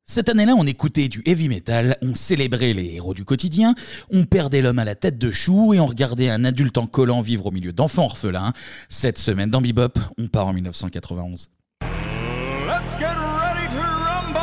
Cette année-là, on écoutait du heavy metal, on célébrait les héros du quotidien, on perdait l'homme à la tête de chou et on regardait un adulte en collant vivre au milieu d'enfants orphelins. Cette semaine dans Bebop, on part en 1991. Let's get ready to rumble!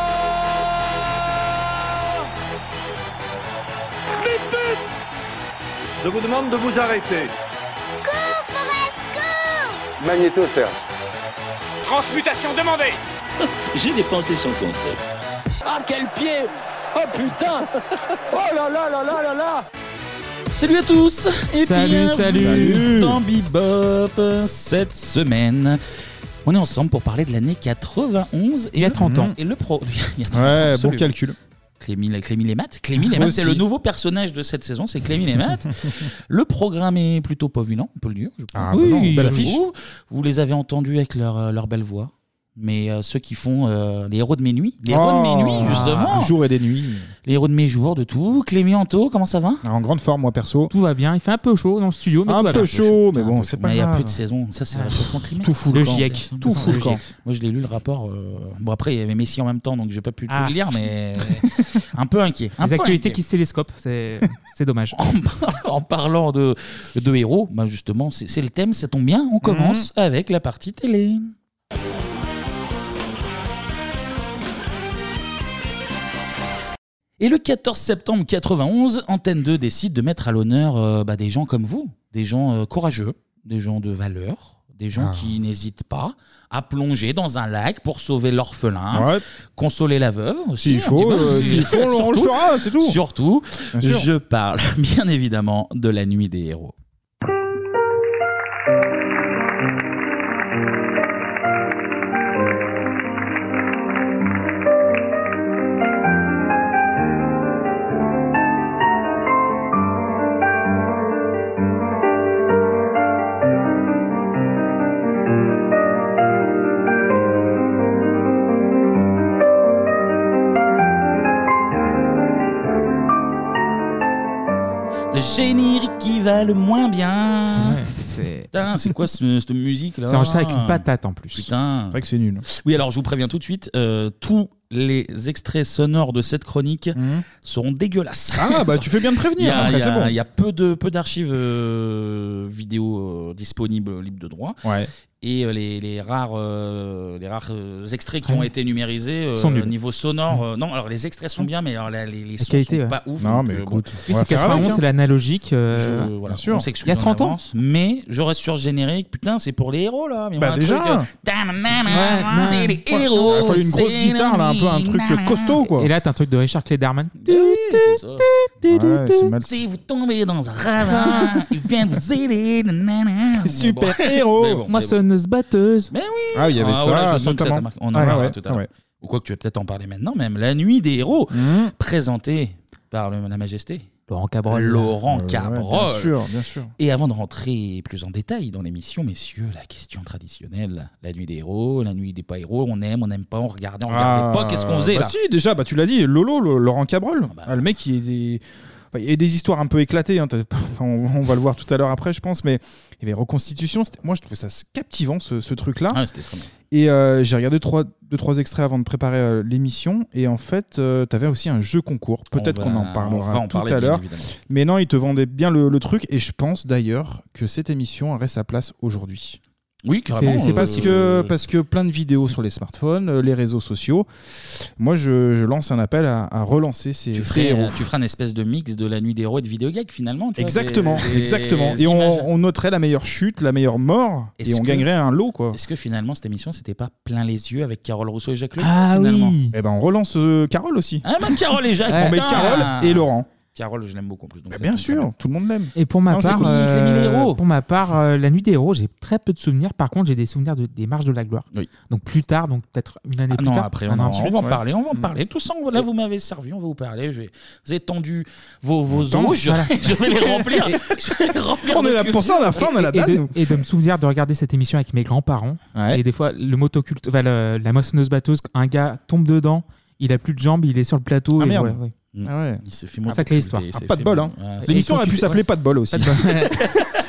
Vite, vite! Je vous demande de vous arrêter. Cours, Forrest, cours! Magnéto, Serge. Transmutation demandée! J'ai dépensé son compte. Ah, quel pied! Oh putain! Oh là là là là là là! Salut à tous et salut dans Bebop. Cette semaine, on est ensemble pour parler de l'année 91 et il y a 30 ans. Et le il y a 30 ouais, ans, bon absolument. calcul. Clémy Lémat, c'est le nouveau personnage de cette saison, c'est Clémy Lémat. Le programme est plutôt pas vilain, on peut le dire. Ah oui, belle affiche. Vous les avez entendus avec leur belle voix. Mais ceux qui font les héros de mes nuits, héros de mes nuits justement, jour et des nuits, les héros de mes jours, de tout. Clémy Anto, comment ça va? En grande forme, moi perso. Tout va bien, il fait un peu chaud dans le studio, mais un tout va bien. peu chaud, mais bon, c'est pas grave. Il n'y a plus de saison, ça c'est le réchauffement climatique. Tout fout le le camp. GIEC, Tout fout le camp. Moi je l'ai lu le rapport. Bon après il y avait Messi en même temps, donc j'ai pas pu tout le lire, mais un peu inquiet. Les actualités qui se télescopent, c'est dommage. En parlant de héros, bah justement c'est le thème, ça tombe bien. On commence avec la partie télé. Et le 14 septembre 91, Antenne 2 décide de mettre à l'honneur des gens comme vous, des gens courageux, des gens de valeur, des gens qui n'hésitent pas à plonger dans un lac pour sauver l'orphelin, consoler la veuve. S'il faut, on le fera, c'est tout. Surtout, je parle bien évidemment de la nuit des héros. Le générique qui va le moins bien. Putain, c'est quoi cette musique là? C'est enchaîné avec une patate en plus. Putain. C'est vrai que c'est nul. Oui, alors je vous préviens tout de suite, tous les extraits sonores de cette chronique seront dégueulasses. Ah bah tu fais bien de prévenir. Il y a peu d'archives vidéo disponibles libres de droit. Ouais. Et les rares extraits qui ont été numérisés sont nuls. Niveau sonore. Non, alors les extraits sont bien, mais alors, les sons qualité, sont pas ouf. Non, donc, mais écoute. Oui, c'est 91, c'est l'analogique. Voilà, sûr. on s'excuse Il y a 30 en ans. avance, mais je reste sur le générique. Putain, c'est pour les héros là. Mais Bah un déjà. truc, c'est les héros. Il a fallu une grosse guitare là, un peu un truc costaud quoi. Et là, t'as un truc de Richard Klederman. Oui, c'est ça. Ouais, c'est mal. Si vous tombez dans un ravin, il vient vous aider. Super héros. Moissonneuse batteuse. Mais oui. Ah, il y avait voilà, ça je sens que ça t'a notamment. marqué. On en parlera tout à l'heure. Ouais. Ou quoi que tu vas peut-être en parler maintenant même. La nuit des héros, présentée par la Majesté. Laurent Cabrol. Cabrol. Bien sûr. Et avant de rentrer plus en détail dans l'émission, messieurs, la question traditionnelle. La nuit des héros, la nuit des pas héros. On n'aime pas, on regardait pas. Qu'est-ce qu'on faisait là? Si, déjà, tu l'as dit, Laurent Cabrol. Le mec, il y a des histoires un peu éclatées. On va le voir tout à l'heure après, je pense. Mais il y avait Reconstitution. Moi, je trouvais ça captivant, ce truc-là. Ah, c'était très bien. Et j'ai regardé deux, trois extraits avant de préparer l'émission. Et en fait, tu avais aussi un jeu concours. Peut-être qu'on en parlera tout à l'heure. Mais non, il te vendait bien le truc. Et je pense d'ailleurs que cette émission aurait sa place aujourd'hui. Oui, carrément. C'est parce que plein de vidéos sur les smartphones, les réseaux sociaux. Moi, je lance un appel à relancer ces héros. Tu feras une espèce de mix de la nuit des héros et de vidéogag finalement. Tu vois, exactement. Et on noterait la meilleure chute, la meilleure mort, et on gagnerait un lot quoi. Est-ce que finalement cette émission c'était pas plein les yeux avec Carole Rousseau et Jacques Le Ah finalement? oui. Eh ben on relance Carole aussi. Ah même Carole et Jacques. On met Carole et Laurent. Carole, je l'aime beaucoup en plus. Donc bien sûr, tout le monde l'aime. Et pour ma part, la nuit des héros, j'ai très peu de souvenirs. Par contre, j'ai des souvenirs des marches de la gloire. Oui. Donc plus tard, donc peut-être une année plus tard. Après, on va en parler. On va en parler. Tout ça, là, vous m'avez servi. On va vous parler. Vous avez tendu vos os. Je vais les remplir. On est là pour ça. On a faim, on a la dalle. Et de me souvenir de regarder cette émission avec mes grands-parents. Et des fois, le motoculte, la moissonneuse batteuse, un gars tombe dedans, il a plus de jambes, il est sur le plateau. Ah et merde. Voilà, Ah ouais. Il s'est fait sacrée histoire. Pas de bol. L'émission aurait pu s'appeler Pas de bol aussi.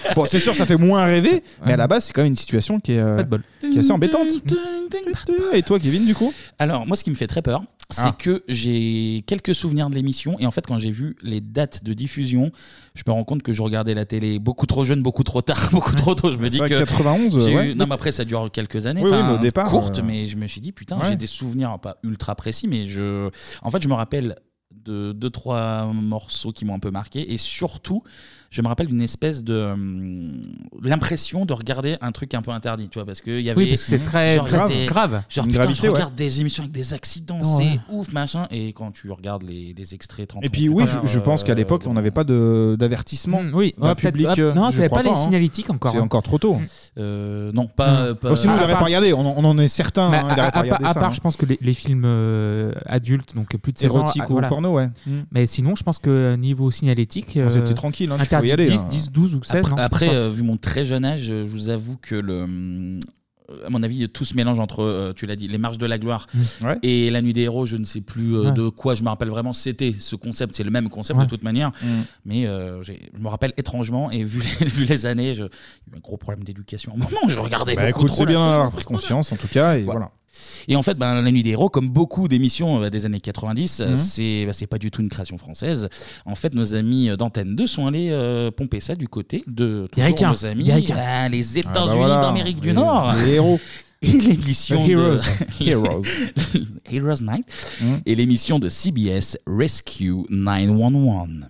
Bon, c'est sûr, ça fait moins rêver, mais à la base, c'est quand même une situation qui est assez embêtante. Et toi, Kevin, du coup? Alors, moi, ce qui me fait très peur, c'est que j'ai quelques souvenirs de l'émission. Et en fait, quand j'ai vu les dates de diffusion, je me rends compte que je regardais la télé beaucoup trop jeune, beaucoup trop tard, beaucoup trop tôt. Je me dis que 91, non, mais après, ça dure quelques années. Oui, mais au départ, courte, mais je me suis dit, putain, j'ai des souvenirs pas ultra précis, mais en fait, je me rappelle de 2-3 morceaux qui m'ont un peu marqué. Et surtout, je me rappelle d'une espèce de l'impression de regarder un truc un peu interdit, tu vois, parce que il y avait parce que c'est très grave. Genre, putain, je regarde des émissions avec des accidents, c'est ouf, machin. Et quand tu regardes des extraits 30 et puis oui, je pense qu'à l'époque, on n'avait pas d'avertissement. Public. Non, tu n'avais pas les signalétiques encore. C'est encore trop tôt. Non, pas. Sinon, il n'aurait pas regardé. On en est certain. À part, je pense que les films adultes, donc plus de 16 ans, érotiques ou porno, ouais. Mais sinon, je pense que niveau signalétique, c'était tranquille. Interdit 10, 12 ou 16. Après, vu mon très jeune âge, je vous avoue que à mon avis, tout se mélange entre, tu l'as dit, les marches de la gloire et la nuit des héros. Je ne sais plus de quoi je me rappelle vraiment. C'était ce concept, c'est le même concept de toute manière. Mais je me rappelle étrangement, et vu les années, il y a eu un gros problème d'éducation. À un moment, je regardais beaucoup trop. C'est bien d'avoir pris conscience, en tout cas, et voilà. Et en fait, la nuit des héros, comme beaucoup d'émissions des années 90, c'est pas du tout une création française. En fait, nos amis d'Antenne 2 sont allés pomper ça du côté de nos amis les États-Unis d'Amérique du Nord. Les héros. Et l'émission Heroes Night et l'émission de CBS Rescue 911.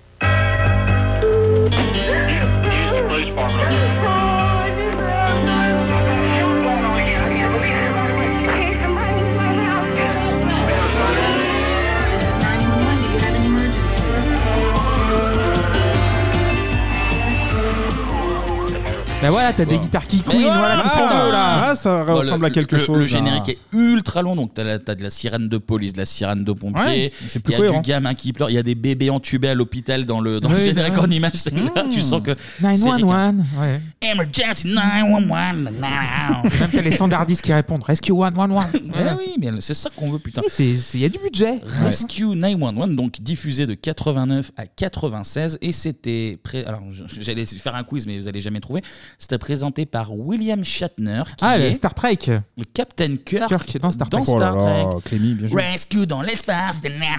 Ben voilà, t'as des guitares qui couinent, voilà, c'est ce qu'on veut là. Ah, ça ressemble à quelque chose. Le générique est ultra long, donc t'as de la sirène de police, de la sirène de pompier, il y a du gamin qui pleure, il y a des bébés entubés à l'hôpital dans le générique en image, là, tu sens que 911, Emergency 911. Même t'as les standardistes qui répondent Rescue 111. Oui, mais c'est ça qu'on veut, putain. Il y a du budget. Rescue 911, donc diffusé de 89 à 96, et c'était alors j'allais faire un quiz, mais vous allez jamais trouver. C'était présenté par William Shatner, qui est Star Trek, le Captain Kirk dans Star Trek. Clémy, bien joué. Rescue dans l'espace.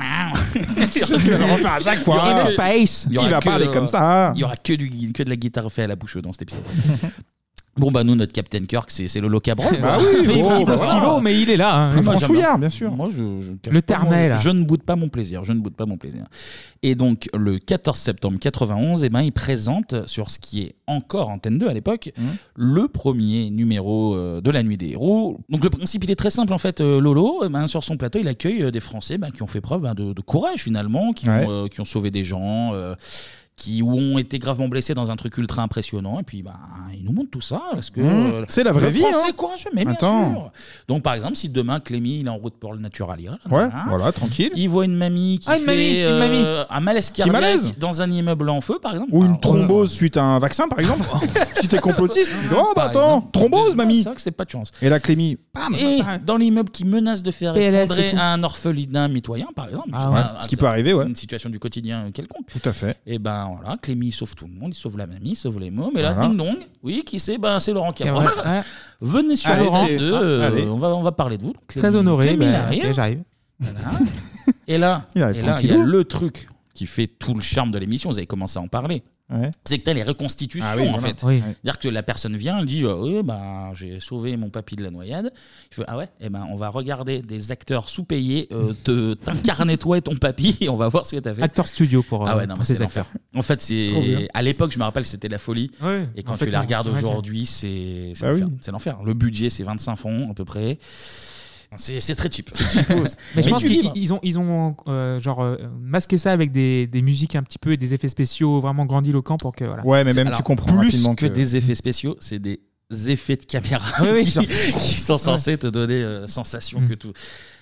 À chaque fois. Space. Il va parler comme ça. Il y aura que de la guitare faite à la bouche dans cet épisode. Bon, nous, notre Captain Kirk, c'est Lolo Cabral. Bah oui, il vaut ce qu'il vaut, mais il est là. Franchouillard, bien sûr. Moi, le Ternay, là. Je ne boude pas mon plaisir. Et donc, le 14 septembre 91, il présente, sur ce qui est encore Antenne 2 à l'époque, le premier numéro de la nuit des héros. Donc, le principe, il est très simple, en fait. Lolo, sur son plateau, il accueille des Français qui ont fait preuve de courage, finalement, qui ont sauvé des gens. Qui ont été gravement blessés dans un truc ultra impressionnant, et puis ils nous montrent tout ça parce que c'est la vraie vie, c'est courageux, mais bien sûr. Donc par exemple, si demain Clémy il est en route pour le Naturalia, voilà, tranquille, il voit une mamie qui fait un malaise cardiaque dans un immeuble en feu, par exemple, ou une thrombose suite à un vaccin, par exemple. Si t'es complotiste, thrombose, mamie. C'est vrai que c'est pas de chance. Et là, Clémy, bam. Et dans l'immeuble qui menace de faire effondrer un orphelinat mitoyen, par exemple, ce qui peut arriver, une situation du quotidien quelconque. Tout à fait. Et voilà, Clémy il sauve tout le monde, il sauve la mamie, il sauve les mômes, et là, ding dong, qui c'est c'est Laurent Cabral. Venez sur Laurent 2, on va parler de vous. Très honoré, j'arrive. Voilà. Et là, il y a le truc qui fait tout le charme de l'émission, vous avez commencé à en parler. C'est que tu as les reconstitutions, en fait. C'est-à-dire que la personne vient, elle dit j'ai sauvé mon papy de la noyade. Il fait on va regarder des acteurs sous-payés t'incarner toi et ton papy, et on va voir ce que tu as fait. Acteur studio pour ces acteurs. En fait, à l'époque, je me rappelle, c'était la folie. Et quand tu la regardes aujourd'hui, c'est l'enfer. Le budget, c'est 25 francs à peu près. C'est très cheap. Mais je pense qu'ils ont masqué ça avec des musiques un petit peu et des effets spéciaux vraiment grandiloquents pour que voilà. Ouais, mais même tu comprends rapidement que des effets spéciaux, c'est des effets de caméra qui sont censés te donner sensation que tout.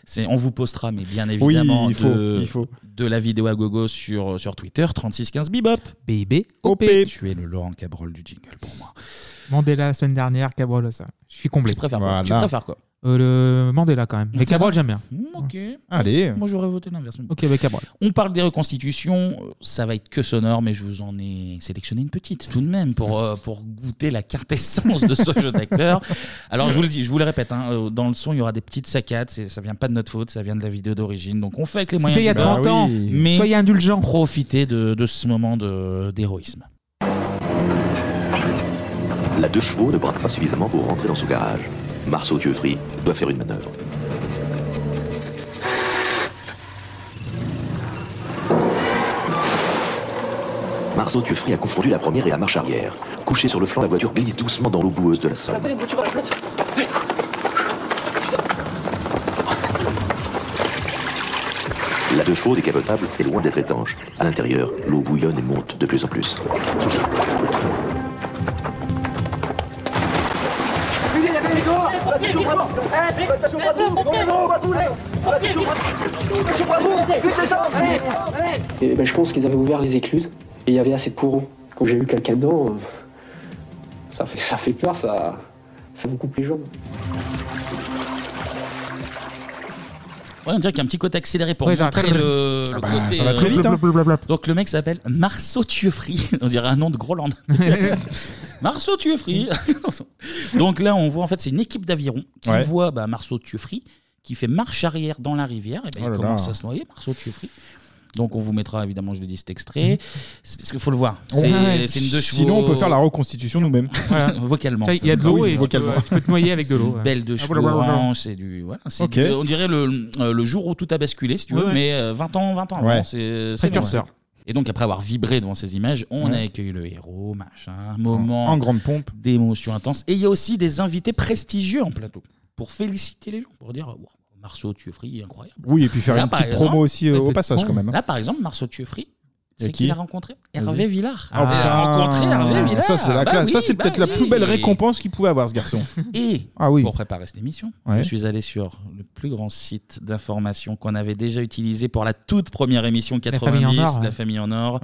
On vous postera, mais bien évidemment, il faut. de la vidéo à gogo sur Twitter, 3615 Bebop. BIB-OP. Tu es le Laurent Cabrol du jingle pour moi. Mandela la semaine dernière, Cabrol ça. Je suis comblé. Tu préfères quoi Le Mandela quand même. Mais Cabrol j'aime bien. Ok. Allez. Moi j'aurais voté l'inverse. Ok, bah Cabrol. On parle des reconstitutions, ça va être que sonore, mais je vous en ai sélectionné une petite tout de même pour goûter la quintessence de ce jeu d'acteur. Alors je vous le dis, je vous le répète, dans le son il y aura des petites saccades, ça vient pas de notre faute, ça vient de la vidéo d'origine, donc on fait avec les moyens. C'était il y a 30 ans, mais soyez indulgents. Profitez de ce moment d'héroïsme. La 2 chevaux ne braque pas suffisamment pour rentrer dans son garage. Marceau Thieuffry doit faire une manœuvre. Marceau Thieuffry a confondu la première et la marche arrière. Couché sur le flanc, la voiture glisse doucement dans l'eau boueuse de la Somme. La 2 chevaux décapotable est loin d'être étanche. À l'intérieur, l'eau bouillonne et monte de plus en plus. Et je pense qu'ils avaient ouvert les écluses et il y avait assez de courant. Quand j'ai vu quelqu'un dedans, ça fait peur, ça vous coupe les jambes. Ouais, on dirait qu'il y a un petit côté accéléré pour montrer le côté. Ça va très vite. Donc le mec s'appelle Marceau Thieuffry. On dirait un nom de Groland. Marceau Thieuffry. Donc là, on voit en fait, c'est une équipe d'aviron qui voit Marceau Thieuffry qui fait marche arrière dans la rivière. Et il commence à se noyer, Marceau Thieuffry. Donc on vous mettra évidemment, je l'ai dit, cet extrait. C'est parce qu'il faut le voir. C'est une 2 chevaux. Sinon, on peut faire la reconstitution nous-mêmes. Voilà. Vocalement. Il y a de l'eau et tu peux te noyer avec de l'eau. Belle 2 chevaux. C'est du. Voilà, on dirait le jour où tout a basculé, si tu veux, mais 20 ans avant. Ouais. C'est précurseur. Et donc après avoir vibré devant ces images, on a accueilli le héros, machin, moment en grande pompe, d'émotion intense. Et il y a aussi des invités prestigieux en plateau pour féliciter les gens, pour dire wow, Marceau Thieuffry, incroyable. Oui, et puis faire une petite promo aussi au passage quand même. Là par exemple, Marceau Thieuffry, c'est qui il a rencontré Hervé Villard. Il a rencontré Hervé Villard. Ça c'est la classe. Ça c'est peut-être la plus belle récompense qu'il pouvait avoir ce garçon. Et pour préparer cette émission, je suis allé sur le plus grand site d'information qu'on avait déjà utilisé pour la toute première émission 90, La Famille en Or.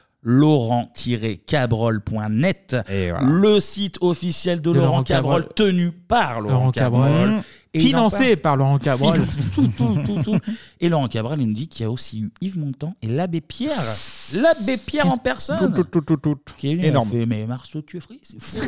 Laurent-Cabrol.net, le site officiel de Laurent Cabrol, tenu par Laurent Cabrol. Financé par Laurent Cabrol. Tout. Et Laurent Cabrol, il nous dit qu'il y a aussi eu Yves Montand et l'abbé Pierre. L'abbé Pierre en personne. Qui est énorme. Mais Marceau Thieuffry, c'est fou.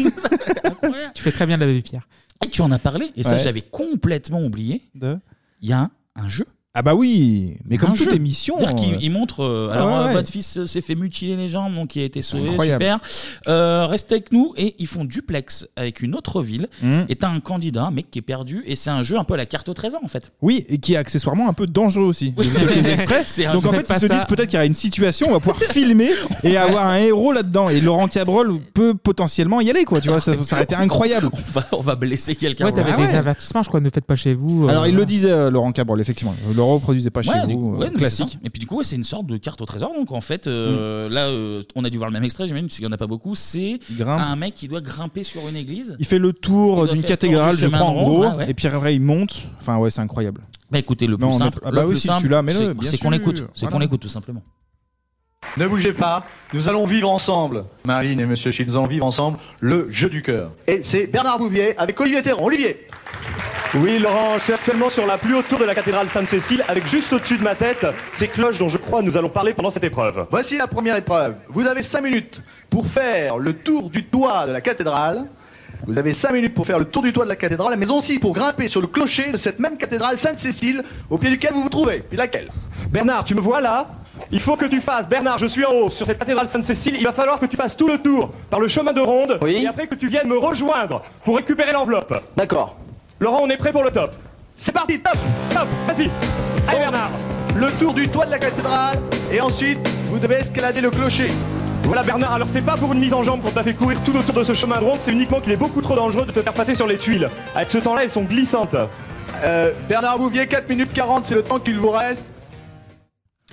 Tu fais très bien l'abbé Pierre. Et tu en as parlé, et ça j'avais complètement oublié. Il y a un jeu. Ah bah oui, mais comme toute émission. C'est-à-dire qu'il montre, votre fils s'est fait mutiler les jambes, donc il a été sauvé, incroyable. Super. Restez avec nous, et ils font duplex avec une autre ville, et t'as un candidat, un mec qui est perdu, et c'est un jeu un peu à la carte au trésor en fait. Oui, et qui est accessoirement un peu dangereux aussi. Oui. Les extraits. Donc en fait, ils se disent peut-être qu'il y a une situation, on va pouvoir filmer et avoir un héros là-dedans. Et Laurent Cabrol peut potentiellement y aller, quoi. Tu vois, ça aurait été incroyable. On va blesser quelqu'un. Ouais, t'avais des avertissements, je crois, ne faites pas chez vous. Alors il le disait, Laurent Cabrol, effectivement. Le reproduisait pas chez vous. Classique. Et puis du coup, c'est une sorte de carte au trésor. Donc en fait, là, on a dû voir le même extrait, j'imagine, parce qu'il n'y en a pas beaucoup. C'est un mec qui doit grimper sur une église. Il fait le tour d'une cathédrale, je crois, en gros. Et puis après, il monte. Enfin, ouais, c'est incroyable. Bah écoutez, le plus simple, c'est qu'on l'écoute. C'est qu'on l'écoute, tout simplement. Ne bougez pas, nous allons vivre ensemble, Marine et Monsieur Chilzon vont vivre ensemble le jeu du cœur. Et c'est Bernard Bouvier avec Olivier Théron. Olivier. Oui, Laurent, je suis actuellement sur la plus haute tour de la cathédrale Sainte-Cécile, avec juste au-dessus de ma tête ces cloches dont je crois nous allons parler pendant cette épreuve. Voici la première épreuve. Vous avez 5 minutes pour faire le tour du toit de la cathédrale. Vous avez 5 minutes pour faire le tour du toit de la cathédrale, mais aussi pour grimper sur le clocher de cette même cathédrale Sainte-Cécile, au pied duquel vous vous trouvez. Puis laquelle? Bernard, tu me vois là? Il faut que tu fasses, Bernard, je suis en haut, sur cette cathédrale Sainte-Cécile, il va falloir que tu fasses tout le tour par le chemin de ronde, et après que tu viennes me rejoindre pour récupérer l'enveloppe. D'accord. Laurent, on est prêt pour le top. C'est parti, top, vas-y. Allez Bernard. Le tour du toit de la cathédrale, et ensuite, vous devez escalader le clocher. Voilà Bernard, alors c'est pas pour une mise en jambe qu'on t'a fait courir tout autour de ce chemin de ronde, c'est uniquement qu'il est beaucoup trop dangereux de te faire passer sur les tuiles. Avec ce temps-là, elles sont glissantes. Bernard Bouvier, 4 minutes 40, c'est le temps qu'il vous reste.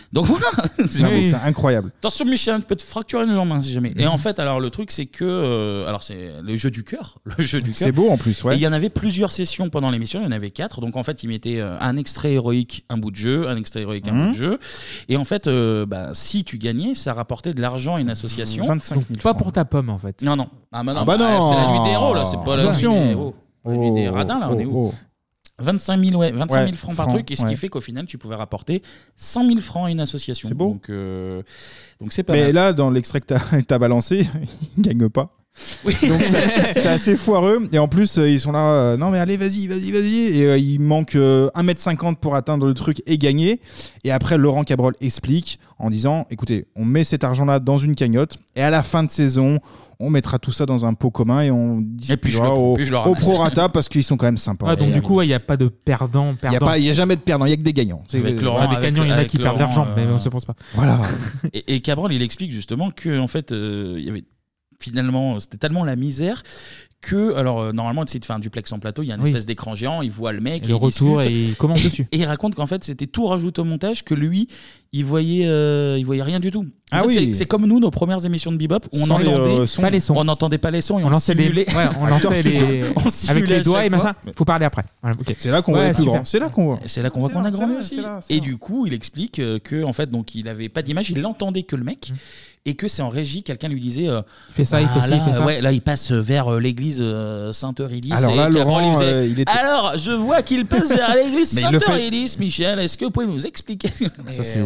Donc voilà, c'est incroyable. Attention Michel, tu peux te fracturer une jambe si jamais. Et en fait, alors le truc c'est que, alors c'est le jeu du cœur, C'est beau en plus, ouais. Et il y en avait plusieurs sessions pendant l'émission, il y en avait 4. Donc en fait, ils mettaient un extrait héroïque, un bout de jeu, un extrait héroïque, un bout de jeu. Et en fait, si tu gagnais, ça rapportait de l'argent à une association. 25 000 Pas pour ta pomme en fait. Non, non. Ah bah non, bah non. c'est la nuit des héros là, c'est pas la nuit des Attention. héros. La nuit des radins là, on est où 25 000, ouais, 25 000 francs par truc, et ce qui fait qu'au final, tu pouvais rapporter 100 000 francs à une association. C'est beau. Donc c'est pas Mais mal. là, dans l'extrait que t'as balancé, il gagne pas. Oui. Donc c'est assez foireux. Et en plus, ils sont là, non mais allez, vas-y. Et il manque 1,50 m pour atteindre le truc et gagner. Et après, Laurent Cabrol explique en disant, écoutez, on met cet argent-là dans une cagnotte et à la fin de saison, on mettra tout ça dans un pot commun et on distribuera au prorata parce qu'ils sont quand même sympas. Ouais, donc du coup, il n'y a pas de perdant. Il n'y a jamais de perdant, il n'y a que des gagnants. Avec Laurent, des gagnants, il y en a qui perdent l'argent, mais on ne se pense pas. Voilà. Et Cabrol, il explique justement que en fait, il y avait finalement, c'était tellement la misère que, alors normalement, c'est de faire un duplex en plateau, il y a une espèce d'écran géant, il voit le mec, et le retour et il commande dessus. Et il raconte qu'en fait, c'était tout rajouté au montage, que lui, il voyait rien du tout. En fait, oui. c'est comme nous, nos premières émissions de Bebop, où Sans pas les sons. On n'entendait pas les sons et on lançait simulait. On lançait les avec les doigts et machin. Faut parler après. Voilà, okay. C'est là qu'on voit plus grand. C'est là qu'on voit. C'est là qu'on voit qu'on a grandi aussi. Et du coup, il explique que en fait, donc il avait pas d'image, il l'entendait que le mec. Et que c'est en régie, quelqu'un lui disait fais ça, il fait ci, il fait ça. Ouais, là, il passe vers l'église Sainte-Eurydice. Alors là, Laurent, il était... Alors, je vois qu'il passe vers l'église Sainte-Eurydice, Michel. Est-ce que vous pouvez nous expliquer ça, c'est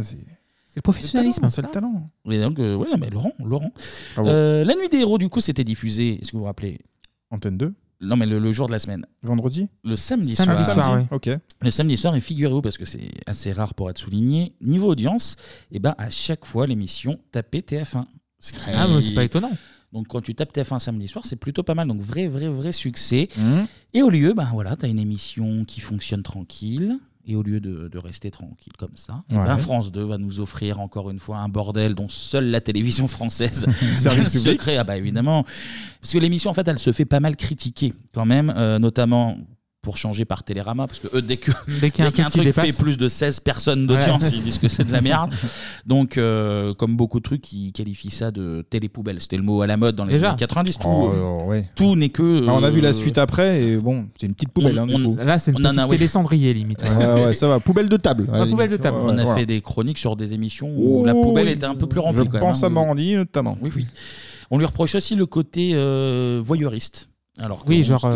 le professionnalisme, c'est le talent. Mais donc, mais Laurent. La nuit des héros, du coup, c'était diffusé. Est-ce que vous vous rappelez Antenne 2. Non, mais le jour de la semaine. Vendredi. Le samedi soir. Oui. Ok. Le samedi soir, et figurez-vous, parce que c'est assez rare pour être souligné, niveau audience, à chaque fois, l'émission tapait TF1. Ah, mais c'est pas étonnant. Donc quand tu tapes TF1 samedi soir, c'est plutôt pas mal. Donc vrai succès. Et au lieu, t'as une émission qui fonctionne tranquille. Et au lieu de rester tranquille comme ça, France 2 va nous offrir encore une fois un bordel dont seule la télévision française se crée. Ah bah évidemment. Parce que l'émission, en fait, elle se fait pas mal critiquer quand même, notamment pour changer par Télérama, parce que eux, dès qu'un truc fait plus de 16 personnes d'audience, ils disent que c'est de la merde. Donc, comme beaucoup de trucs, ils qualifient ça de télépoubelle. C'était le mot à la mode dans les années 90. Tout n'est que... on a vu la suite après, et bon, c'est une petite poubelle. Là, c'est une petite télé-cendrier, limite. Ouais, ça va. Poubelle de table. Poubelle de table. On a fait des chroniques sur des émissions où la poubelle était un peu plus remplie. Je pense à Morandi, notamment. Oui. On lui reproche aussi le côté voyeuriste. Alors oui, genre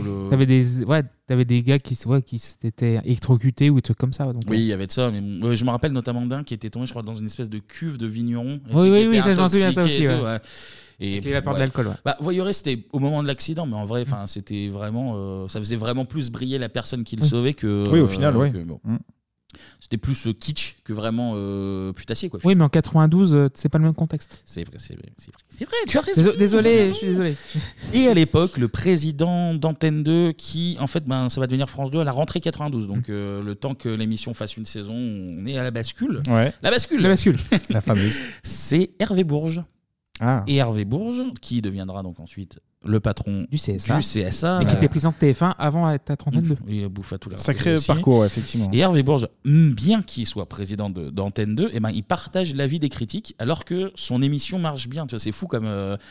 t'avais des gars qui s'étaient électrocutés ou des trucs comme ça. Donc, oui, il y avait de ça. Mais je me rappelle notamment d'un qui était tombé, je crois, dans une espèce de cuve de vigneron. Oui, ça j'en souviens ça aussi. Et les vapeurs de l'alcool. Voyeuriste, c'était au moment de l'accident, mais en vrai, c'était vraiment, ça faisait vraiment plus briller la personne qui le sauvait que. Oui, au final, oui. C'était plus kitsch que vraiment putassier, quoi. Oui, mais en 92, c'est pas le même contexte. C'est vrai. Tu as raison. Désolé, je suis désolé. Et à l'époque, le président d'Antenne 2, qui, en fait, ça va devenir France 2 à la rentrée 92. Donc, le temps que l'émission fasse une saison, on est à la bascule. Ouais. La bascule. La fameuse. C'est Hervé Bourges. Et Hervé Bourges, qui deviendra donc ensuite le patron du CSA. Et qui était président de TF1 avant à être à 32. Il bouffe à tout. Sacré parcours, effectivement. Et Hervé Bourges, bien qu'il soit président d'Antenne 2, il partage l'avis des critiques alors que son émission marche bien. Tu vois, c'est fou comme...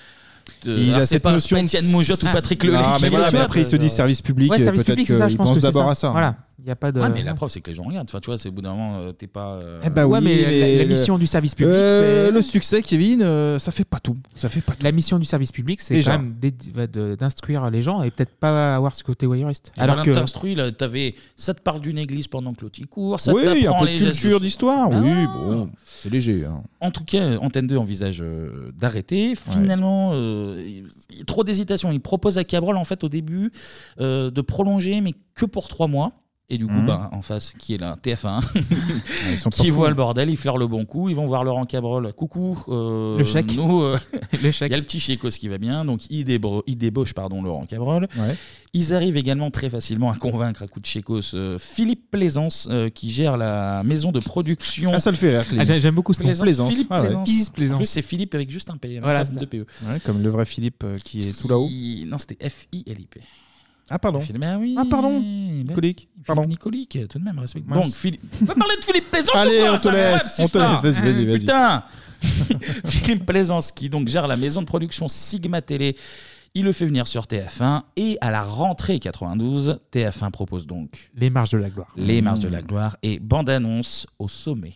il a cette notion de Étienne Moujotte ou Patrick Lelay. Mais après, il se dit service public. Peut-être qu'il pense d'abord à ça. Voilà. Il y a pas de... mais la preuve, c'est que les gens regardent. Enfin, tu vois, c'est au bout d'un moment, t'es pas. Mais la mission du service public, c'est. Le succès, Kevin, ça fait pas tout. La mission du service public, c'est quand même d'instruire les gens et peut-être pas avoir ce côté voyeuriste. Alors que t'instruis, ça te parle d'une église pendant que l'autre y court. Ça il y a un peu de culture culture d'histoire. Oui, bon, c'est léger. En tout cas, Antenne 2 envisage d'arrêter. Finalement, trop d'hésitation. Il propose à Cabrol, en fait, au début, de prolonger, mais que pour 3 mois. Et du coup, en face, qui est là TF1, qui voit le bordel, ils flairent le bon coup, ils vont voir Laurent Cabrol. Coucou, le chèque. Nous, il y a le petit chécos qui va bien, donc il débauche Laurent Cabrol. Ouais. Ils arrivent également très facilement à convaincre à coup de chécos Philippe Plaisance, qui gère la maison de production. Ah, ça le fait rire. J'aime beaucoup ce nom. Plaisance. Philippe Plaisance. En plus, c'est Philippe avec juste un P. Voilà, de PE. Ouais, comme le vrai Philippe qui est tout là-haut. Non, c'était FILIP. Ah, pardon. Ah oui. Ah, pardon. Colique. Pardon. Nicolique, tout de même, respect. Mince. Donc, Philippe. On va parler de Philippe Plaisance. Allez, ou on te laisse. On te laisse. Vas-y. Putain. Philippe Plaisance, qui donc gère la maison de production Sigma Télé, il le fait venir sur TF1 et à la rentrée 92, TF1 propose donc Les Marches de la Gloire. Les Marches de la Gloire et bande-annonce au sommet.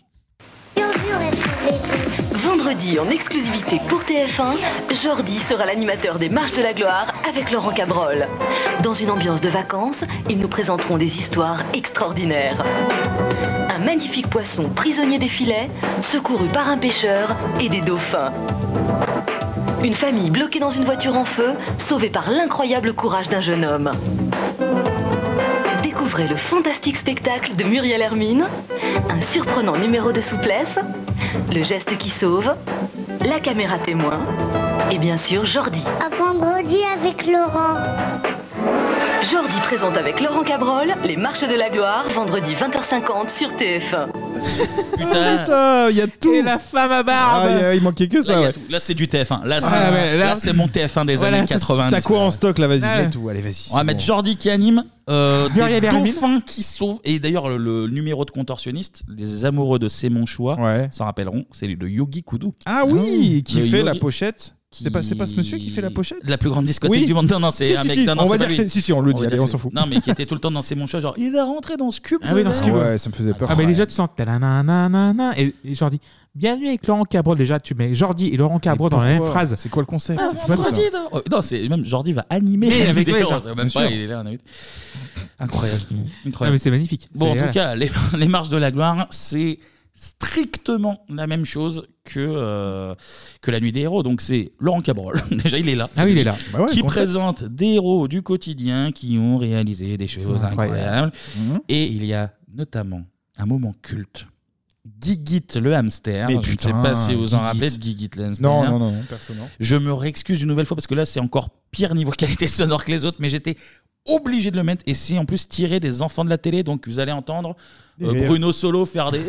Vendredi, en exclusivité pour TF1, Jordi sera l'animateur des Marches de la Gloire avec Laurent Cabrol. Dans une ambiance de vacances, ils nous présenteront des histoires extraordinaires. Un magnifique poisson prisonnier des filets, secouru par un pêcheur et des dauphins. Une famille bloquée dans une voiture en feu, sauvée par l'incroyable courage d'un jeune homme. Découvrez le fantastique spectacle de Muriel Hermine, un surprenant numéro de souplesse, le geste qui sauve, la caméra témoin et bien sûr Jordi. À vendredi avec Laurent. Jordi présente avec Laurent Cabrol Les Marches de la Gloire, vendredi 20h50 sur TF1. Putain, il y a tout. Et la femme à barbe. Il manquait que ça. Là, Ouais. là c'est du TF1. Là, là, c'est mon TF1 des années 90. T'as quoi en stock là? Vas-y, mets tout. Allez, vas-y. On va mettre Jordi qui anime, Muriel des Hermine. dauphins qui sauvent. Et d'ailleurs, le numéro de contorsionniste, des amoureux de C'est mon choix, s'en rappelleront, c'est le Yogi Koudou. Ah oui, qui Le fait la Yogi- pochette. C'est pas ce monsieur qui fait la pochette? La plus grande discothèque du monde. Non, c'est Si, un si, mec. si. Non, On va c'est dire pas que lui. si, on le dit, va allez, dire on que s'en c'est- fout. Non, mais qui était tout le temps dans C'est mon choix, genre il va rentrer dans ce cube. Ah oui, dans ce cube. Ouais, ça me faisait peur. Ah, mais déjà, tu sens. Nanana, et Jordi. Bienvenue avec Laurent Cabrol. Déjà, tu mets Jordi et Laurent Cabrol dans la même phrase. C'est quoi le concept? Ah, C'est pas Jordi, ça. non. Non, c'est même Jordi va animer Mais la avec vidéo. ouais, genre, C'est même bien pas, sûr. il est là, on invite. Incroyable. Ah, Incroyable. mais c'est magnifique. Bon, en C'est- tout voilà. cas, les Marches de la Gloire, c'est strictement la même chose que La Nuit des Héros. Donc, c'est Laurent Cabrol. Déjà, il est là. Ah oui, il est là. Bah ouais, qui concept. présente des héros du quotidien qui ont réalisé des choses incroyables. Et il y a notamment un moment culte. Guigit le hamster. Mais Je ne sais putain, pas si vous en Guigit. rappelez de Guigit le hamster. Non, personne. Je me réexcuse une nouvelle fois parce que là, c'est encore pire niveau qualité sonore que les autres, mais j'étais obligé de le mettre. Et c'est en plus tiré des enfants de la télé, donc vous allez entendre Des rires. Bruno Solo faire des.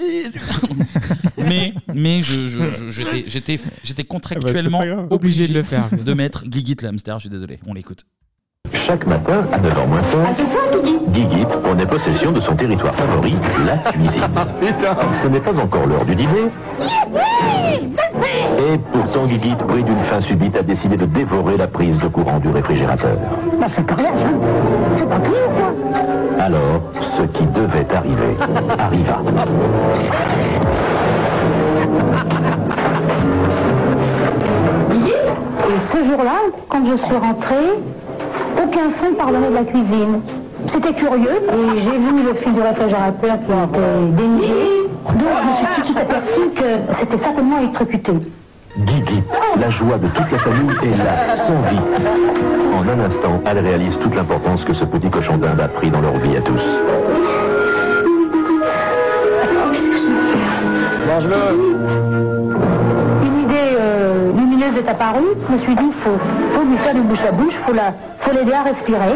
mais j'étais contractuellement Ah bah, c'est pas grave. Obligé de le faire. de mettre Guigit le hamster. Je suis désolé, on l'écoute. Chaque matin, à 9h moins 5, Guigit prenait possession de son territoire favori, la cuisine. Ce n'est pas encore l'heure du dîner. Et pourtant, Guigit, pris d'une faim subite, a décidé de dévorer la prise de courant du réfrigérateur. C'est pas rien, ça. C'est pas pire ou quoi? Alors, ce qui devait arriver arriva. Et ce jour-là, quand je suis rentrée, aucun son parvenait de la cuisine. C'était curieux, et j'ai vu le fil du réfrigérateur qui était dénudé. Donc je me suis tout de suite aperçue que c'était certainement électrocuté. Guigit, la joie de toute la famille est là, sans vie. En un instant, elle réalise toute l'importance que ce petit cochon d'Inde a pris dans leur vie à tous. Une idée lumineuse est apparue. Je me suis dit, faut lui faire du bouche à bouche, faut l'aider à respirer.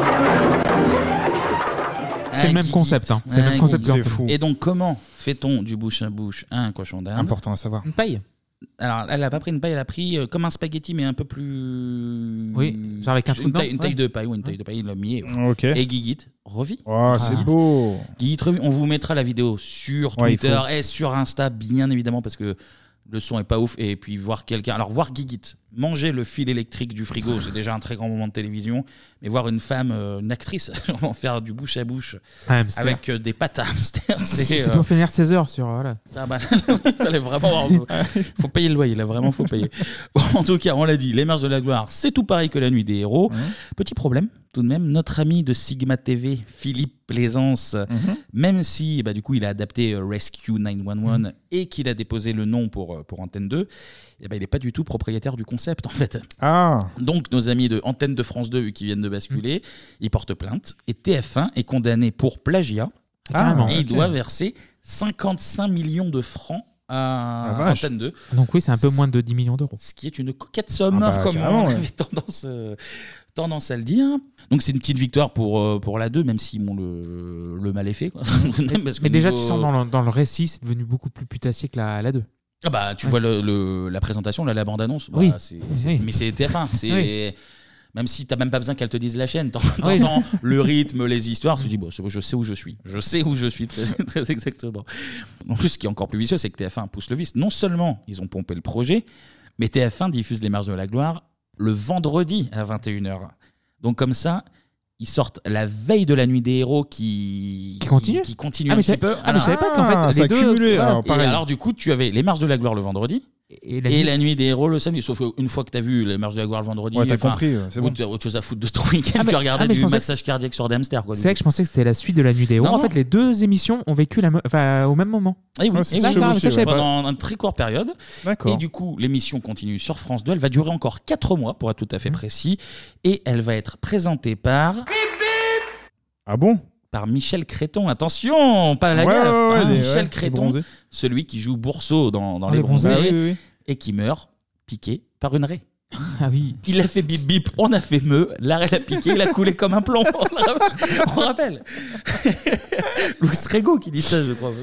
C'est le même concept. Hein. C'est le même concept. C'est fou. Et donc, comment fait-on du bouche à bouche à un cochon d'Inde? Important à savoir. Une paille. Alors, elle n'a pas pris une paille, elle a pris comme un spaghetti, mais un peu plus. Oui, genre avec un trou une dedans, taille, une taille ouais. de paille, ou une taille de paille, il l'a mis. Ok. Et Guigit revit. Oh, c'est Guigit. beau. Guigit revit. On vous mettra la vidéo sur Ouais, il Twitter faut. et sur Insta, bien évidemment, parce que le son est pas ouf. Et puis voir quelqu'un. Alors, voir Guigit manger le fil électrique du frigo, c'est déjà un très grand moment de télévision. Mais voir une femme, une actrice, faire du bouche à bouche Un hamster. avec des pâtes à hamster, C'est pour finir 16 heures sur. Voilà. ça, bah, il fallait vraiment faut payer le loyer, là, vraiment, faut payer. Bon, en tout cas, on l'a dit, Les Marches de la Gloire, c'est tout pareil que La Nuit des Héros. Petit problème, tout de même, notre ami de Sigma TV, Philippe Plaisance, même si, bah, du coup, il a adapté Rescue 911 et qu'il a déposé le nom pour Antenne 2, eh ben, il n'est pas du tout propriétaire du concept, en fait. Ah. Donc, nos amis de Antenne de France 2, qui viennent de basculer, ils portent plainte et TF1 est condamné pour plagiat. Carrément. Et il Ok. doit verser 55 millions de francs à La vache. Antenne 2. Donc oui, c'est un peu moins de 10 millions d'euros. Ce qui est une coquette somme, Ah bah, comme carrément, on ouais. avait tendance à le dire. Donc c'est une petite victoire pour la 2, même s'ils m'ont le mal effet. Quoi. Parce que Mais déjà, niveau- tu sens dans le récit, c'est devenu beaucoup plus putassier que la 2. Ah bah, tu vois la présentation, la bande-annonce. Bah, Oui. mais c'est TF1. C'est... Oui. Même si t'as même pas besoin qu'elle te dise la chaîne, t'entends le rythme, les histoires, tu te dis bon, c'est bon, je sais où je suis. Je sais où je suis très, très exactement. En plus, ce qui est encore plus vicieux, c'est que TF1 pousse le vice. Non seulement ils ont pompé le projet, mais TF1 diffuse Les Marches de la Gloire le vendredi à 21h. Donc comme ça, ils sortent la veille de la nuit des héros qui continue un petit peu. Mais je savais pas qu'en fait ça les deux cumulé. Et alors du coup, tu avais Les Marches de la Gloire le vendredi. Et la nuit des héros le samedi. Sauf qu'une fois que t'as vu Les Marches de la Gloire le vendredi, t'as compris, c'est bon. T'as autre chose à foutre de ton week-end que regarder du massage cardiaque sur des hamsters. C'est vrai que je pensais que c'était la suite de la nuit des héros. En fait, les deux émissions ont vécu au même moment. Et oui, c'est pendant une très courte période. D'accord. Et du coup, l'émission continue sur France 2. Elle va durer encore 4 mois, pour être tout à fait précis. Et elle va être présentée par... Ah bon? Par Michel Créton, attention, pas la gaffe. Michel Créton, celui qui joue Bourseau dans Les Bronzés, et qui meurt piqué par une raie. Ah oui. Il a fait bip bip, on a fait meu, la raie l'a piqué, il a coulé comme un plomb. On rappelle. Louis Rego qui dit ça, je crois.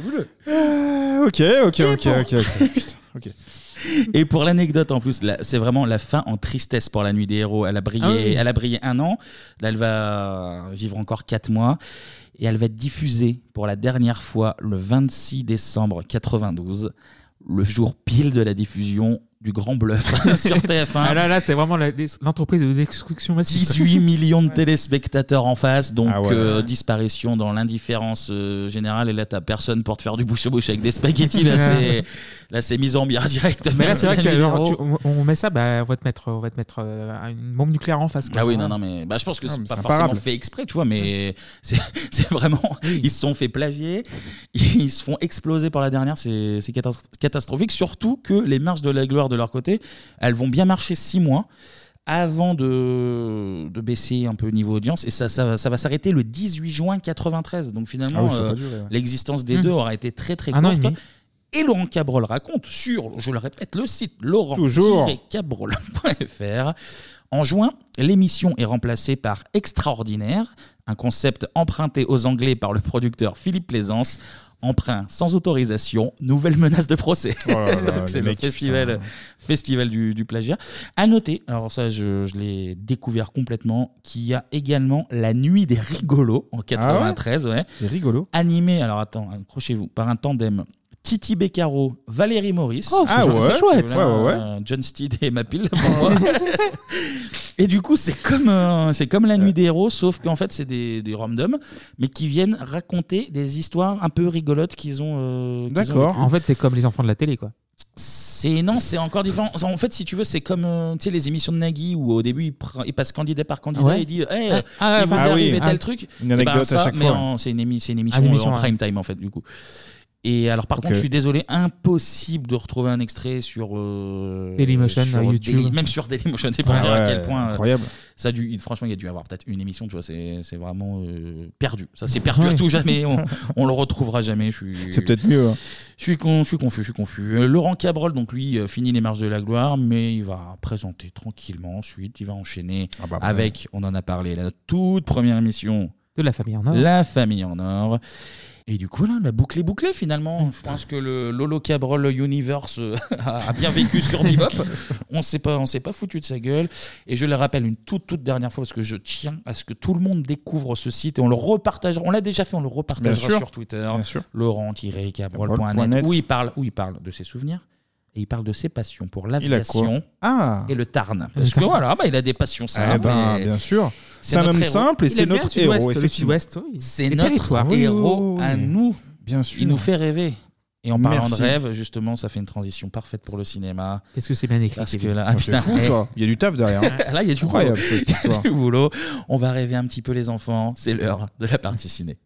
Ok. Et pour l'anecdote en plus, c'est vraiment la fin en tristesse pour la nuit des héros. Elle a brillé 1 an. Là, elle va vivre encore 4 mois. Et elle va être diffusée pour la dernière fois le 26 décembre 92, le jour pile de la diffusion du Grand Bluff sur TF1. Ah là, c'est vraiment l'entreprise de destruction massive. 18 millions de téléspectateurs en face, donc disparition dans l'indifférence générale. Et là, t'as personne pour te faire du bouche-à-bouche avec des spaghettis. Là, c'est mise en bière directe. Mais là, c'est vrai que on met ça, on va te mettre une bombe nucléaire en face. Quoi. Ah oui, non, mais je pense que c'est pas forcément fait exprès, tu vois, mais c'est vraiment. Ils se sont fait plagier, ils se font exploser pour la dernière. C'est catastrophique. Surtout que Les Marches de la Gloire de leur côté, elles vont bien marcher 6 mois avant de baisser un peu le niveau audience, et ça va s'arrêter le 18 juin 93. Donc finalement, l'existence des deux aura été très très courte. Et Laurent Cabrol raconte sur, je le répète, le site laurent-cabrol.fr. En juin, l'émission est remplacée par Extraordinaire, un concept emprunté aux Anglais par le producteur Philippe Plaisance. Emprunt sans autorisation, nouvelle menace de procès. Donc c'est le festival du plagiat. À noter, alors ça je l'ai découvert complètement, qu'il y a également La Nuit des Rigolos en 93. Les Rigolos. Animé, alors attends, accrochez-vous, par un tandem Titi Beccaro, Valérie Maurice. C'est chouette. John Steed et Mapil pour moi. Et du coup, c'est comme La Nuit des Héros, sauf qu'en fait, c'est des rom-doms, mais qui viennent raconter des histoires un peu rigolotes qu'ils ont. D'accord. En fait, c'est comme les enfants de la télé, quoi. C'est encore différent. En fait, si tu veux, c'est comme les émissions de Nagui où au début il passe candidat par candidat et il dit il vous arrive tel truc. Une anecdote à chaque fois. C'est une émission en prime time en fait, du coup. Et alors par contre, je suis désolé, impossible de retrouver un extrait sur Dailymotion, YouTube, même sur Dailymotion. C'est pour dire à quel point incroyable. Franchement, il y a dû avoir peut-être une émission, tu vois, c'est vraiment perdu. Ça s'est perdu à tout jamais. On le retrouvera jamais. C'est peut-être mieux. Je suis confus. Laurent Cabrol, donc lui, finit Les Marches de la Gloire, mais il va présenter tranquillement. Ensuite, il va enchaîner avec, on en a parlé, la toute première émission de La Famille en Or. La Famille en Or. Et du coup, là, la boucle est bouclée finalement. Je pense que le Lolo Cabrol Universe a bien vécu sur Bebop. On s'est pas foutu de sa gueule. Et je le rappelle une toute dernière fois, parce que je tiens à ce que tout le monde découvre ce site et on le repartagera. On l'a déjà fait, on le repartagera sur Twitter. Laurent-cabrol.net où il parle de ses souvenirs. Et il parle de ses passions pour l'aviation et le Tarn. Parce que voilà, il a des passions simples. Bien sûr. C'est un homme simple et c'est notre héros. C'est notre héros à nous. Bien sûr. Il nous fait rêver. Et en parlant de rêve, justement, ça fait une transition parfaite pour le cinéma. Qu'est-ce que c'est bien écrit. Parce que là, c'est fou, ça. Il y a du taf derrière. Là, il y a du boulot. Il y a du boulot. On va rêver un petit peu les enfants. C'est l'heure de la partie ciné.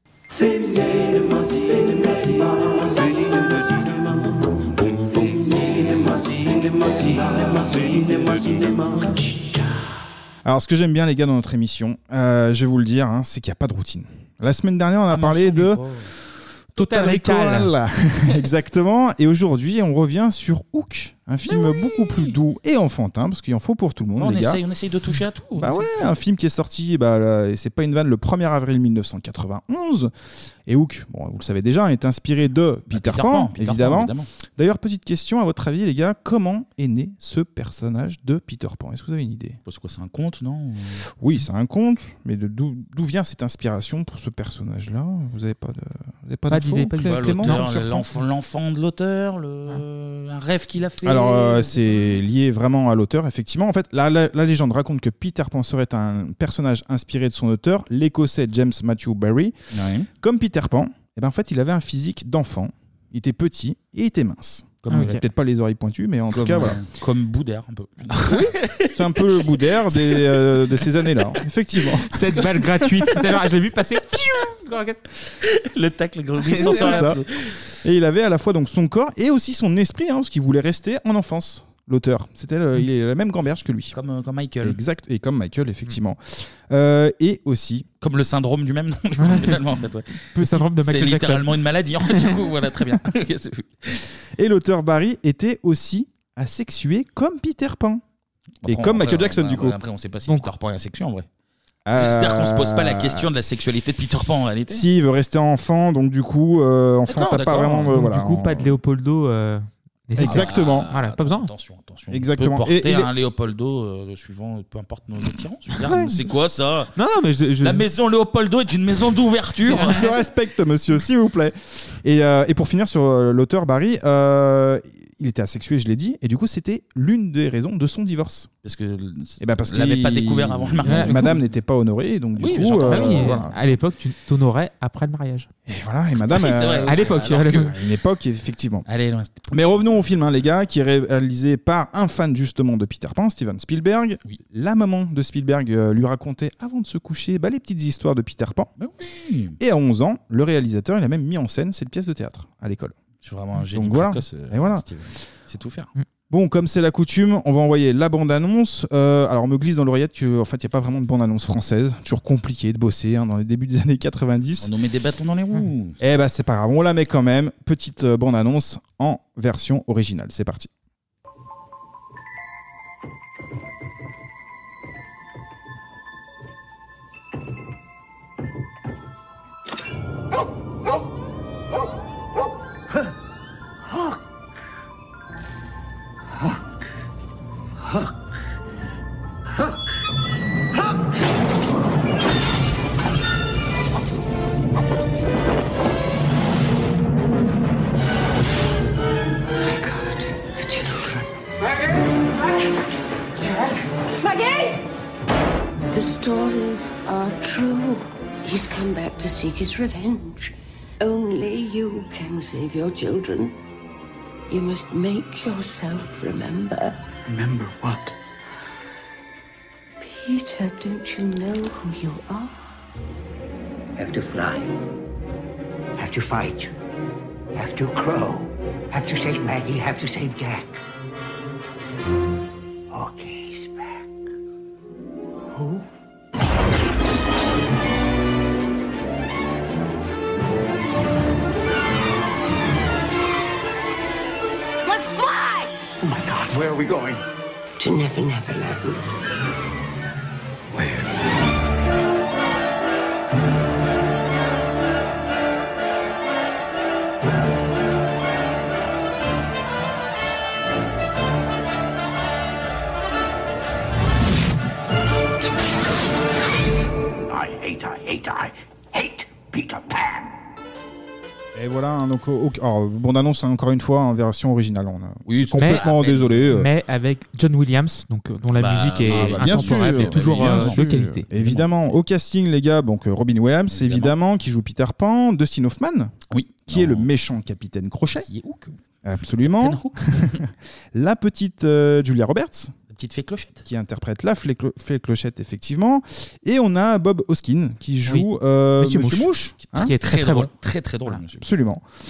Alors, ce que j'aime bien, les gars, dans notre émission, je vais vous le dire, c'est qu'il n'y a pas de routine. La semaine dernière, on a parlé de Total Recall. Exactement. Et aujourd'hui, on revient sur Hook, Un film beaucoup plus doux et enfantin, parce qu'il en faut pour tout le monde, les gars. On essaye de toucher à tout. Bah ouais, un film qui est sorti, et c'est pas une vanne, le 1er avril 1991. Et Hook, bon, vous le savez déjà, est inspiré de Peter Pan, évidemment. D'ailleurs, petite question, à votre avis, les gars, comment est né ce personnage de Peter Pan? Est-ce que vous avez une idée? Parce que c'est un conte, non? Oui, c'est un conte, mais d'où vient cette inspiration pour ce personnage-là? Vous n'avez pas d'idée, l'enfant de l'auteur, un rêve qu'il a fait. Alors, c'est lié vraiment à l'auteur, effectivement. En fait, la légende raconte que Peter Pan serait un personnage inspiré de son auteur, l'Écossais James Matthew Barrie. Ouais. Comme Peter Pan, en fait, il avait un physique d'enfant. Il était petit et il était mince. Il n'avait peut-être pas les oreilles pointues, mais en tout cas, voilà. Comme Boudère, un peu. Oui, c'est un peu le Boudère de ces années-là, effectivement. Cette balle gratuite. Je l'ai vu passer. Le tacle, c'est ça. Et il avait à la fois donc son corps et aussi son esprit, parce qu'il voulait rester en enfance. L'auteur, il est la même gamberge que lui. Comme Michael. Exact, et comme Michael, effectivement. Et aussi... Comme le syndrome du même nom, finalement. En fait, ouais. Le syndrome de Michael Jackson. C'est littéralement une maladie, en fait, du coup. Voilà, très bien. Et l'auteur Barry était aussi asexué comme Peter Pan. Après, et comme Michael Jackson, du coup. Après, on ne sait pas si Peter Pan est asexué, en vrai. C'est-à-dire qu'on ne se pose pas la question de la sexualité de Peter Pan, en réalité. Si, il veut rester enfant, donc du coup, enfant, t'as pas vraiment... Du coup, pas de Léopoldo... Exactement. Voilà, pas besoin. Attention. Exactement. On peut porter un Léopoldo suivant, peu importe nos attirances. C'est quoi ça? Non, mais La maison Léopoldo est une maison d'ouverture. On se respecte, monsieur, s'il vous plaît. Et pour finir sur l'auteur Barry, il était asexué, je l'ai dit, et du coup, c'était l'une des raisons de son divorce. Parce que parce qu'il l'avait pas découvert avant le mariage. Madame n'était pas honorée, donc du coup... voilà. À l'époque, tu t'honorais après le mariage. Et voilà, et madame... Oui, c'est vrai, à l'époque. À une époque, effectivement. Allez, mais revenons au film, les gars, qui est réalisé par un fan justement de Peter Pan, Steven Spielberg. Oui. La maman de Spielberg lui racontait avant de se coucher les petites histoires de Peter Pan. Oui. Et à 11 ans, le réalisateur, il a même mis en scène cette pièce de théâtre à l'école. C'est vraiment un génie. Donc voilà. Et voilà. C'est tout faire. Bon, comme c'est la coutume, on va envoyer la bande-annonce. Alors, on me glisse dans l'oreillette qu'en fait, il n'y a pas vraiment de bande-annonce française. Toujours compliqué de bosser dans les débuts des années 90. On nous met des bâtons dans les roues. Eh ben, c'est pas grave, on la met quand même. Petite bande-annonce en version originale. C'est parti. The stories are true. He's come back to seek his revenge. Only you can save your children. You must make yourself remember. Remember what? Peter, don't you know who you are? Have to fly. Have to fight. Have to crow. Have to save Maggie. Have to save Jack. Okay, back. Who? Let's fly! Oh my God, where are we going? To Never Never Land. I hate Peter Pan. Et voilà, donc bande-annonce encore une fois en version originale. Oui, complètement désolé. Mais avec John Williams, dont la musique est intemporelle et toujours de qualité. Évidemment, au casting, les gars, donc Robin Williams, évidemment, qui joue Peter Pan, Dustin Hoffman, qui est le méchant capitaine Crochet. Qui est Hook. Absolument. La petite Julia Roberts. Petite fée Clochette. Qui interprète la fée Clochette, effectivement. Et on a Bob Hoskin qui joue Monsieur Mouche. Qui est très drôle. Très très drôle. Absolument.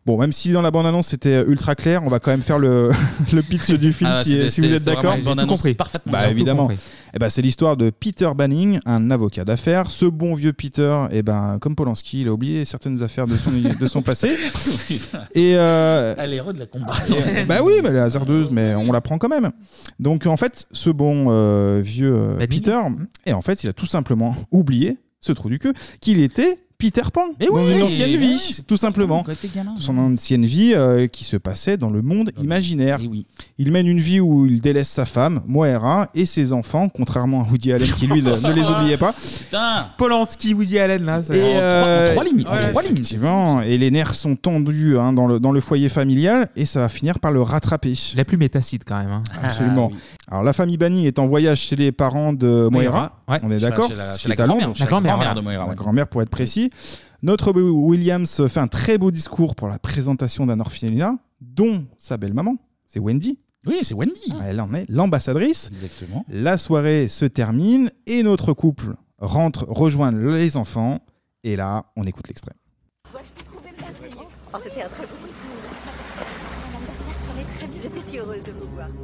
Bon, même si dans la bande-annonce c'était ultra clair, on va quand même faire le pitch du film si vous êtes d'accord. J'ai tout compris. Parfaitement. Bah évidemment. C'est l'histoire de Peter Banning, un avocat d'affaires. Ce bon vieux Peter, comme Polanski, il a oublié certaines affaires de son passé. Et elle est heureux de la comparaison. Oui, mais elle est hasardeuse, mais on la prend quand même. Donc en fait, ce bon vieux Peter, et en fait, il a tout simplement oublié, ce trou du cul, qu'il était Peter Pan dans une ancienne vie, tout simplement. Son ancienne vie qui se passait dans le monde imaginaire. Il mène une vie où il délaisse sa femme, Moira, et ses enfants, contrairement à Woody Allen qui lui ne les oubliait pas. Putain. Polanski, Woody Allen, là. Et trois lignes. Effectivement. Et les nerfs sont tendus dans le foyer familial et ça va finir par le rattraper. La plus métacide quand même. Absolument. Alors la famille Banning est en voyage chez les parents de Moira. On est d'accord. Chez la grand-mère de Moira. La grand-mère pour être précis. Notre Williams fait un très beau discours pour la présentation d'un orphelinat dont sa belle-maman, c'est Wendy. Oui, c'est Wendy. Elle en est l'ambassadrice. Exactement. La soirée se termine et notre couple rentre rejoindre les enfants. Et là, on écoute l'extrait. C'était un très beau discours. Madame Dartax, on est très bien. J'étais si heureuse de vous voir.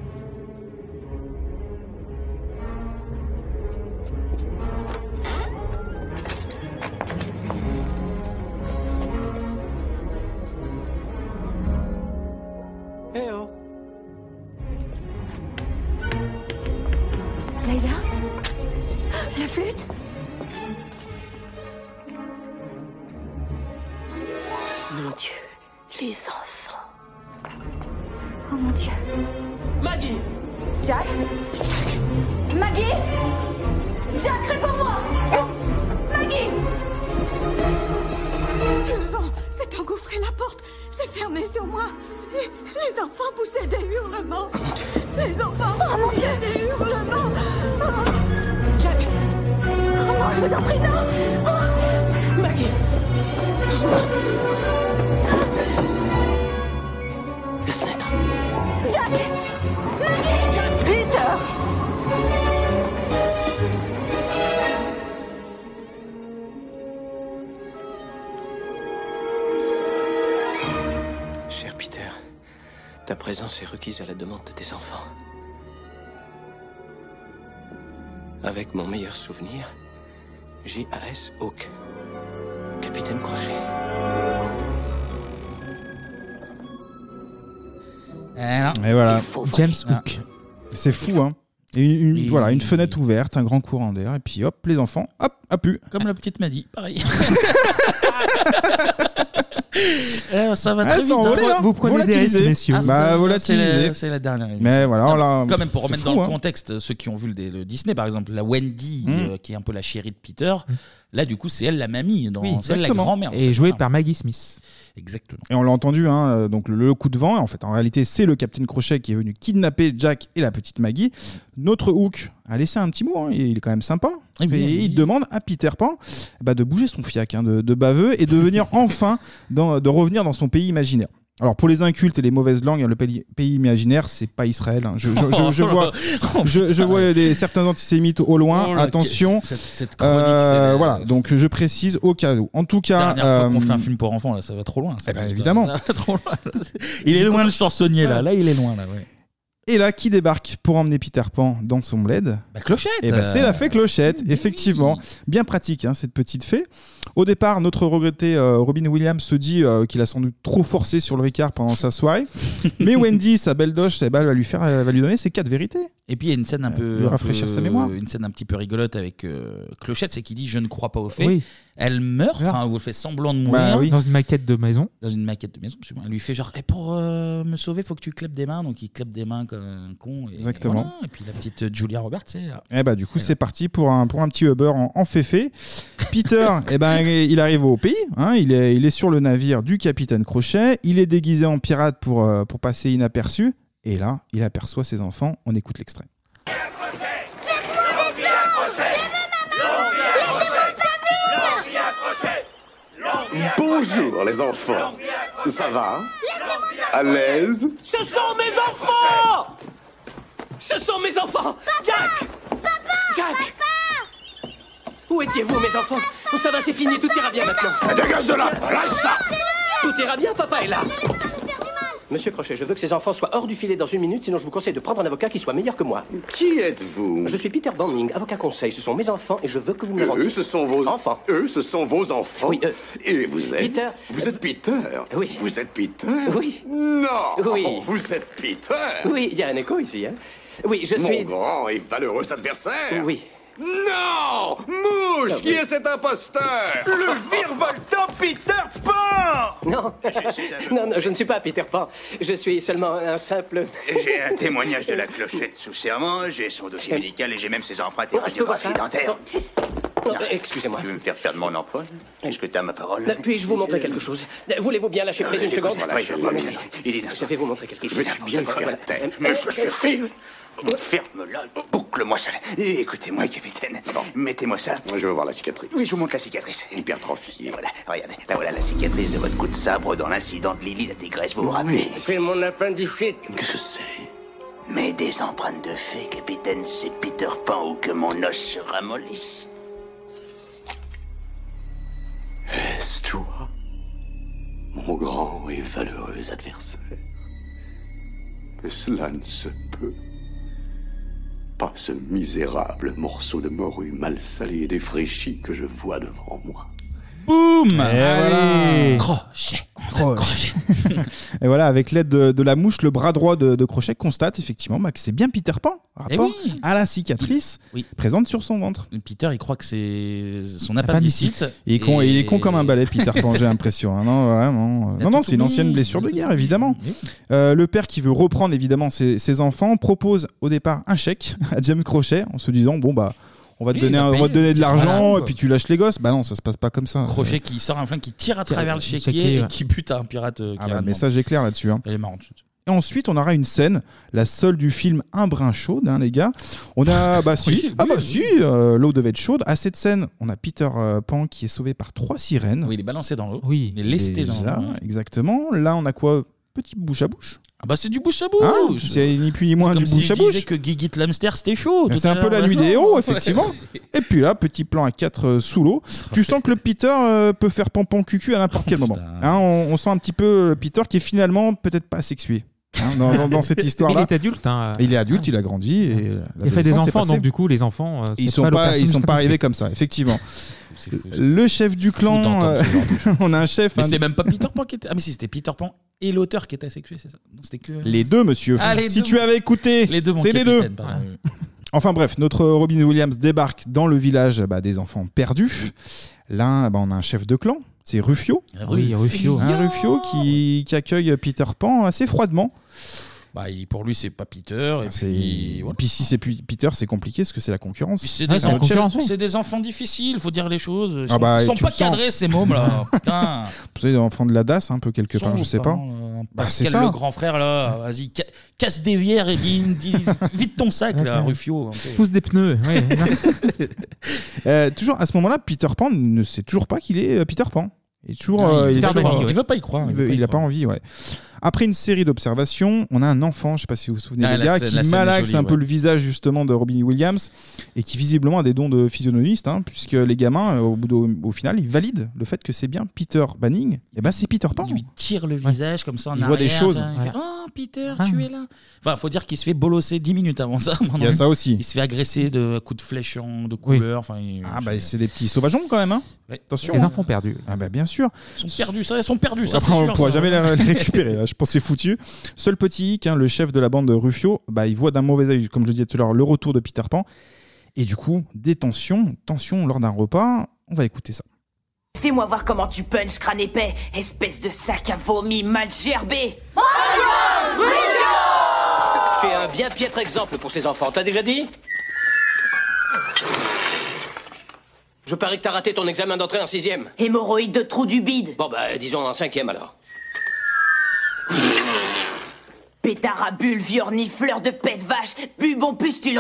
Eh oh. Liza? La flûte? Mon Dieu, les enfants. Oh mon Dieu. Maggie! Jack? Maggie? Jack, réponds-moi! Maggie! Le vent s'est engouffré, la porte s'est fermée sur moi. Les enfants poussaient des hurlements. Les enfants poussaient des hurlements. Oh. Jack! Oh non, je vous en prie, non! Oh. Maggie! La fenêtre! Jack! Maggie! Peter! Cher Peter, ta présence est requise à la demande de tes enfants. Avec mon meilleur souvenir, J.A.S. Hawk, capitaine Crochet. Et voilà. James Hook. C'est fou, hein. Et une fenêtre ouverte, un grand courant d'air, et puis hop, les enfants, hop, à pu. Comme la petite Maddy, pareil. Ça va très vite. Hein. Vous prenez des risques, messieurs. Volatiliser. C'est la dernière émission. Mais voilà, quand même, pour remettre fou, dans le contexte, ceux qui ont vu le Disney, par exemple, la Wendy, qui est un peu la chérie de Peter, là, du coup, c'est elle la mamie, c'est elle la grand-mère. Et jouée par Maggie Smith. Exactement. Et on l'a entendu, donc le coup de vent, en fait, en réalité, c'est le Capitaine Crochet qui est venu kidnapper Jack et la petite Maggie. Notre Hook a laissé un petit mot, il est quand même sympa. Et il demande à Peter Pan de bouger son fiac, de baveux, et de venir enfin de revenir dans son pays imaginaire. Alors pour les incultes et les mauvaises langues, le pays imaginaire, c'est pas Israël. Je vois certains antisémites au loin. Attention. Cette chronique, voilà. Donc je précise au cas où. En tout cas, dernière fois qu'on fait un film pour enfants, là, ça va trop loin. Évidemment. Ça va trop loin. Il est loin le chansonnier là. Là, il est loin là. Ouais. Et là, qui débarque pour emmener Peter Pan dans son bled? Clochette. Et c'est la fée Clochette, effectivement. Bien pratique, cette petite fée. Au départ, notre regretté Robin Williams se dit qu'il a sans doute trop forcé sur le Ricard pendant sa soirée. Mais Wendy, sa belle doche, va lui donner ses 4 vérités. Et puis il y a une scène rafraîchir sa mémoire. Une scène un petit peu rigolote avec Clochette, c'est qu'il dit je ne crois pas aux fées. Oui. Elle meurt, ou elle fait semblant de mourir. Dans une maquette de maison. Elle lui fait genre pour me sauver, faut que tu clapes des mains. Donc il clappe des mains comme un con. Et exactement. Voilà. Et puis la petite Julia Roberts, c'est. Du coup, c'est parti pour un petit Uber en féfé. Peter, il arrive au pays. Il est sur le navire du Capitaine Crochet. Il est déguisé en pirate pour passer inaperçu. Et là, il aperçoit ses enfants. On écoute l'extrait. Bonjour les enfants. Ça va? À l'aise? Ce sont mes enfants! Ce sont mes enfants! Jack! Papa! Jack! Où étiez-vous, mes enfants? Ça va, c'est fini, tout ira bien maintenant. Dégage de là! Lâche ça! Tout ira bien, papa est là. Monsieur Crochet, je veux que ces enfants soient hors du filet dans 1 minute, sinon je vous conseille de prendre un avocat qui soit meilleur que moi. Qui êtes-vous? Je suis Peter Banning, avocat conseil. Ce sont mes enfants et je veux que vous me les rendiez. Eux, ce sont vos enfants. Eux, ce sont vos enfants. Oui. Et vous êtes Peter. Vous êtes Peter. Oui. Vous êtes Peter. Oui. Non. Oui. Vous êtes Peter. Oui, il y a un écho ici, hein. Oui, je suis... Mon grand et valeureux adversaire. Oui. Non! Mouche! Qui est cet imposteur? Le virevoltant Peter Pan! Non. Non, je ne suis pas Peter Pan. Je suis seulement un simple... J'ai un témoignage de la clochette sous serment, j'ai son dossier médical et j'ai même ses empreintes et radiographies dentaires. Non, excusez-moi. Tu veux me faire perdre mon emploi? Est-ce que t'as ma parole? Puis-je vous montrer quelque chose? Voulez-vous bien lâcher prise une seconde? Oui, merci. Je vais vous montrer quelque chose. Je me suis bien fait la tête. Mais je suffit. Ferme-la, boucle-moi ça. Écoutez-moi, capitaine. Bon. Mettez-moi ça. Je veux voir la cicatrice. Oui, je vous montre la cicatrice. Hypertrophiée. Voilà, regardez. Là, voilà la cicatrice de votre coup de sabre dans l'incident de Lily la tigresse, vous vous rappelez? C'est mon appendicite. Qu'est-ce que c'est? Mais des empreintes de fée, capitaine, c'est Peter Pan ou que mon os se ramollisse. Est-ce toi, mon grand et valeureux adversaire? Mais cela ne se peut. Pas ce misérable morceau de morue mal salé et défraîchi que je vois devant moi. Boum! Allez, Crochet. Et voilà, avec l'aide de la mouche, le bras droit de Crochet constate effectivement que c'est bien Peter Pan, rapport à la cicatrice présente sur son ventre. Peter, il croit que c'est son appendicite. Il est con comme un balai, Peter Pan, j'ai l'impression. Hein, non, vraiment. Non, c'est une ancienne blessure de guerre, évidemment. Le père qui veut reprendre évidemment ses enfants propose au départ un chèque à James Crochet en se disant bon bah. On va te donner de l'argent et puis tu lâches les gosses. Bah non, ça se passe pas comme ça. Crochet qui sort un flingue, qui tire à travers le chéquier et qui bute un pirate. Le message est clair là-dessus. Hein. Elle est marrante. Et ensuite, on aura une scène, la seule du film Un brin chaude, hein, les gars. On a, l'eau devait être chaude. À cette scène, on a Peter Pan qui est sauvé par 3 sirènes. Oui, il est balancé dans l'eau. Oui, il est lesté dans l'eau. Exactement. Là, on a quoi? Petit bouche à bouche. Ah bah c'est du bouche à bouche. Hein, c'est ni plus ni moins du bouche à bouche. Disait que Guigui l'hamster c'était chaud. C'est un peu la nuit des héros, effectivement. Et puis là, petit plan à 4 sous l'eau. Tu sens que le Peter peut faire pampan cucu à n'importe quel moment. Hein, on sent un petit peu le Peter qui est finalement peut-être pas sexué. Hein, dans cette histoire-là. Il est adulte. Hein. Il est adulte, il a grandi. Et il a fait des enfants, donc du coup, les enfants. Ils sont pas arrivés comme ça, effectivement. Le chef du clan, on a un chef. Mais c'est même pas Peter Pan qui était. Ah, mais si, c'était Peter Pan et l'auteur qui était asexué, c'est ça? Non, c'était que. Les deux, monsieur. Ah, si tu avais écouté, c'est les deux. Enfin bref, notre Robin Williams débarque dans le village des enfants perdus. Là, on a un chef de clan. C'est Rufio. Oui, Rufio. Rufio qui accueille Peter Pan assez froidement. Bah, pour lui, c'est pas Peter. Et puis si c'est Peter, c'est compliqué parce que c'est la concurrence. C'est des enfants difficiles, faut dire les choses. Ils sont pas cadrés, ces mômes-là. Putain. C'est des enfants de la DAS, un peu quelque part, je sais pas. C'est ça. Le grand frère, là, vas-y, casse des bières et dis vite ton sac, là, Rufio. Pousse des pneus. Toujours à ce moment-là, Peter Pan ne sait toujours pas qu'il est Peter Pan. Il veut pas y croire. Il n'a pas envie, ouais. Après une série d'observations, on a un enfant, je ne sais pas si vous vous souvenez, les gars, qui malaxe un peu le visage justement de Robin Williams et qui visiblement a des dons de physionomiste, hein, puisque les gamins, au final, ils valident le fait que c'est bien Peter Banning. Et ben c'est Peter Pan. Il lui tire le visage comme ça en arrière. Il voit des choses. Il fait, oh Peter, tu es là. Enfin, faut dire qu'il se fait bolosser 10 minutes avant ça. Il y a ça aussi. Il se fait agresser de coups de flèche de couleur. Enfin, c'est des petits sauvageons quand même. Hein. Ouais. Attention. Les enfants perdus. Ah bah bien sûr. Ils sont perdus, ça. Après, on ne pourra jamais les récupérer. Là. Je pense que c'est foutu. Seul petit hic, le chef de la bande de Rufio, il voit d'un mauvais œil, comme je disais tout à l'heure, le retour de Peter Pan. Et du coup, des tensions lors d'un repas. On va écouter ça. Fais-moi voir comment tu punches, crâne épais, espèce de sac à vomi mal gerbé. Tu es un bien piètre exemple pour ces enfants, t'as déjà dit? Je parie que t'as raté ton examen d'entrée en 6e. Hémorroïde de trou du bide. Bon disons en 5e alors. Pétard à bulles, viornifleur de pète vache, bubon pustulent.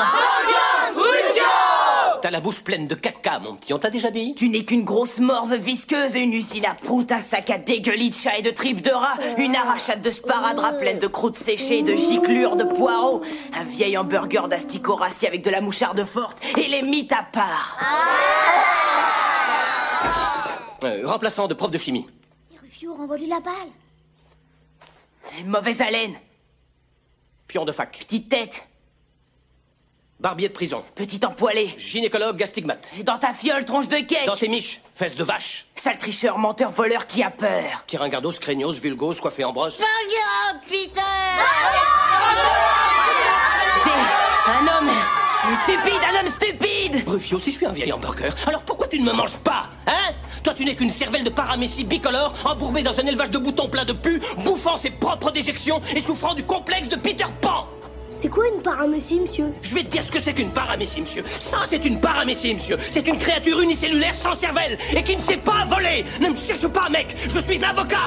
T'as la bouche pleine de caca, mon petit, on t'a déjà dit? Tu n'es qu'une grosse morve visqueuse, une usine à prout, un sac à dégueulis de chat et de tripes de rat, une arrachade de sparadrap pleine de croûtes séchées et de giclures de poireaux, un vieil hamburger d'asticot rassis avec de la moucharde forte et les mythes à part. Remplaçant de prof de chimie. Fiou, renvoie-lui la balle. Mauvaise haleine. Pion de fac. Petite tête. Barbier de prison. Petit empoilé. Gynécologue astigmate. Dans ta fiole, tronche de cake. Dans tes miches, fesses de vache. Sale tricheur, menteur, voleur qui a peur. Tyringardos, craignos, vulgos, coiffé en brosse. Regarde, Peter. T'es un homme stupide, un homme stupide. Rufio, si je suis un vieil hamburger, alors pourquoi tu ne me manges pas, hein? Toi, tu n'es qu'une cervelle de paramécie bicolore, embourbée dans un élevage de boutons plein de pus, bouffant ses propres déjections et souffrant du complexe de Peter Pan. C'est quoi une paramécie, monsieur? Je vais te dire ce que c'est qu'une paramécie, monsieur. Ça, c'est une paramécie, monsieur. C'est une créature unicellulaire sans cervelle et qui ne sait pas voler. Ne me cherche pas, mec. Je suis l'avocat.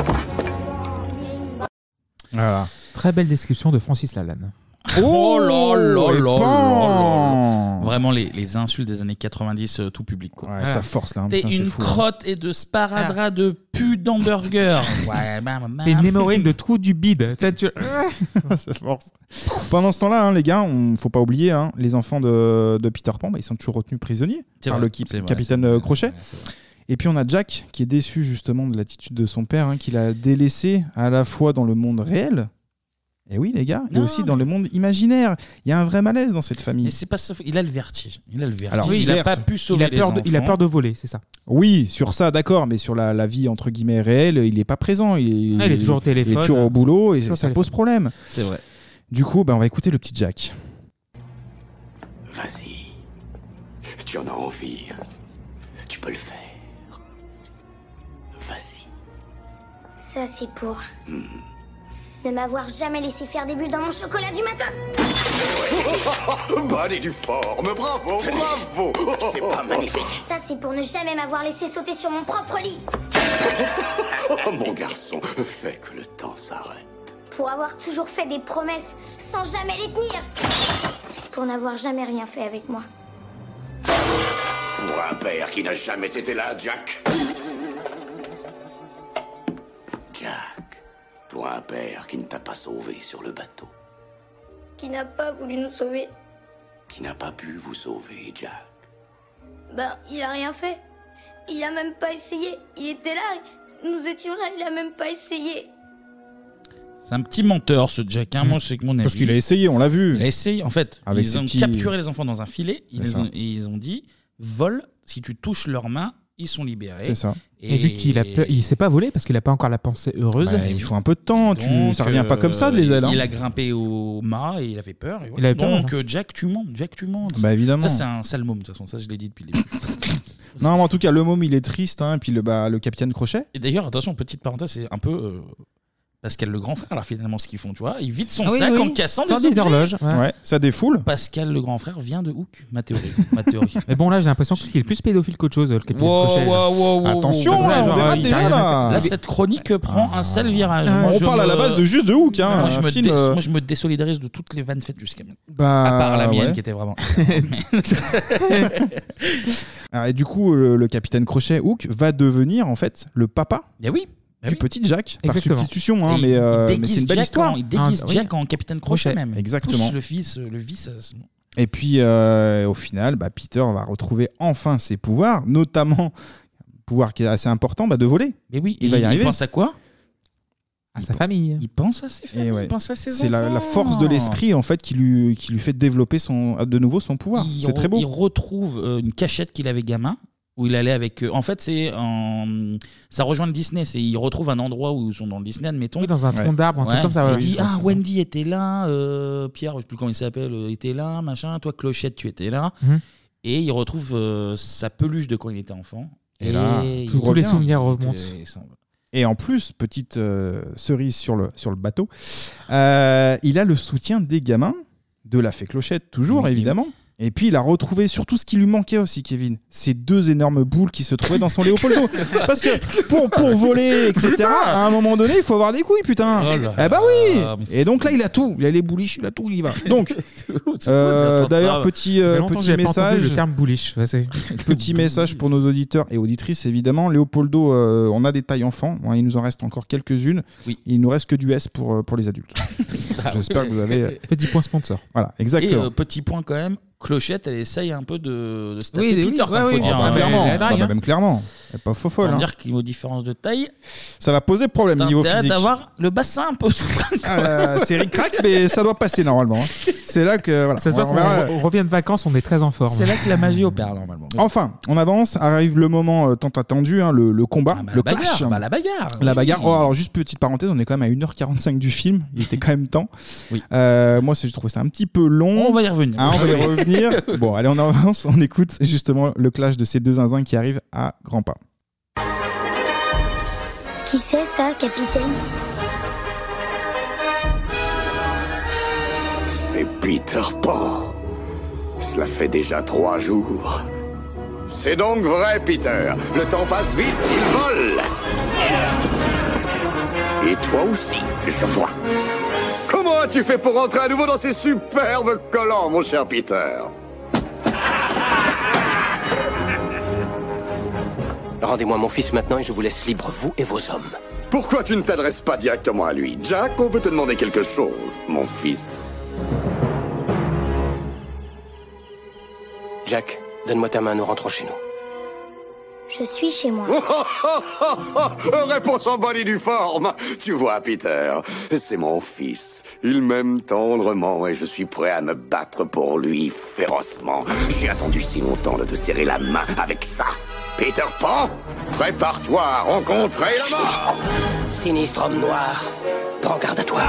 Voilà. Très belle description de Francis Lalanne. Oh là là et là pan. là. Vraiment les insultes des années 90 tout public quoi. Ouais, ça force là. T'es Putain, c'est une fou, crotte et de sparadrap de pu d'hamburger. Ouais, T'es une hémorroïne de trou du bide. Ça force. Pendant ce temps-là, les gars, faut pas oublier, les enfants de Peter Pan, ils sont toujours retenus prisonniers par le capitaine Crochet. Et puis on a Jack qui est déçu justement de l'attitude de son père, qu'il a délaissé à la fois dans le monde réel. Et oui, les gars, et aussi dans le monde imaginaire. Il y a un vrai malaise dans cette famille. Et c'est pas ça. Il a le vertige. Alors, il n'a pas pu sauver les enfants. Il a peur de voler, c'est ça. Oui, sur ça, d'accord, mais sur la vie entre guillemets réelle, il n'est pas présent. Il est toujours au téléphone. Il est toujours au boulot et ça téléphone. pose problème. C'est vrai. Du coup, on va écouter le petit Jack. Vas-y. Tu en as envie. Tu peux le faire. Vas-y. Ça, c'est pour ne m'avoir jamais laissé faire des bulles dans mon chocolat du matin. Bonne et du forme. Bravo, bravo. C'est pas magnifique. Ça, c'est pour ne jamais m'avoir laissé sauter sur mon propre lit. Oh, mon garçon, fais que le temps s'arrête. Pour avoir toujours fait des promesses sans jamais les tenir. Pour n'avoir jamais rien fait avec moi. Pour un père qui n'a jamais été là, Jack. Jack, pour un père qui ne t'a pas sauvé sur le bateau. Qui n'a pas voulu nous sauver. Qui n'a pas pu vous sauver, Jack. Ben, il a rien fait. Il a même pas essayé. Il était là. Nous étions là. Il a même pas essayé. C'est un petit menteur, ce Jack. Moi, c'est que mon avis. Parce qu'il a essayé, on l'a vu. Il a essayé. En fait, avec ils ont capturé les enfants dans un filet. Ils ont dit vole. Si tu touches leurs mains, ils sont libérés. C'est ça. Et vu qu'il a peur, il sait pas voler parce qu'il a pas encore la pensée heureuse. Il faut un peu de temps. Ça revient pas comme ça, les ailes. Il a grimpé au mât et il avait peur. Et Il avait peur, donc, Jack, tu mens. Bah, évidemment. Ça, c'est un sale môme, de toute façon. Ça, je l'ai dit depuis le début. Non, mais en tout cas, le môme, il est triste. Et puis le capitaine Crochet. Et d'ailleurs, attention, petite parenthèse, c'est un peu Pascal le grand frère, alors finalement, ce qu'ils font, tu vois, il vide son sac en cassant des horloges. Ouais, ça défoule. Pascal le grand frère vient de Hook, ma théorie. Mais bon, là, j'ai l'impression qu'il est plus pédophile qu'autre chose, le capitaine Crochet. Attention, là, on démarre déjà là. Là, cette chronique prend un sale virage. On parle à la base de juste de Hook. Moi, je me désolidarise de toutes les vannes faites jusqu'à maintenant. À part la mienne, qui était vraiment. Et du coup, le capitaine Crochet, Hook, va devenir en fait le papa. Oui. Du petit Jack, par Exactement. substitution, mais c'est une belle histoire. Il déguise Jack en capitaine Crochet même. Exactement. Le vice. Et puis, au final, Peter va retrouver enfin ses pouvoirs, notamment un pouvoir qui est assez important, de voler. Mais oui, il va y arriver. Il pense à quoi? À sa famille. Il pense à ses familles, il pense à ses enfants. C'est la force de l'esprit en fait qui lui fait développer de nouveau son pouvoir. C'est très beau. Il retrouve une cachette qu'il avait gamin. Où il allait avec. En fait, ça rejoint le Disney. Il retrouve un endroit où ils sont dans le Disney, admettons. Oui, dans un tronc d'arbre, un truc comme ça. Il dit Wendy était là, Pierre, je sais plus comment il s'appelle, était là, machin. Toi, Clochette, tu étais là. Et il retrouve sa peluche de quand il était enfant. Et là, tous les souvenirs remontent. Et en plus, petite cerise sur le bateau, il a le soutien des gamins, de la fée Clochette, toujours évidemment. Et puis il a retrouvé surtout ce qui lui manquait aussi, Kevin, ces deux énormes boules qui se trouvaient dans son Léopoldo. Parce que pour voler, etc., à un moment donné, il faut avoir des couilles, putain. Oui. Et donc là, il a tout. Il a les bouliches, il a tout, il y va. Donc, d'ailleurs, petit message. Le terme bouliche. Petit message pour nos auditeurs et auditrices, évidemment. Léopoldo, on a des tailles enfants. Il nous en reste encore quelques-unes. Oui. Il nous reste que du S pour les adultes. J'espère que vous avez. Petit point sponsor. Voilà, exactement. Et petit point quand même. Clochette, elle essaye un peu de se Oui, taper oui, Peter, ouais, faut oui, dire. bah, clairement. elle drague, hein. Même clairement. Elle est pas faux folle. On va hein. dire qu'aux différences de taille, Ça va poser problème t'as niveau intérêt physique. d'avoir le bassin un peu C'est ric-rac, mais ça doit passer normalement. hein. C'est là que. Voilà, Ça se voit on verra. qu'on revient de vacances, on est très en forme. C'est là que la magie opère normalement. Enfin, on avance, arrive le moment tant attendu, hein, le combat, le la clash. bagarre, la bagarre. La Oui, bagarre. oui. Oh, alors juste petite parenthèse, on est quand même à 1h45 du film. Il était quand même temps. Oui. Moi, je trouvais ça un petit peu long. On va y revenir. Hein, on va y revenir. Bon, allez, on avance. On écoute justement le clash de ces deux zinzins qui arrivent à grands pas. Qui c'est ça, capitaine? C'est Peter Pan. Cela fait déjà 3 jours. C'est donc vrai, Peter. Le temps passe vite, il vole. Et toi aussi, je vois. Comment as-tu fait pour rentrer à nouveau dans ces superbes collants, mon cher Peter? Rendez-moi mon fils maintenant et je vous laisse libre, vous et vos hommes. Pourquoi tu ne t'adresses pas directement à lui? Jack, on veut te demander quelque chose, mon fils. Jack, donne-moi ta main, nous rentrons chez nous. Je suis chez moi. Réponse en bonne et due forme. Tu vois, Peter, c'est mon fils. Il m'aime tendrement et je suis prêt à me battre pour lui férocement. J'ai attendu si longtemps de te serrer la main avec ça. Peter Pan, prépare-toi à rencontrer la mort. Sinistre homme noir, prends garde à toi.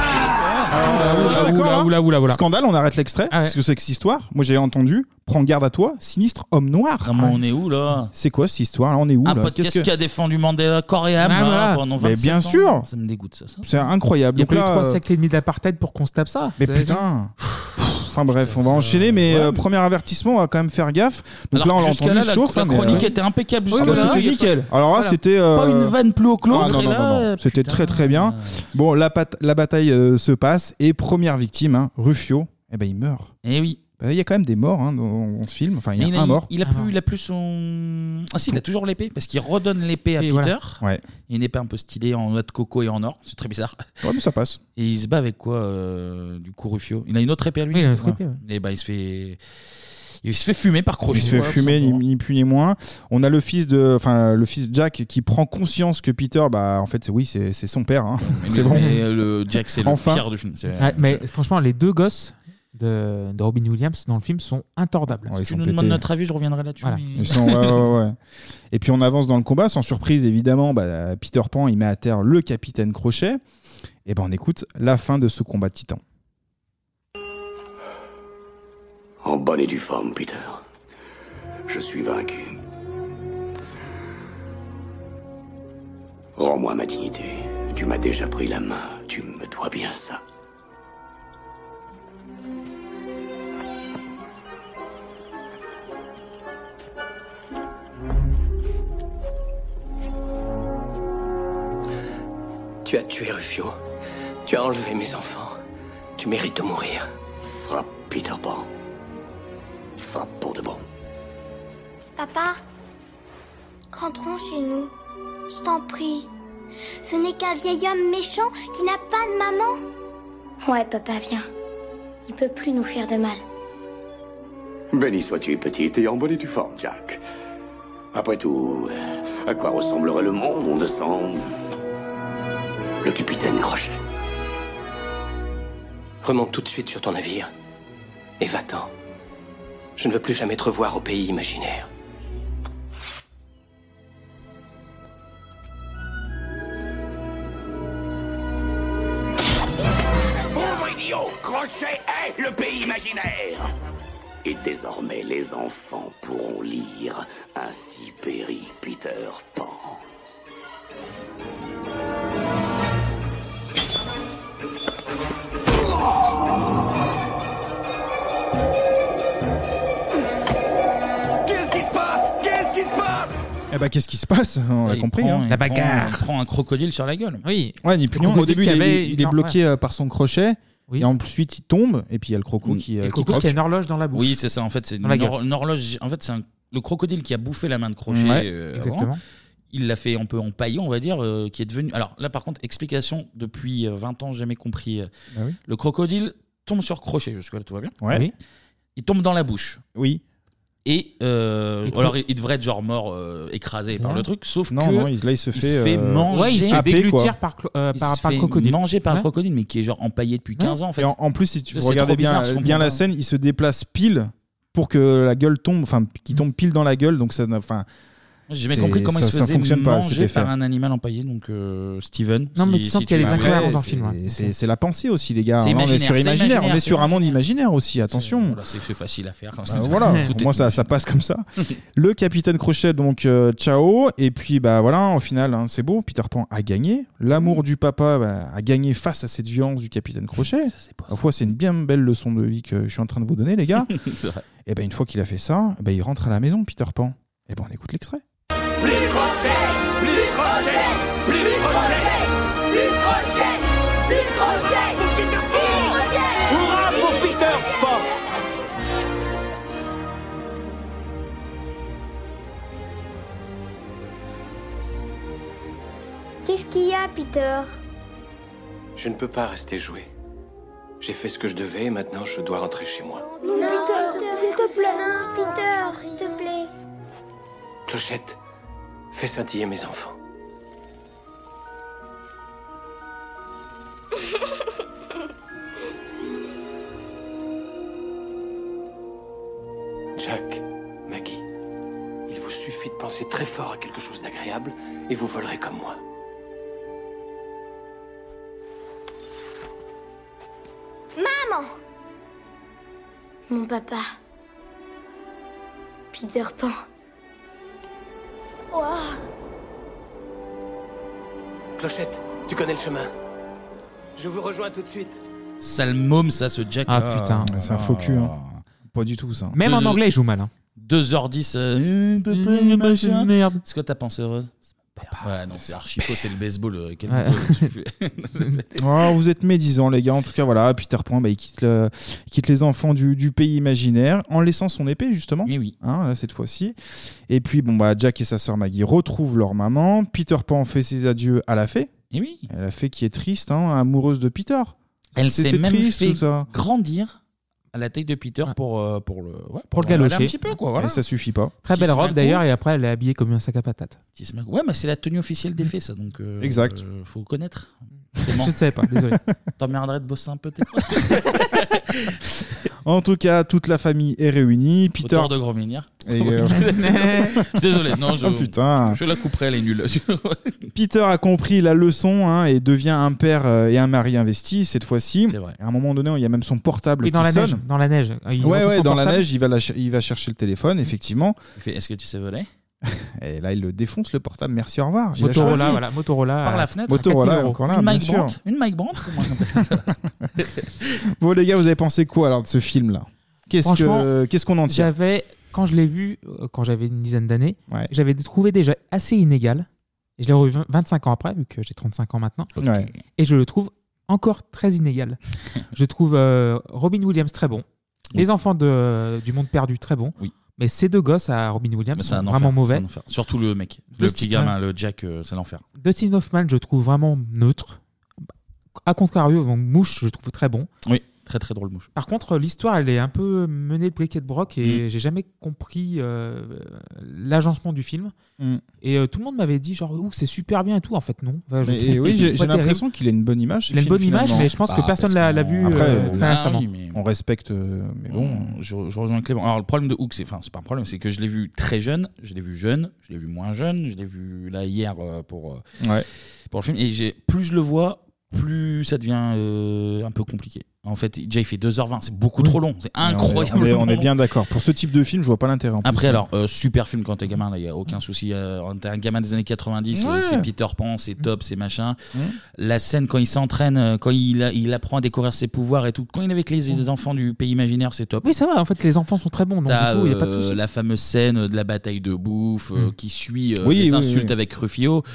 Oula. Scandale, on arrête l'extrait. Qu'est-ce que c'est que cette histoire? Moi, j'ai entendu. Prends garde à toi, sinistre homme noir. Ah, mais on est où là? C'est quoi cette histoire? Là, on est où Un là? podcast qui a défendu Mandela corps et âme là, pendant 27 Mais bien ans. sûr. Ça me dégoûte ça. C'est incroyable. Il y a Donc pas eu là, 3 siècles et demi d'apartheid pour qu'on se tape ça. Mais putain. Enfin bref, on va enchaîner, mais premier avertissement, on va quand même faire gaffe. Donc Alors là, on l'a jusqu'à entendu, là, chauffe. la hein, mais, chronique était impeccable Ah bah, jusque-là. c'était nickel. Alors là, Voilà. c'était. Pas une vanne plus au clos. Ah, non. C'était très très bien. Bon, la bataille se passe et première victime, hein, Rufio, eh ben il meurt. Eh oui. Il y a quand même des morts hein, dans ce film. Enfin, il y a un mort. Il a plus son. Ah si, il a toujours l'épée parce qu'il redonne l'épée à Et Peter. voilà. Ouais. Il y a une épée un peu stylée en noix de coco et en or. C'est très bizarre. Ouais, mais ça passe. Et il se bat avec quoi, du coup, Rufio? Il a une autre épée à lui. Oui, il a une autre épée, ouais. Et bah, il se fait fumer par Crochet. Il se fait fumer, ni plus ni moins. On a le fils Jack qui prend conscience que Peter, bah en fait, c'est son père. Hein. C'est bon. Le Jack, c'est le pire du film. Mais franchement, les deux gosses de Robin Williams dans le film sont intordables. Ouais, Si tu nous demandes notre avis, je reviendrai là-dessus. Voilà. mais- Ils sont, ouais. Et puis on avance dans le combat, sans surprise évidemment. Bah, Peter Pan, il met à terre le capitaine Crochet. Et ben on écoute la fin de ce combat de titan. En bonne et due forme, Peter. Je suis vaincu. Rends-moi ma dignité. Tu m'as déjà pris la main. Tu me dois bien ça. Tu as tué Rufio. Tu as enlevé mes enfants. Tu mérites de mourir. Frappe, Peter Pan. Frappe pour de bon. Papa, rentrons chez nous. Je t'en prie. Ce n'est qu'un vieil homme méchant qui n'a pas de maman. Ouais, papa, viens. Il peut plus nous faire de mal. Béni sois-tu, petite, et en bonne et due forme, Jack. Après tout, à quoi ressemblerait le monde sans le capitaine Crochet? Remonte tout de suite sur ton navire et va-t'en. Je ne veux plus jamais te revoir au pays imaginaire. Pauvre idiot, Crochet est le pays imaginaire. Et désormais, les enfants pourront lire Ainsi périt Peter Pan. Qu'est-ce qui se passe? Qu'est-ce qui se passe? Eh ben qu'est-ce qui se passe? On l'a compris. prend- hein. il Il prend un crocodile sur la gueule. Oui. Ouais, ni plus ni moins. Au crocodile début, qui avait il est une- bloqué ouais. par son crochet. Et ensuite, il tombe. Et puis, il y a le croco qui Et le qui croco croque. qui a une horloge dans la bouche. Oui, c'est ça. En fait, c'est Dans la une, gueule. une horloge. En fait, c'est le crocodile qui a bouffé la main de Crochet. Ouais, avant. exactement. Il l'a fait un peu empailler, on va dire, qui est devenu. Alors là, par contre, explication depuis 20 ans, j'ai jamais compris. Bah oui. Le crocodile tombe sur Crochet, jusque-là, tout va bien. Ouais. Oui. il tombe dans la bouche. Oui. Et alors il devrait être genre mort, écrasé par le truc, sauf Non, que non, là, il se fait, manger. Ouais, il se fait déglutir par le crocodile. Manger par le Ouais. crocodile, mais qui est genre empaillé depuis 15 ans en fait. Et en plus, si tu C'est regardais trop bizarre, je bien, comprends bien la pas. scène, il se déplace pile pour que la gueule tombe, enfin, qu'il tombe pile dans la gueule. Donc ça, enfin. J'ai jamais compris comment il se faisait fonctionne pas, cet manger effet. par un animal empaillé, donc Steven. Non, mais tu sens qu'il y a des incohérences dans le film. C'est la pensée aussi, les gars. C'est On est imaginaire, sur c'est imaginaire. imaginaire, On est c'est sur un monde imaginaire aussi, attention. Voilà, c'est facile à faire. Comme ça. Voilà, pour moi ça passe comme ça. Le capitaine Crochet, donc ciao. Et puis bah voilà, au final, hein, c'est beau. Peter Pan a gagné. L'amour du papa a gagné face à cette violence du capitaine Crochet. À la fois, c'est une bien belle leçon de vie que je suis en train de vous donner, les gars. Et ben une fois qu'il a fait ça, ben il rentre à la maison, Peter Pan. Et ben on écoute l'extrait. Plus de crochet, plus de crochet, plus de crochet, plus de crochet, plus de crochet, plus de crochet. Hurrah pour Peter Pan! Qu'est-ce qu'il y a, Peter? Je ne peux pas rester jouer. J'ai fait ce que je devais et maintenant je dois rentrer chez moi. Non, Peter, s'il te plaît. Non, Peter, s'il te plaît. Clochette, fais scintiller mes enfants. Jack, Maggie, il vous suffit de penser très fort à quelque chose d'agréable et vous volerez comme moi. Maman! Mon papa. Peter Pan. Oh. Clochette, tu connais le chemin. Je vous rejoins tout de suite. Sale môme, ça, ce Jack. Ah, putain. C'est un faux cul. Hein. Pas du tout, ça. Même en anglais, il joue mal. Hein. 2h10. Papa, machin. Merde. C'est quoi ta pensée heureuse? Ouais, non, c'est archi faux, c'est le baseball. Quel Ouais. Oh, vous êtes médisants, les gars. En tout cas, voilà, Peter Pan, bah, il quitte les enfants du pays imaginaire en laissant son épée, justement. Mais oui. Hein, cette fois-ci. Et puis, bon, bah, Jack et sa sœur Maggie retrouvent leur maman. Peter Pan fait ses adieux à la fée. Et oui. La fée qui est triste, hein, amoureuse de Peter. Elle s'est même triste, fait tout ça. grandir à la taille de Peter pour le Pour le galocher. un petit peu, quoi. Voilà. Et ça suffit pas. Très Petit belle robe smack d'ailleurs, et après elle est habillée comme un sac à patates. Ouais, mais c'est la tenue officielle des fées, ça. Donc, Exact. Faut connaître. Je ne savais pas, désolé. T'emmerderais de bosser un peu tes En tout cas, toute la famille est réunie. Peter Auteur de Grand Minière. Et, Je suis désolé, non, Oh, putain. je la couperai, elle est nulle. Peter a compris la leçon, hein, et devient un père et un mari investi cette fois-ci. À un moment donné, il y a même son portable Oui, qui dans la sonne. neige. Dans la neige. Il Ouais, retrouve son dans la portable. neige, il va chercher le téléphone, effectivement. Il fait, est-ce que tu sais voler? Et là, il le défonce le portable. Merci, au revoir. Il a Motorola, choisi. voilà, Motorola. Par la fenêtre. Motorola, 4 000 €. encore là, Une bien Mike sûr. Brandt. Une Mike Brandt, comment on appelle ça? Bon, les gars, vous avez pensé quoi alors de ce film-là? Qu'est-ce qu'on en tire? Quand je l'ai vu, quand j'avais une dizaine d'années, j'avais trouvé déjà assez inégal. Et je l'ai revu 25 ans après, vu que j'ai 35 ans maintenant. Ouais. Et je le trouve encore très inégal. Je trouve Robin Williams très bon. Oui. Les enfants du monde perdu très bon. Oui. Mais ces deux gosses à Robin Williams C'est sont un vraiment enfer, mauvais. c'est un enfer. Surtout le mec. Le petit gamin, le Jack, c'est l'enfer. Dustin Hoffman, je trouve vraiment neutre. A contrario, Mouche, je trouve très bon. Oui, très très drôle, Mouche. Par contre, l'histoire, elle est un peu menée de bric et de broc et j'ai jamais compris l'agencement du film. Et tout le monde m'avait dit genre c'est super bien et tout. En fait, non. Enfin, je trouve Oui, j'ai pas l'impression qu'il a une bonne image. ce Il a une film, bonne image, finalement. mais je pense que personne l'a vu Après, très récemment. on respecte, mais bon. Je rejoins Clément. Alors le problème de Hook, c'est pas un problème, c'est que je l'ai vu très jeune, je l'ai vu jeune, je l'ai vu moins jeune, je l'ai vu là hier pour le film. Et plus je le vois, plus ça devient un peu compliqué. En fait, déjà il fait 2h20, c'est beaucoup trop long, c'est incroyable. On est bien d'accord. Pour ce type de film, je vois pas l'intérêt. En Après, plus, alors, super film quand t'es gamin, là, il n'y a aucun souci. T'es un gamin des années 90, Ouais. c'est Peter Pan, c'est top, c'est machin. La scène quand il s'entraîne, quand il apprend à découvrir ses pouvoirs et tout, quand il est avec les enfants du pays imaginaire, c'est top. Oui, ça va, en fait, les enfants sont très bons, donc T'as du coup, il n'y a pas de souci. la fameuse scène de la bataille de bouffe qui suit Oui, les oui, insultes oui. avec Rufio.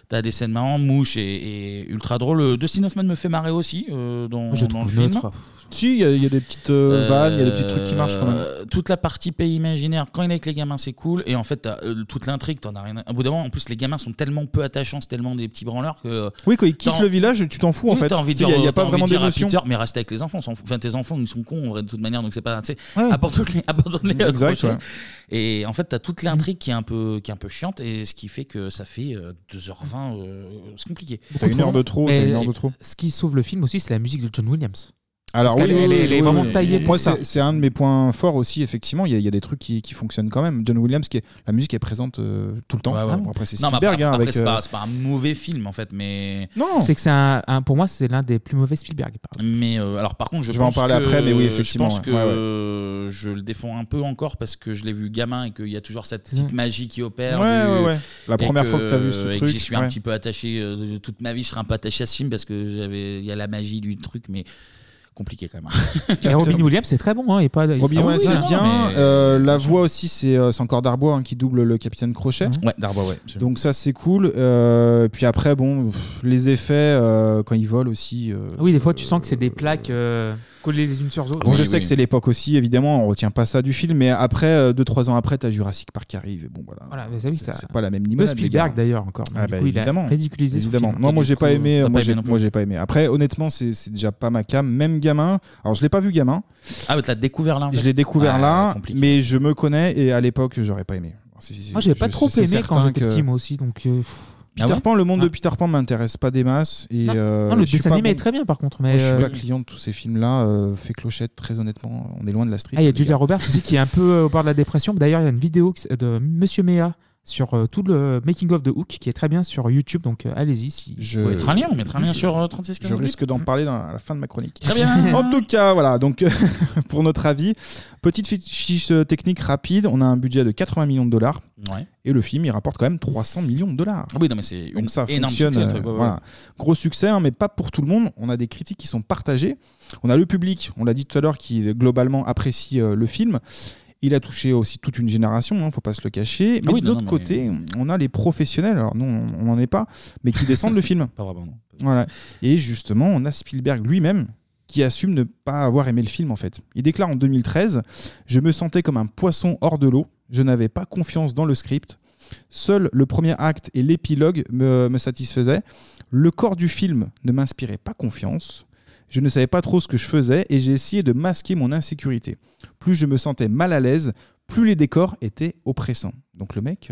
T'as des scènes marrantes, Mouche et ultra drôle. Dustin Hoffman me fait marrer aussi dans le film. Si, il y a des petites vannes, il y a des petits trucs qui marchent quand même. Toute la partie pays imaginaire, quand il est avec les gamins, c'est cool. Et en fait, t'as, toute l'intrigue, t'en as rien. Au bout d'un moment, en plus, les gamins sont tellement peu attachants, c'est tellement des petits branleurs que. Oui, quand ils quittent le village, tu t'en fous en fait. T'as envie de dire, il n'y a pas vraiment d'émotion. Mais reste avec les enfants. Enfin, tes enfants, ils sont cons en vrai, de toute manière, donc c'est pas. Abandonne-les. Exact. Ouais. Et en fait, t'as toute l'intrigue qui est un peu chiante, et ce qui fait que ça fait 2h20. C'est compliqué. T'as une heure de trop. Ce qui sauve le film aussi, c'est la musique de John Williams. Alors elle est vraiment taillée. Moi, c'est un de mes points forts aussi. Effectivement, il y a des trucs qui fonctionnent quand même. John Williams, la musique est présente tout le temps. Après, c'est Spielberg. Après, c'est pas un mauvais film en fait, mais non. C'est que pour moi, c'est l'un des plus mauvais Spielberg. Mais alors, par contre, je vais en parler après. Mais oui, effectivement, je pense que je le défends un peu encore parce que je l'ai vu gamin et qu'il y a toujours cette petite magie qui opère. La première fois que t'as vu ce truc, j'y suis un petit peu attaché. Toute ma vie, je serai un peu attaché à ce film parce que il y a la magie du truc, mais compliqué quand même. Et Robin Williams c'est très bon, hein, et pas. Robin Williams c'est bien. La voix aussi c'est encore Darbois qui double le capitaine Crochet. Ouais, Darbois, ouais. Donc ça c'est cool. Puis après les effets quand ils volent aussi. Oui, des fois tu sens que c'est des plaques collées les unes sur les autres. Bon, je sais que c'est l'époque aussi, évidemment, on retient pas ça du film, mais après 2-3 ans après, t'as Jurassic Park qui arrive. Et bon voilà. C'est pas la même limonade. De Spielberg d'ailleurs encore. Évidemment. Ridiculisé. Évidemment. Moi j'ai pas aimé. Moi j'ai pas aimé. Après honnêtement c'est déjà pas ma cam. Même gamin. Alors je l'ai pas vu gamin. Ah mais tu l'as découvert là. Je l'ai découvert là, mais je me connais et à l'époque j'aurais pas aimé. Moi j'ai pas trop aimé quand j'étais petit moi aussi donc. Peter Pan, le monde de Peter Pan m'intéresse pas des masses. Et, non, le dessin animé est très bien par contre. Mais moi, je suis pas client de tous ces films-là. Fait clochette, très honnêtement. On est loin de la street. Il y a Julia Roberts aussi qui est un peu au bord de la dépression. D'ailleurs, il y a une vidéo de Monsieur Méa sur tout le making of de Hook qui est très bien sur YouTube. Donc allez-y. On mettra un lien sur 36-15. Je risque d'en parler à la fin de ma chronique. Très bien. En tout cas, voilà. Donc pour notre avis, petite fiche technique rapide. On a un budget de 80 millions de dollars. Ouais. Et le film, il rapporte quand même 300 millions de dollars. Oui, non, mais c'est donc ça énorme fonctionne. Succès, voilà. Gros succès, mais pas pour tout le monde. On a des critiques qui sont partagées. On a le public, on l'a dit tout à l'heure, qui globalement apprécie le film. Il a touché aussi toute une génération, il ne faut pas se le cacher. Mais de l'autre côté, on a les professionnels, alors nous, on n'en est pas, mais qui descendent le film. Pas vraiment, non. Voilà. Et justement, on a Spielberg lui-même qui assume ne pas avoir aimé le film en fait. Il déclare en 2013 « Je me sentais comme un poisson hors de l'eau. Je n'avais pas confiance dans le script. Seul le premier acte et l'épilogue me satisfaisaient. Le corps du film ne m'inspirait pas confiance. Je ne savais pas trop ce que je faisais et j'ai essayé de masquer mon insécurité. Plus je me sentais mal à l'aise, plus les décors étaient oppressants. » Donc le mec...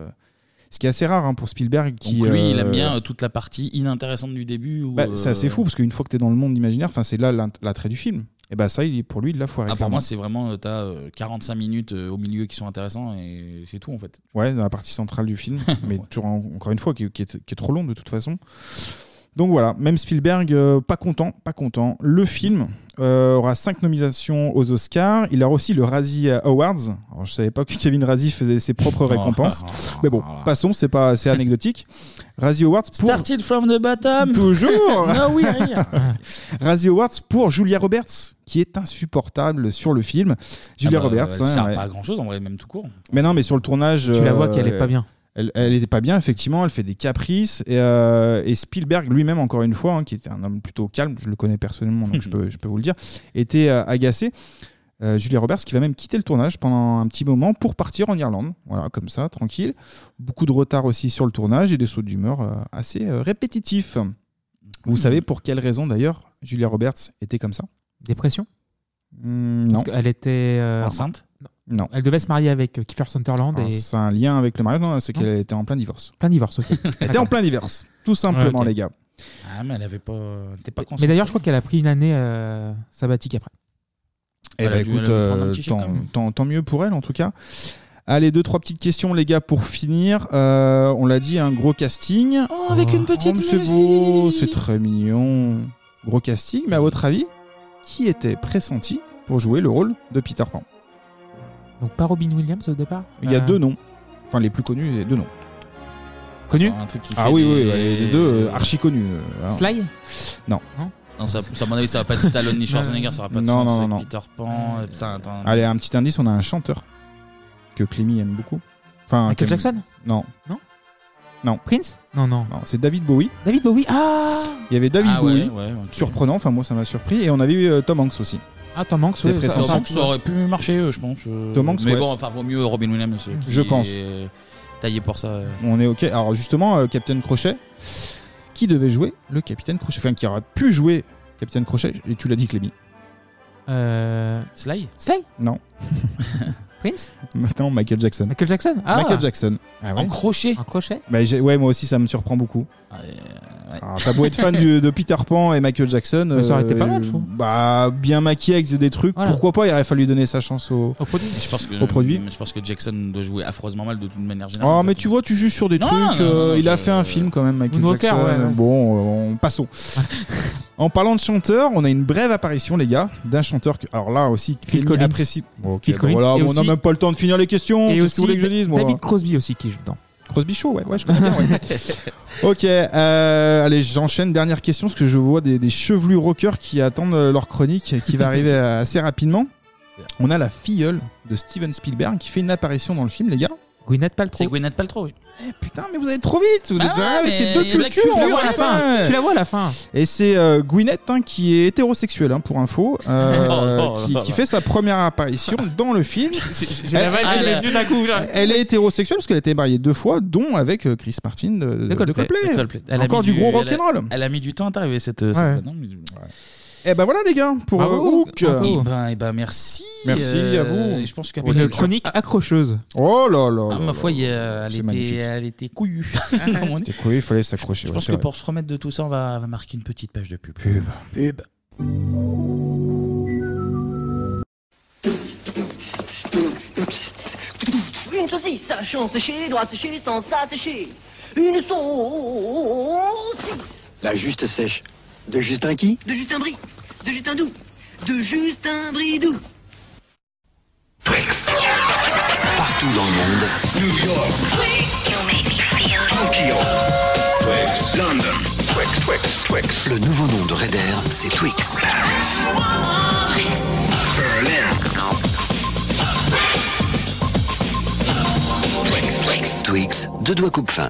Ce qui est assez rare pour Spielberg. Donc lui, il aime bien toute la partie inintéressante du début. C'est assez fou, parce qu'une fois que tu es dans le monde imaginaire, c'est là l'attrait du film. Et ça, pour lui, il l'a foiré. Pour moi, c'est vraiment, tu as 45 minutes au milieu qui sont intéressants et c'est tout en fait. Ouais, dans la partie centrale du film, mais toujours encore une fois, qui est trop long de toute façon. Donc voilà, même Spielberg, pas content. Le film aura 5 nominations aux Oscars. Il aura aussi le Razzie Awards. Alors, je savais pas que Kevin Razzie faisait ses propres récompenses. Mais bon, passons, c'est anecdotique. Razzie Awards pour... Started from the bottom. Toujours. No, oui, rien. Razzie Awards pour Julia Roberts, qui est insupportable sur le film. Julia Roberts. Ça sert pas à grand chose en vrai, même tout court. Mais non, mais sur le tournage... Tu la vois qu'elle est pas bien. Elle n'était pas bien, effectivement, elle fait des caprices. Et Spielberg lui-même, encore une fois, qui était un homme plutôt calme, je le connais personnellement, donc je peux vous le dire, était agacé. Julia Roberts qui va même quitter le tournage pendant un petit moment pour partir en Irlande. Voilà, comme ça, tranquille. Beaucoup de retard aussi sur le tournage et des sauts d'humeur assez répétitifs. Vous savez pour quelle raison, d'ailleurs, Julia Roberts était comme ça ? Dépression ? Non. Parce qu'elle était... enceinte ? Non. Elle devait se marier avec Kiefer Sutherland. Et... C'est un lien avec le mariage, non, c'est qu'elle était en plein divorce. Plein divorce, ok. Elle était en plein divorce, tout simplement, les gars. Ah, mais elle avait pas. Mais d'ailleurs, je crois qu'elle a pris une année sabbatique après. Eh ben écoute, tant mieux pour elle en tout cas. Allez, 2-3 petites questions, les gars, pour finir. On l'a dit, un gros casting. Oh, avec une petite c'est beau, c'est très mignon. Gros casting, mais à votre avis, qui était pressenti pour jouer le rôle de Peter Pan ? Donc pas Robin Williams au départ ? Il y a 2 noms. Enfin, les plus connus, il y a 2 noms. Connus ? Un truc qui Ah oui, les 2 archi connus. Sly ? Non. Non, ça, à mon avis, ça va pas être Stallone ni Schwarzenegger, ça va pas de sens. Non. Peter Pan. Putain, attends. Allez, un petit indice, on a un chanteur que Clémy aime beaucoup. Enfin, Michael Jackson ? Non. Non. Prince? Non. C'est David Bowie. David Bowie, Il y avait David Bowie. ouais, ok. Surprenant, enfin moi ça m'a surpris. Et on avait eu Tom Hanks aussi. Ah, Tom Hanks, C'était ouais, pressenti. Tom Hanks, ça aurait pu marcher, je pense. Tom Hanks, mais ouais. bon, enfin, vaut mieux Robin Williams. Qui Je pense. est taillé pour ça. On est ok. Alors justement, Capitaine Crochet, qui devait jouer le Capitaine Crochet, enfin qui aurait pu jouer Capitaine Crochet, et tu l'as dit, Clémy. Sly? Non. Prince? Non, Michael Jackson. Michael Jackson? Ah. Michael Jackson. Ah ouais. En crochet? Un crochet? Bah, ouais, moi aussi ça me surprend beaucoup. Alors, t'as beau être fan de Peter Pan et Michael Jackson, Mais ça aurait été pas mal, je trouve. Bah, bien maquillé avec des trucs. Voilà. Pourquoi pas? Il aurait fallu lui donner sa chance au produit. Au produit. Je pense que Jackson doit jouer affreusement mal de toute manière générale. Oh, mais tu vois, tu juges sur des Non, trucs. non, Il a fait un film quand même, Michael Moonwalker, Jackson. ouais. Bon, passons. En parlant de chanteur, on a une brève apparition, les gars, d'un chanteur que, alors là aussi, Phil Clémy Collins. apprécie. Bon, ok, Phil bah Collins. voilà, Et on n'a aussi- même pas le temps de finir les questions. Et Qu'est-ce que aussi vous voulez que je dise, moi David Crosby aussi qui joue dedans. Crosby Show, ouais, je connais bien. Ouais. Ok, allez, j'enchaîne. Dernière question, parce que je vois des chevelus rockers qui attendent leur chronique, qui va arriver assez rapidement. On a la filleule de Steven Spielberg qui fait une apparition dans le film, les gars. Gwyneth Paltrow. C'est Gwyneth Paltrow, oui. Putain, mais vous allez trop vite. Vous êtes mais c'est deux il y a de la cultures. culture on voit à la fin. Tu la vois à la fin. Et c'est Gwyneth qui est hétérosexuelle, pour info, qui fait sa première apparition dans le film. Elle est venue d'un coup. Là. Elle est hétérosexuelle parce qu'elle a été mariée 2 fois, dont avec Chris Martin de Coldplay. Elle a Encore mis du gros rock'n'roll. Elle a mis du temps à t'arriver cette. Ouais. cette- Et ben voilà les gars pour Hook. Eh ben merci. Merci à vous. Je pense Pour une chronique accrocheuse. Oh là là. Ah, ma foi, elle était couillue. T'es couillue, il fallait s'accrocher. Je pense que pour se remettre de tout ça, on va marquer une petite page de pub. Pub. Une saucisse, sachant sécher, doit sécher sans s'assécher. Une saucisse. La juste sèche. De Justin qui? De Justin Brie. De Justin Doux. De Justin Bridou. Partout dans le monde. New York. Tokyo. Twix. London. Twix. Le nouveau nom de Raider, c'est Twix. Twix, 2 doigts coupe-fin.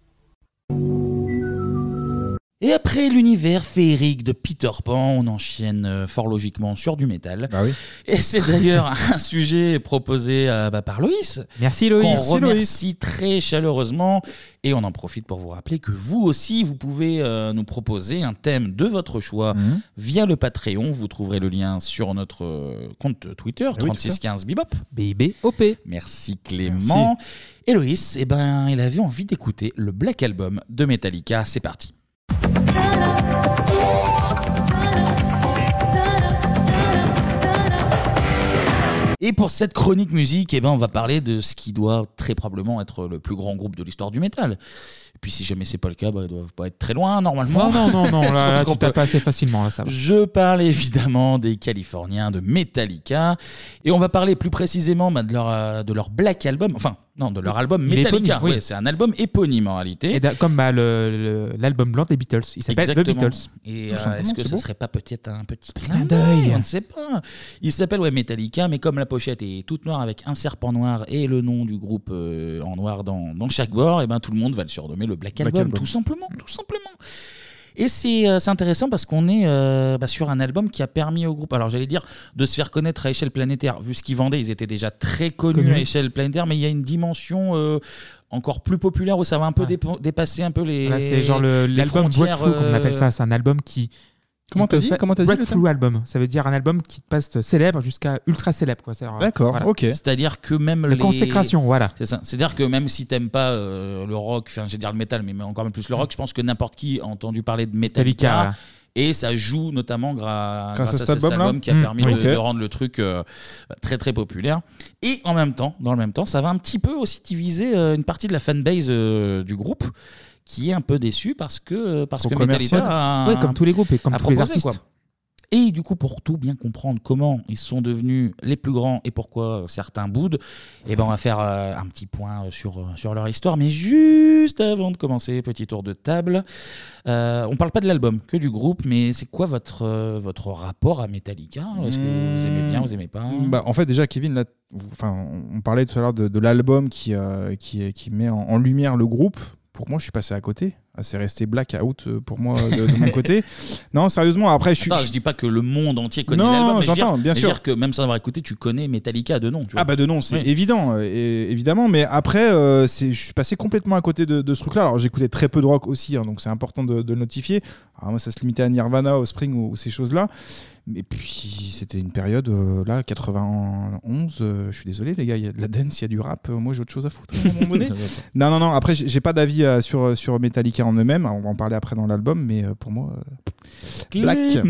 Et après l'univers féerique de Peter Pan, on enchaîne fort logiquement sur du métal. Ah oui. Et c'est d'ailleurs un sujet proposé par Loïs. Merci Loïs. Qu'on Merci, remercie très chaleureusement. Et on en profite pour vous rappeler que vous aussi, vous pouvez nous proposer un thème de votre choix via le Patreon. Vous trouverez le lien sur notre compte Twitter, 3615bibop. BIBOP. Merci Clément. Et Loïs, il avait envie d'écouter le Black Album de Metallica. C'est parti. Et pour cette chronique musique, on va parler de ce qui doit très probablement être le plus grand groupe de l'histoire du métal. Et puis si jamais c'est pas le cas, ils doivent pas être très loin normalement. Non, là tu tapes assez facilement, là ça va. Je parle évidemment des Californiens de Metallica. Et on va parler plus précisément de leur Black Album, de leur album Il est Metallica. éponyme, oui. Ouais, c'est un album éponyme en réalité. Et comme l'album blanc des Beatles. Il s'appelle The Exactement. Beatles. Et Tout simplement, est-ce que c'est ce beau. serait pas peut-être un petit clin d'œil? On ne sait pas. Il s'appelle Metallica, mais comme la pochette est toute noire avec un serpent noir et le nom du groupe en noir dans chaque bord, tout le monde va le surnommer le Black Album, tout simplement. Et c'est intéressant parce qu'on est sur un album qui a permis au groupe, alors j'allais dire, de se faire connaître à échelle planétaire. Vu ce qu'ils vendaient, ils étaient déjà très connus à échelle planétaire, mais il y a une dimension encore plus populaire où ça va un peu dépasser un peu les Là, c'est genre l'album frontières, Breakthrough, comme on appelle ça. C'est un album qui. Comment t'as dit le Breakthrough album. Ça veut dire un album qui te passe célèbre jusqu'à ultra célèbre. D'accord, ok. C'est-à-dire que même la consécration, voilà. C'est ça. C'est-à-dire que même si t'aimes pas le rock, j'allais dire le métal, mais encore même plus le rock, je pense que n'importe qui a entendu parler de Metallica. Voilà. Et ça joue notamment grâce à cet cet album qui a permis Ok. de rendre le truc très très populaire. Et dans le même temps, ça va un petit peu aussi diviser une partie de la fanbase du groupe qui est un peu déçue parce que Metallica a, comme tous les groupes et comme a tous les proposé, artistes. quoi. Et du coup, pour tout bien comprendre comment ils sont devenus les plus grands et pourquoi certains boudent, on va faire un petit point sur leur histoire. Mais juste avant de commencer, petit tour de table. On parle pas de l'album, que du groupe, mais c'est quoi votre rapport à Metallica? Est-ce que vous aimez bien, vous aimez pas? En fait, déjà, Kevin, là, on parlait tout à l'heure de l'album qui met en lumière le groupe. pour moi, je suis passé à côté. C'est resté blackout pour moi de mon côté. Non, sérieusement, après, je dis pas que le monde entier connaît Non, l'album, mais j'entends, bien sûr. je veux dire que même sans avoir écouté, tu connais Metallica de nom. Tu vois. Ah bah de nom, c'est évident, évidemment. Mais après, je suis passé complètement à côté de ce truc-là. Alors j'écoutais très peu de rock aussi, hein, donc c'est important de le notifier. Alors moi, ça se limitait à Nirvana, Offspring ou ces choses-là. Mais puis c'était une période, là, 91, je suis désolé les gars, il y a de la dance, il y a du rap, moi j'ai autre chose à foutre à un moment donné. Non, après j'ai pas d'avis sur Metallica en eux-mêmes, on va en parler après dans l'album, mais pour moi, Black.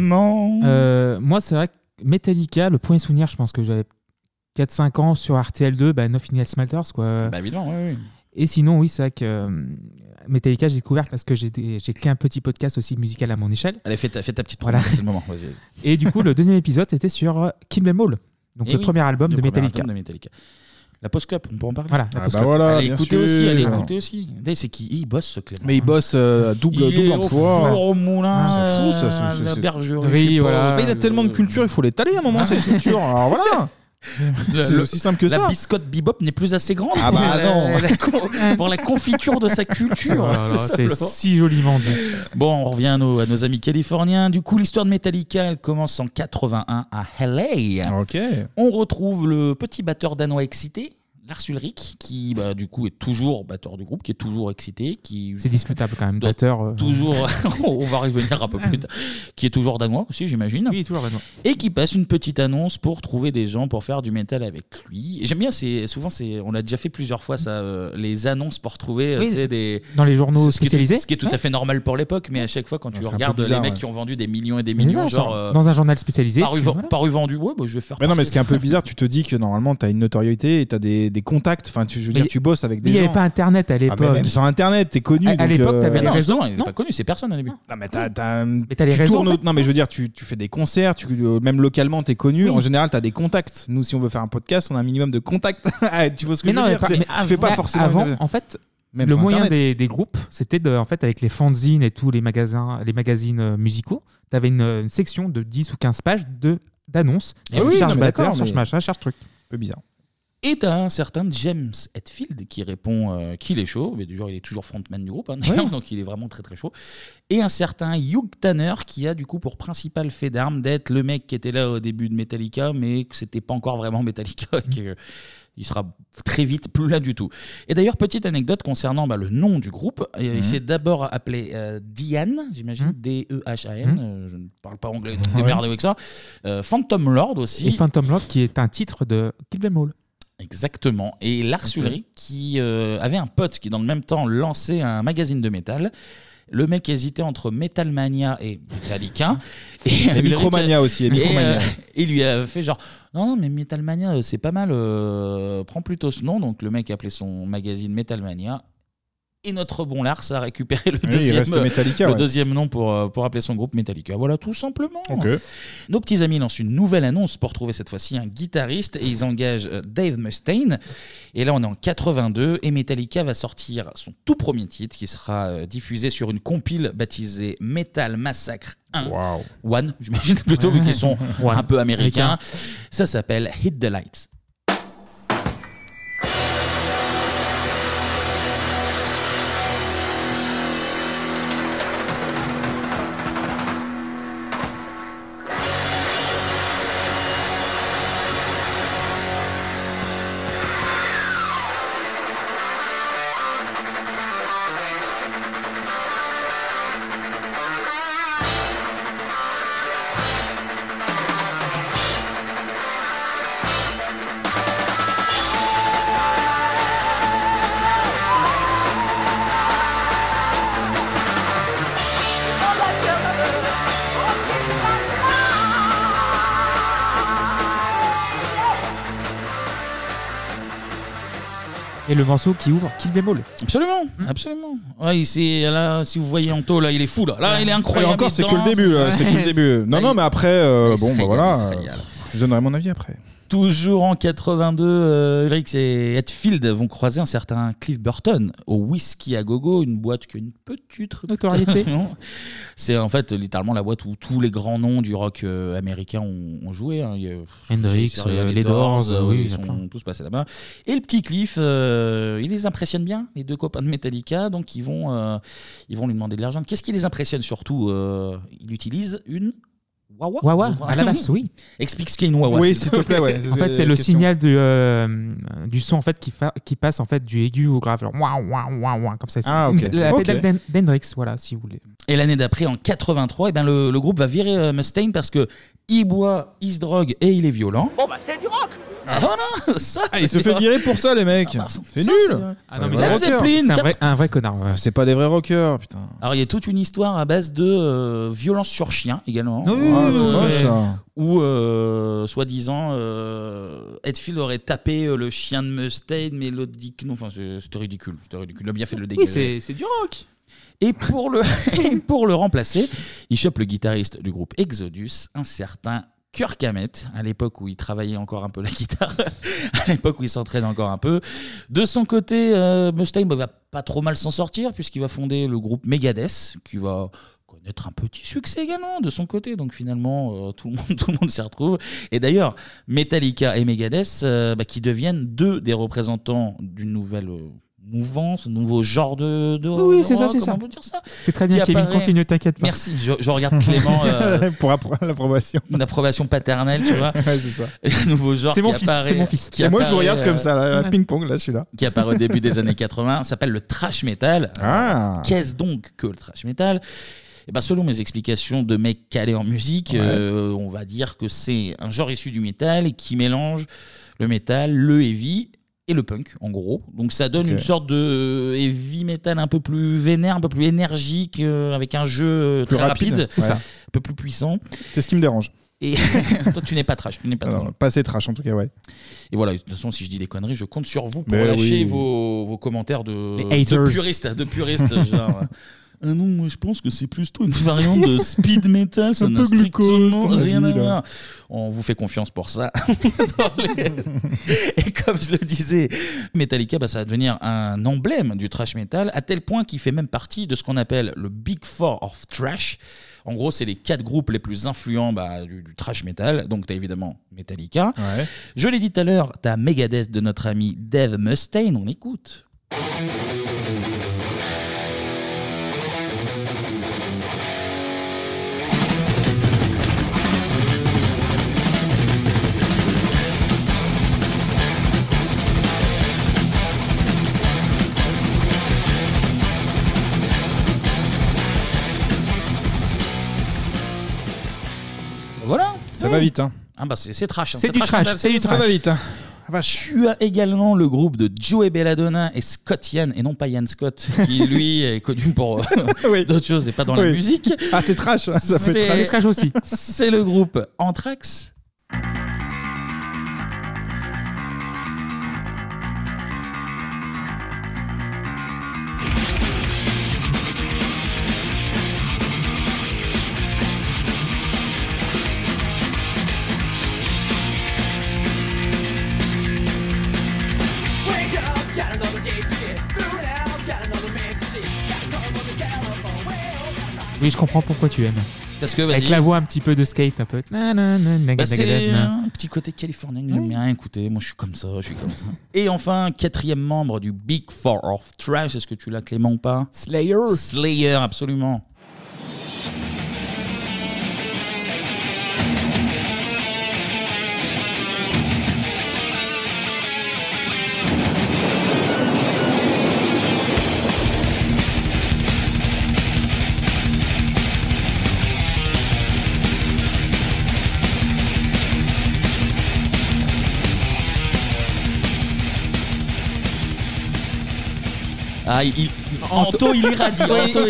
Moi c'est vrai que Metallica, le premier souvenir, je pense que j'avais 4-5 ans sur RTL2, Nothing Else Matters, quoi. Bah évidemment, oui. Et sinon, oui, c'est vrai que Metallica, j'ai découvert parce que j'ai créé un petit podcast aussi musical à mon échelle. Allez, fais ta petite promo, c'est le moment. Vas-y. Et du coup, le deuxième épisode, c'était sur Kill 'Em All, donc premier album de Metallica. La Post Cup, on peut en parler. Voilà, la Post Cup. Voilà, allez écouter aussi. C'est qui il bosse ce Clément. Mais il bosse double emploi. Au four, au moulin, c'est fou ça. La bergerie. Voilà. Mais il a tellement de culture, il faut l'étaler à un moment cette culture. Alors voilà. C'est aussi simple que ça. La biscotte Bebop n'est plus assez grande pour la confiture de sa culture. C'est si joliment dit. Bon, on revient à nos amis californiens. Du coup, l'histoire de Metallica, elle commence en 81 à LA. Ok. On retrouve le petit batteur danois excité, Lars Ulrich, qui du coup est toujours batteur du groupe, qui est toujours excité, c'est discutable quand même, batteur. Toujours, on va revenir un peu plus tard, qui est toujours danois aussi, j'imagine. Oui, toujours danois. Et qui passe une petite annonce pour trouver des gens pour faire du métal avec lui. Et j'aime bien, souvent on l'a déjà fait plusieurs fois ça, les annonces pour trouver dans les journaux spécialisés. Ce qui est tout à fait normal pour l'époque, mais à chaque fois quand tu regardes les mecs qui ont vendu des millions et des millions, dans un journal spécialisé, paru vendu, je vais faire. Mais non, mais ce qui est un peu bizarre, tu te dis que normalement tu as une notoriété et tu as des contacts, enfin tu bosses avec des gens. Il n'y avait pas internet à l'époque. Même sur internet, t'es connu. À l'époque, t'avais les réseaux. Il n'est pas connu, c'est personne au début. Non, mais t'as les réseaux. Non, mais je veux dire, tu fais des concerts, même localement, t'es connu. En général, t'as des contacts. Nous, si on veut faire un podcast, on a un minimum de contacts. Tu vois ce que je veux dire? Tu fais pas forcément. Avant, en fait, le moyen des groupes, c'était avec les fanzines et tous les magazines musicaux, t'avais une section de 10 ou 15 pages d'annonces. Charge batteur, charge machin, charge truc. Un peu bizarre. Et t'as un certain James Hetfield qui répond qu'il est chaud, mais du genre il est toujours frontman du groupe, donc il est vraiment très très chaud. Et un certain Hugh Tanner qui a du coup pour principal fait d'armes d'être le mec qui était là au début de Metallica, mais que c'était pas encore vraiment Metallica, il sera très vite plus là du tout. Et d'ailleurs, petite anecdote concernant le nom du groupe, il s'est d'abord appelé Diane, j'imagine, D-E-H-A-N, je ne parle pas anglais, donc démerdez avec ça. Phantom Lord aussi. Et Phantom Lord qui est un titre de Kill 'Em All. Exactement. Et Lars Ulrich qui avait un pote qui dans le même temps lançait un magazine de métal. Le mec hésitait entre Metal Mania et Metallica. Et Micromania aussi. Et lui a fait genre non mais Metal Mania c'est pas mal, prends plutôt ce nom. Donc le mec a appelé son magazine Metal Mania. Et notre bon Lars a récupéré le deuxième nom pour appeler son groupe Metallica. Voilà, tout simplement. Okay. Nos petits amis lancent une nouvelle annonce pour trouver cette fois-ci un guitariste et ils engagent Dave Mustaine. Et là, on est en 82 et Metallica va sortir son tout premier titre qui sera diffusé sur une compile baptisée Metal Massacre 1. One, j'imagine plutôt, vu qu'ils sont un peu américains. Ça s'appelle Hit the Lights. Et le morceau qui ouvre Kill 'Em All. Absolument, absolument. Ouais, là, si vous voyez Anto, là, il est fou. Là, il est incroyable. Et encore, c'est que le début. Non, mais après, voilà. Je donnerai mon avis après. Toujours en 82, Rix et Hetfield vont croiser un certain Cliff Burton au Whisky à Gogo, une boîte qui a une petite notoriété. C'est en fait littéralement la boîte où tous les grands noms du rock américain ont joué. Hein. Il y a, Hendrix, les Doors, oui, ils sont tous passés là-bas. Et le petit Cliff, il les impressionne bien, les deux copains de Metallica, donc ils vont lui demander de l'argent. Qu'est-ce qui les impressionne surtout Il utilise une Wawa à la basse, oui. Explique ce qu'est une Wawa. Oui, s'il te plaît. Ouais. En fait, c'est le signal du son en fait qui passe en fait du aigu au grave, genre comme ça. Ah, ok. La pédale d'Hendrix, voilà, si vous voulez. Et l'année d'après, en 83, le groupe va virer Mustaine parce que il boit, il se drogue et il est violent. Bon bah c'est du rock. Ah voilà, ça. Il se fait virer pour ça, les mecs. C'est nul. Ah non, mais c'est un vrai connard. Ouais. C'est pas des vrais rockers, putain. Alors il y a toute une histoire à base de violence sur chien également. C'est moche ça. Où soi-disant Hetfield aurait tapé le chien de Mustaine, mais l'autre dit que non. Enfin, c'était ridicule. Il a bien fait de le dégager. Oui, c'est du rock. Et pour le remplacer, il chope le guitariste du groupe Exodus, un certain Kirk Hammett, à l'époque où il travaillait encore un peu la guitare, à l'époque où il s'entraîne encore un peu. De son côté, Mustaine va pas trop mal s'en sortir, puisqu'il va fonder le groupe Megadeth, qui va connaître un petit succès également de son côté. Donc finalement, tout le monde s'y retrouve. Et d'ailleurs, Metallica et Megadeth, qui deviennent deux des représentants d'une nouvelle mouvance, un nouveau genre de oui, c'est ça, c'est ça. On peut dire ça. C'est très bien, Kevin, continue, t'inquiète pas. Merci, je regarde Clément. Pour l'approbation. Une approbation paternelle, tu vois. Ouais, c'est ça. Un nouveau genre c'est mon fils. Et moi, je vous regarde comme ça, là, ping-pong, là, je suis là. Qui apparaît au début des années 80, s'appelle le thrash metal. Qu'est-ce donc que le thrash metal ? Selon mes explications de mec calé en musique, on va dire que c'est un genre issu du métal et qui mélange le métal, le heavy et le punk, en gros. Donc ça donne une sorte de heavy metal un peu plus vénère, un peu plus énergique, avec un jeu très rapide, c'est ça. Un peu plus puissant. C'est ce qui me dérange. Et toi, tu n'es pas trash. Pas assez trash, en tout cas, ouais. Et voilà, de toute façon, si je dis des conneries, je compte sur vous pour lâcher vos commentaires de puristes genre... Ah non, moi je pense que c'est plutôt une variante de speed metal, ça n'a strictement rien à voir. On vous fait confiance pour ça. Et comme je le disais, Metallica, ça va devenir un emblème du thrash metal, à tel point qu'il fait même partie de ce qu'on appelle le Big Four of Thrash. En gros, c'est les 4 groupes les plus influents du thrash metal. Donc, tu as évidemment Metallica. Ouais. Je l'ai dit tout à l'heure, tu as Megadeth de notre ami Dave Mustaine. On écoute. Voilà. Ça va vite, hein. C'est trash. C'est du trash. Ça va vite, hein. Tu as également le groupe de Joey Belladonna et Scott Ian, et non pas Ian Scott, qui lui est connu pour d'autres choses et pas dans la musique. Ah, c'est trash. Ça fait trash. C'est trash aussi. C'est le groupe Anthrax. Oui, je comprends pourquoi tu aimes. Parce que, avec la voix un petit peu de skate, un peu. C'est un petit côté californien que j'aime bien écouter. Moi, je suis comme ça. Et enfin, 4e membre du Big Four of Thrash. Est-ce que tu l'as, Clément, ou pas ? Slayer, absolument. Anto, il irradie.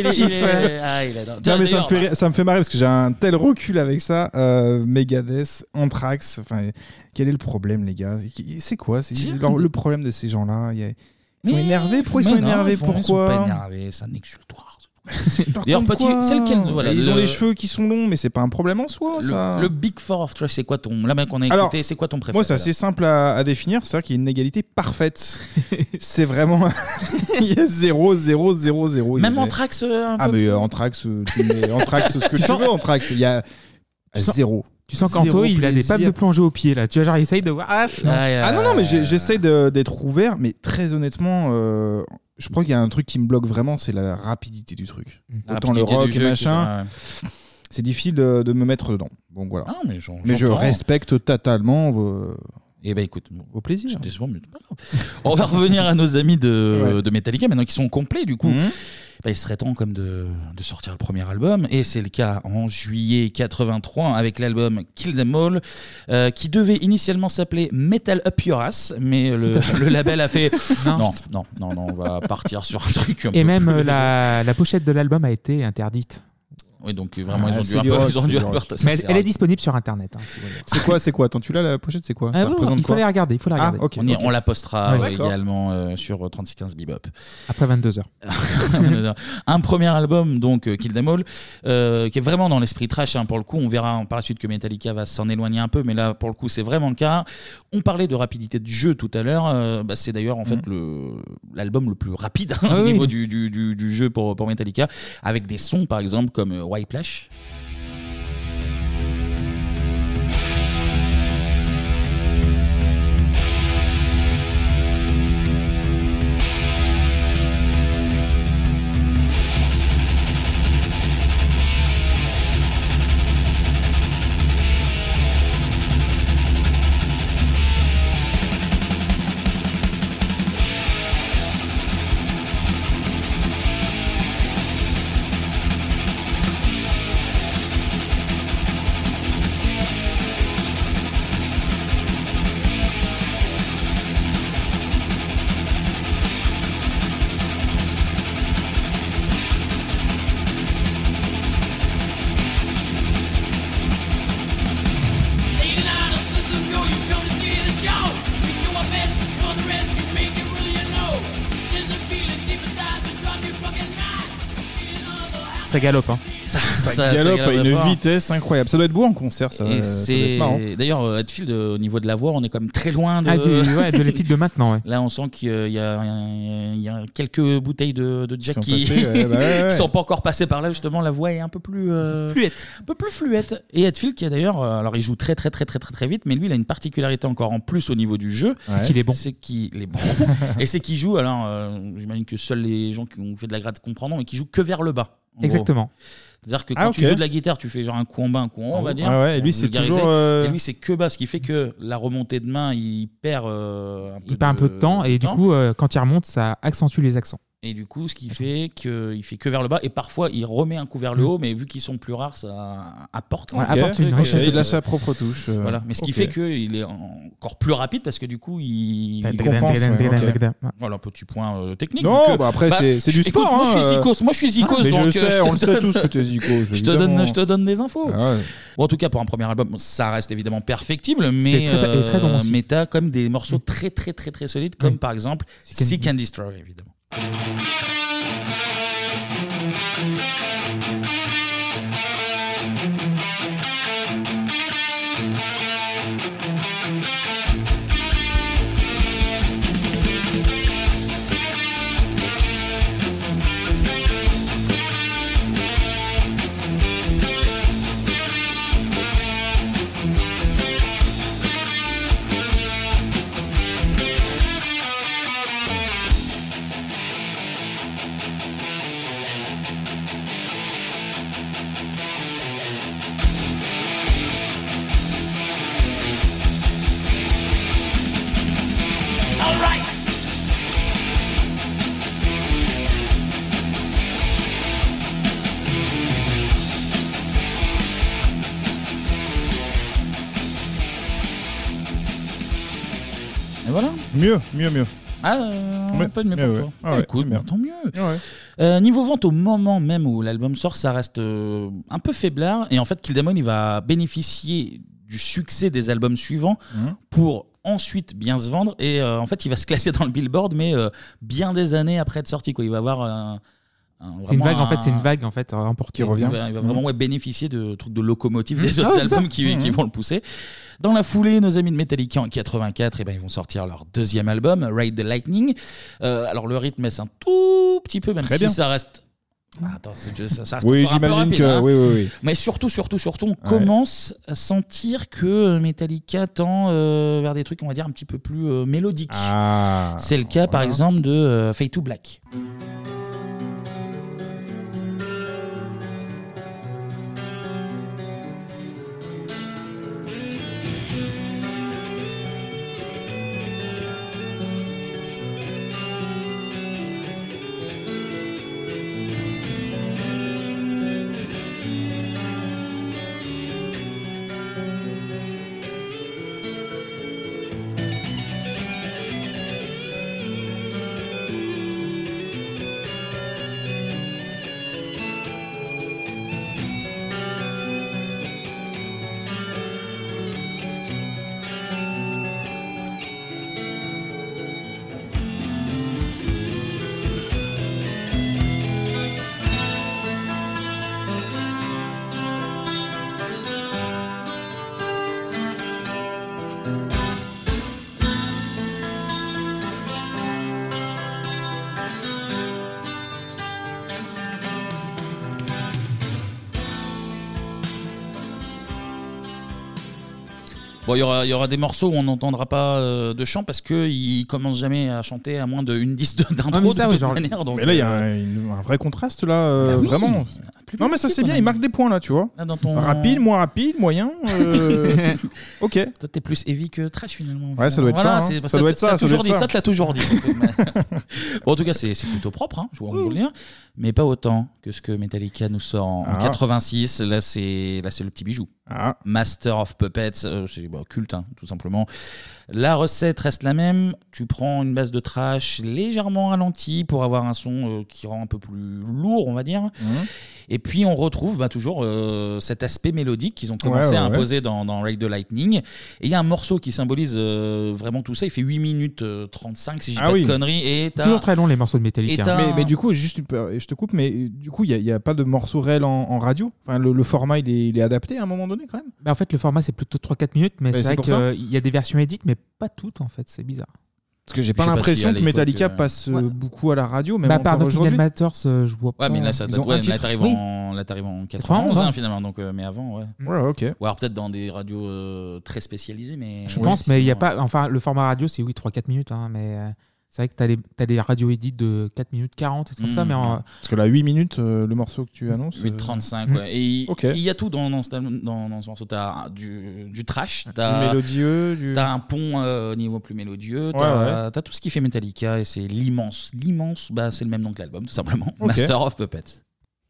Non, mais ça me fait marrer parce que j'ai un tel recul avec ça. Megadeth, Anthrax. Enfin, quel est le problème, les gars ? C'est quoi le problème de ces gens-là ? Ils sont énervés. Pourquoi ils sont énervés ? Pourquoi ? Ils sont pas énervés. C'est un exutoire. D'ailleurs, petit, c'est lequel voilà, ils ont les cheveux qui sont longs, mais c'est pas un problème en soi. Ça. Le Big Four of Trash, c'est quoi ton. Là, qu'on a écouté, c'est quoi ton préféré? Moi, c'est assez simple à définir. C'est-à-dire qu'il y a une égalité parfaite. C'est vraiment. Il y a 0, 0, 0, 0. Même Anthrax mais Anthrax, tu mets Anthrax ce que tu veux. Anthrax, il y a 0. Tu sens qu'Anto, il a des pattes de plongée au pied, là. Tu vois, genre, il essaye de voir. Non, mais j'essaye d'être ouvert, mais très honnêtement, je crois qu'il y a un truc qui me bloque vraiment, c'est la rapidité du truc. Autant le rock et machin, c'est difficile de me mettre dedans. Donc voilà. Mais je respecte totalement Eh ben écoute, au plaisir. On va revenir à nos amis de Metallica maintenant qui sont complets du coup. Il serait temps comme de sortir le premier album et c'est le cas en juillet 83 avec l'album Kill Them All qui devait initialement s'appeler Metal Up Your Ass mais le label a fait non, on va partir sur un truc un peu même plus la pochette de l'album a été interdite. Oui, donc vraiment, ils ont dû un peu. Mais elle est disponible sur Internet. Hein, si c'est quoi Attends, tu l'as la pochette, c'est quoi? Ça représente il faut quoi? la regarder. Okay. On la postera également sur 3615 Bebop. Après 22h. Un premier album, donc Kill Them All, qui est vraiment dans l'esprit trash. Hein, pour le coup, on verra par la suite que Metallica va s'en éloigner un peu, mais là, pour le coup, c'est vraiment le cas. On parlait de rapidité de jeu tout à l'heure. C'est d'ailleurs en fait l'album le plus rapide au niveau du jeu pour Metallica, avec des sons, par exemple, comme Whiplash. Ça galope, hein. Ça galope à une vitesse incroyable. Ça doit être beau en concert, ça. Et ça doit être marrant. D'ailleurs, Hetfield, au niveau de la voix, on est quand même très loin de. De l'Hetfield de maintenant. Ouais. Là, on sent qu'il y a quelques bouteilles de Jack qui sont pas encore passées par là. Justement, la voix est un peu plus fluette. Un peu plus fluette. Et Hetfield, qui a d'ailleurs, alors il joue très vite, mais lui, il a une particularité encore en plus au niveau du jeu. C'est qu'il est bon. C'est qu'il est bon. Et c'est qu'il joue. Alors, j'imagine que seuls les gens qui ont fait de la grade comprendront, mais qu'il joue que vers le bas. Exactement. C'est-à-dire que quand tu joues de la guitare, tu fais genre un coup en bas, un coup en haut, on va dire. Et lui, c'est toujours. Et lui, c'est que bas, ce qui fait que la remontée de main, il perd un peu de temps. Et du coup, quand il remonte, ça accentue les accents. Et du coup, ce qui fait qu'il fait que vers le bas. Et parfois, il remet un coup vers le haut, mais vu qu'ils sont plus rares, ça apporte. Apporte une richesse. Il a sa propre touche. Voilà. Mais ce qui fait qu'il est encore plus rapide parce que du coup, il compense. Voilà, un petit point technique. Non, après, c'est du sport. Moi, je suis zikos. Mais je sais, on le sait tous que tu es zikos. Je te donne des infos. Bon, en tout cas, pour un premier album, ça reste évidemment perfectible, mais t'as quand même des morceaux très solides, comme par exemple Seek and Destroy, évidemment. Et voilà. Mieux. Un peu de mieux pour toi. Écoute, tant mieux. Niveau vente, au moment même où l'album sort, ça reste un peu faiblard. Et en fait, Kill Them All, il va bénéficier du succès des albums suivants pour ensuite bien se vendre. Et en fait, il va se classer dans le Billboard, mais bien des années après être sorti. Il va avoir C'est une vague, en fait, c'est une vague en fait emportée. Qui revient. Il va vraiment bénéficier de trucs de locomotive des Ah, autres c'est albums ça. qui vont le pousser. Dans la foulée, nos amis de Metallica en 84, ils vont sortir leur deuxième album, Ride the Lightning. Alors le rythme baisse un tout petit peu, même Très si bien. ça reste. Attends, ça reste Oui, encore un peu j'imagine rapide, que- hein. oui. Mais surtout, on commence à sentir que Metallica tend vers des trucs, on va dire, un petit peu plus mélodiques. C'est le cas, par exemple, de Fade to Black. Bon, il y aura des morceaux où on n'entendra pas de chant parce qu'ils commencent jamais à chanter à moins d'une 10 d'intro de toute manière. Donc, mais là, il y a un vrai contraste, là, Bah oui. vraiment. Non, mais ça, c'est bien, il marque des points, là, tu vois. Là, dans ton- Rapide, moins rapide, moyen. Ok. Toi, t'es plus heavy que trash finalement. Ouais, ça doit être ça, hein. c'est- Ça doit être ça, T'as ça doit toujours être dit ça. ça, tu l'as toujours dit. Bon, en tout cas, c'est plutôt propre, hein, je vois vous le dire. Mais pas autant que ce que Metallica nous sort en 86. Là, c'est le petit bijou. Master of Puppets, c'est culte, hein, tout simplement. La recette reste la même. Tu prends une base de trash légèrement ralentie pour avoir un son qui rend un peu plus lourd, on va dire. Et puis on retrouve toujours cet aspect mélodique qu'ils ont commencé à imposer dans Ride the Lightning. Et il y a un morceau qui symbolise vraiment tout ça. Il fait 8 minutes 35 si je dis pas de conneries. Et t'as- Toujours très long les morceaux de Metallica. Et t'as- Mais du coup, juste, je te coupe, mais du coup, il n'y a pas de morceau réel en radio. Enfin, le format, il est adapté à un moment donné, quand même. Bah, en fait, le format c'est plutôt 3-4 minutes, mais Ouais, c'est c'est vrai pour ça. qu'il y a des versions édites, mais pas toutes en fait, c'est bizarre. Parce que j'ai pas l'impression que Metallica passe beaucoup à la radio, même Bah, par encore Nothing aujourd'hui. Else Matters, je vois pas. Ouais, mais là, ça Ils date, ont un là, titre. t'arrives Oui. en 91 91, finalement. Donc, mais avant, ouais. Ouais, ok. Ou alors peut-être dans des radios très spécialisées, mais. Je pense, mais il y a pas. Enfin, le format radio, c'est 3-4 minutes, hein, mais c'est vrai que t'as des radios édites de 4 minutes 40, et comme ça, mais Parce que là, 8 minutes, le morceau que tu annonces. 8:35, ouais. Et il y a tout dans ce morceau. T'as du trash, t'as Du mélodieux, t'as un pont au niveau plus mélodieux, Ouais, t'as tout ce qui fait Metallica, et c'est l'immense, c'est le même nom que l'album, tout simplement. Ok. Master of Puppets.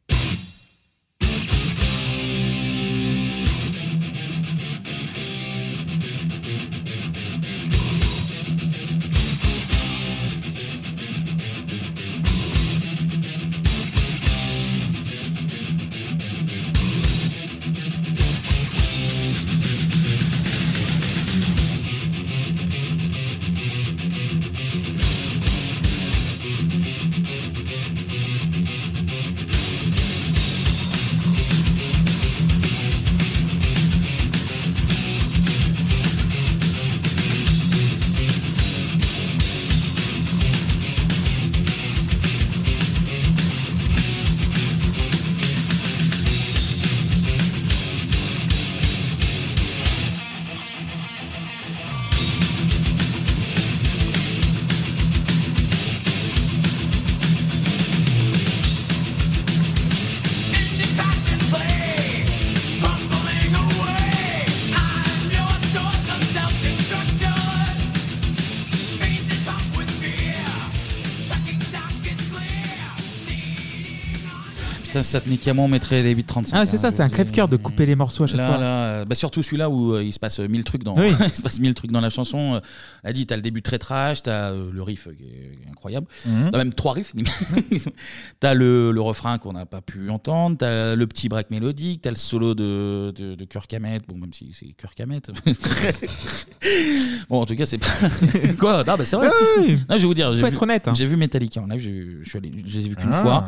Putain, ça tenait qu'à moi, on mettrait les 8:35. Ah, c'est ça, c'est un crève-cœur de couper les morceaux à chaque fois. Là, surtout celui-là où il se passe 1000 trucs dans, Oui. il se passe 1000 trucs dans la chanson. Elle dit, t'as le début très trash, t'as le riff qui est incroyable. Mhm. T'as même 3 riffs. T'as le refrain qu'on n'a pas pu entendre, t'as le petit break mélodique, t'as le solo de Kirk Hammett. Bon, même si c'est Kirk Hammett. Bon, en tout cas, c'est pas. Quoi? Non, bah, c'est vrai. Oui. Non, je vais vous dire. Faut être honnête, hein. J'ai vu Metallica en live, je les ai vus qu'une Ah. fois.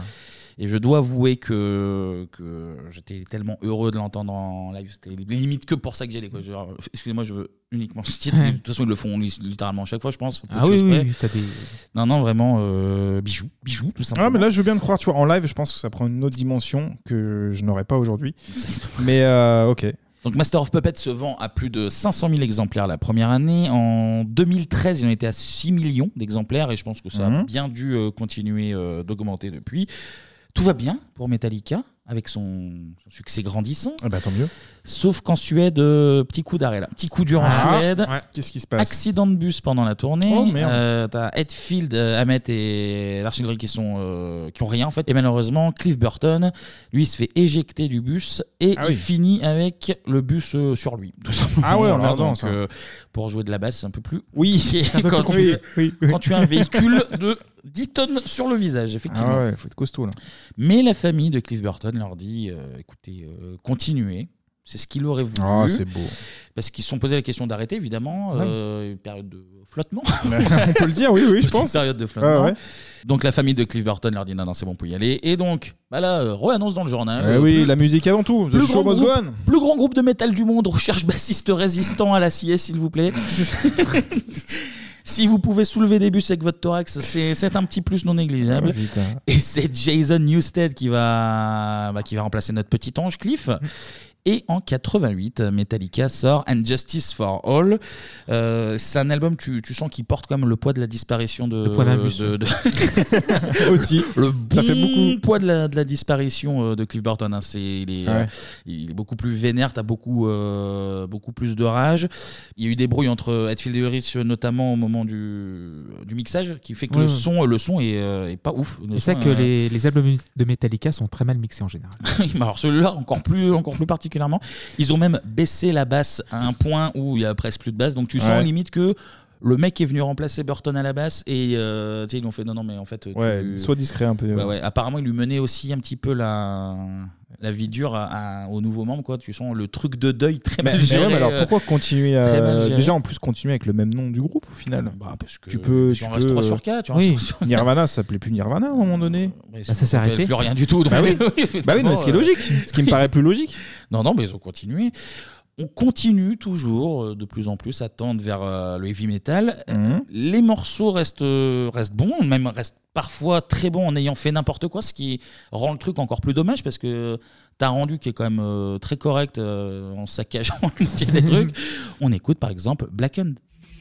Et je dois avouer que j'étais tellement heureux de l'entendre en live. C'était limite que pour ça que j'y allais, quoi. Excusez-moi, je veux uniquement ce titre. De toute façon, ils le font littéralement chaque fois, je pense. Ah oui, t'as des... Non, vraiment, bijou, tout simplement. Ah, mais là, je veux bien te croire, tu vois, en live, je pense que ça prend une autre dimension que je n'aurais pas aujourd'hui. Mais ok. Donc Master of Puppets se vend à plus de 500 000 exemplaires la première année. En 2013, il en était à 6 millions d'exemplaires et je pense que ça a bien dû continuer d'augmenter depuis. Tout va bien pour Metallica avec son succès grandissant. Ah bah, tant mieux. Sauf qu'en Suède, petit coup d'arrêt là. Petit coup dur en Suède. Ouais. Qu'est-ce qui se passe? Accident de bus pendant la tournée. Oh merde. T'as Hetfield, Hammett et Lars Ulrich qui ont rien en fait. Et malheureusement, Cliff Burton, lui, se fait éjecter du bus et il finit avec le bus sur lui. Tout simplement. Ah ouais, voilà, donc, ça. Pour jouer de la basse, c'est un peu plus. Oui. Quand tu as un véhicule de 10 tonnes sur le visage, effectivement. Ah ouais, faut être costaud là. Mais la famille de Cliff Burton leur dit écoutez, continuez. C'est ce qu'il aurait voulu. Ah, c'est beau. Parce qu'ils se sont posé la question d'arrêter, évidemment. Une période de flottement. On peut le dire, oui, je pense. Période de flottement. Donc la famille de Cliff Burton leur dit non, c'est bon, on peut y aller. Et donc, là, re-annonce dans le journal. La musique avant tout. The show must go on. Plus grand groupe de métal du monde recherche bassiste résistant à l'acier, s'il vous plaît. Si vous pouvez soulever des bus avec votre thorax, c'est un petit plus non négligeable. Et c'est Jason Newsted qui va remplacer notre petit ange Cliff. Et en 88, Metallica sort And Justice for All. C'est un album, tu sens qu'il porte quand même le poids de la disparition de... Le poids d'un bus. Aussi. Ça fait beaucoup. Poids de la disparition de Cliff Burton. Hein. Il est beaucoup plus vénère, t'as beaucoup plus de rage. Il y a eu des brouilles entre Hetfield et Ulrich, notamment au moment du mixage, qui fait que le son est pas ouf. C'est ça que les albums de Metallica sont très mal mixés en général. Alors celui-là, encore plus particulièrement. Ils ont même baissé la basse à un point où il y a presque plus de basse. Donc tu sens limite que le mec est venu remplacer Burton à la basse et ils ont fait non mais en fait sois discret un peu. Apparemment il lui menait aussi un petit peu la vie dure aux nouveaux membres, quoi. Tu sens le truc de deuil très mal géré. Mais alors pourquoi continuer déjà en plus continuer avec le même nom du groupe au final? Parce que tu peux 3 sur 4. Nirvana, ça s'appelait plus Nirvana à un moment donné. Ça s'est arrêté. Plus rien du tout. Donc mais ce qui est logique, ce qui me paraît plus logique. Non, mais ils ont continué. On continue toujours de plus en plus à tendre vers le heavy metal. Les morceaux restent bons, même restent parfois très bons en ayant fait n'importe quoi, ce qui rend le truc encore plus dommage parce que t'as un rendu qui est quand même très correct en saccageant le style des trucs. On écoute par exemple Blackened.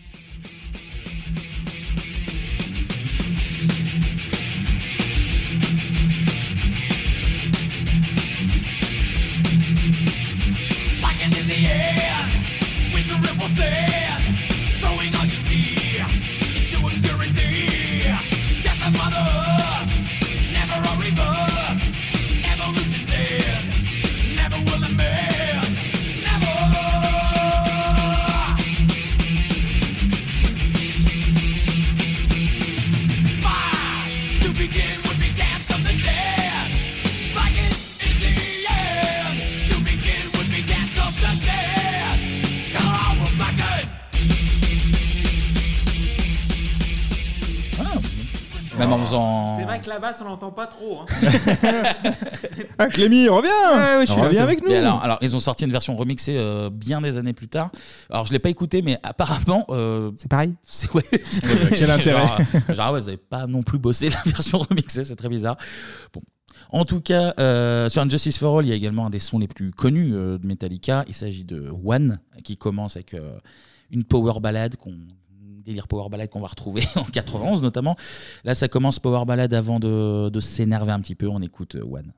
Même en faisant... C'est vrai que la basse, on l'entend pas trop. Hein. Ah, Clémy, reviens reviens avec nous. Alors, ils ont sorti une version remixée bien des années plus tard. Alors, je l'ai pas écouté, mais apparemment... c'est pareil. Quel intérêt. Vous n'avez pas non plus bossé la version remixée, c'est très bizarre. Bon. En tout cas, sur Injustice for All, il y a également un des sons les plus connus de Metallica. Il s'agit de One, qui commence avec une power ballade délire power ballade qu'on va retrouver en 91 notamment. Là, ça commence power ballade avant de s'énerver un petit peu. On écoute One.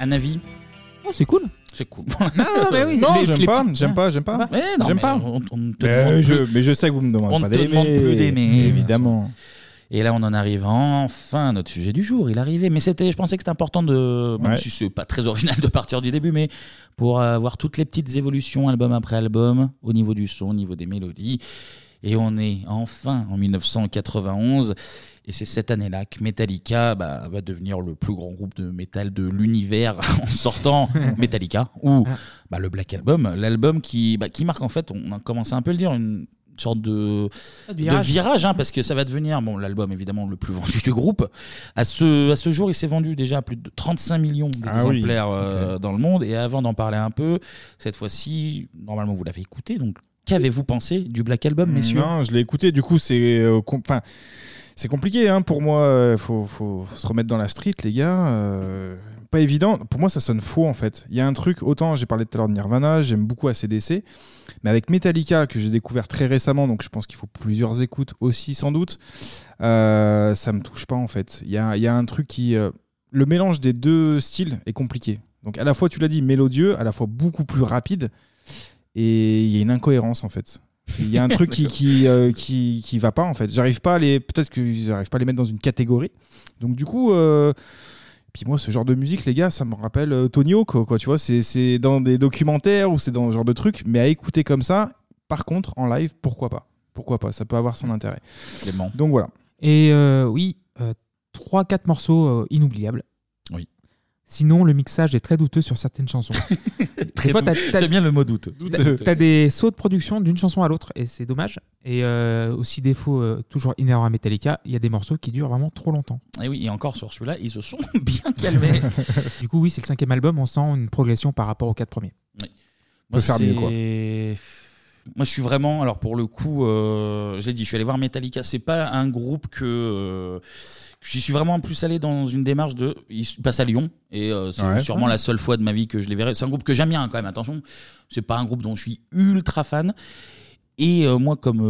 Un avis? Oh, c'est cool. C'est cool. Non, j'aime pas. J'aime pas. Mais je sais que vous me demandez pas d'aimer. On te demande plus d'aimer. Évidemment. Et là, on en arrive enfin à notre sujet du jour. Il arrivait, mais je pensais que c'était important même si c'est pas très original de partir du début, mais pour avoir toutes les petites évolutions, album après album, au niveau du son, au niveau des mélodies. Et on est enfin en 1991. Et c'est cette année-là que Metallica va devenir le plus grand groupe de métal de l'univers en sortant Metallica, ou le Black Album, l'album qui marque, en fait, on a commencé un peu à le dire, une sorte de virage, parce que ça va devenir l'album évidemment le plus vendu du groupe. À ce jour, il s'est vendu déjà à plus de 35 millions d'exemplaires dans le monde. Et avant d'en parler un peu, cette fois-ci, normalement vous l'avez écouté, donc qu'avez-vous pensé du Black Album, messieurs? Non, je l'ai écouté, du coup c'est compliqué pour moi, faut se remettre dans la street, les gars. Pas évident. Pour moi, ça sonne faux, en fait. Il y a un truc, autant j'ai parlé tout à l'heure de Nirvana, j'aime beaucoup AC/DC, mais avec Metallica, que j'ai découvert très récemment, donc je pense qu'il faut plusieurs écoutes aussi, sans doute, ça me touche pas, en fait. Il y a un truc qui... le mélange des deux styles est compliqué. Donc à la fois, tu l'as dit, mélodieux, à la fois beaucoup plus rapide, et il y a une incohérence, en fait. Il y a un truc qui va pas, en fait. Peut-être que j'arrive pas à les mettre dans une catégorie. Donc du coup, puis moi, ce genre de musique, les gars, ça me rappelle Tony Hawk, quoi. Tu vois, c'est dans des documentaires ou c'est dans ce genre de truc. Mais à écouter comme ça, par contre, en live, pourquoi pas? Ça peut avoir son intérêt. Clément. Donc voilà. Et 3-4 morceaux inoubliables. Oui. Sinon, le mixage est très douteux sur certaines chansons. J'aime bien le mot douteux. T'as des sauts de production d'une chanson à l'autre et c'est dommage. Et aussi défaut toujours inhérent à Metallica, il y a des morceaux qui durent vraiment trop longtemps. Et oui, et encore sur celui-là, ils se sont bien calmés. Du coup, oui, c'est le 5e album, on sent une progression par rapport aux 4 premiers. Oui. On peut faire mieux, quoi. Moi, je suis vraiment... Alors, pour le coup, je l'ai dit, je suis allé voir Metallica. C'est pas un groupe que... J'y suis vraiment plus allé dans une démarche de... Il passe à Lyon, et c'est sûrement la seule fois de ma vie que je les verrai. C'est un groupe que j'aime bien, quand même, attention. C'est pas un groupe dont je suis ultra fan. Et moi, comme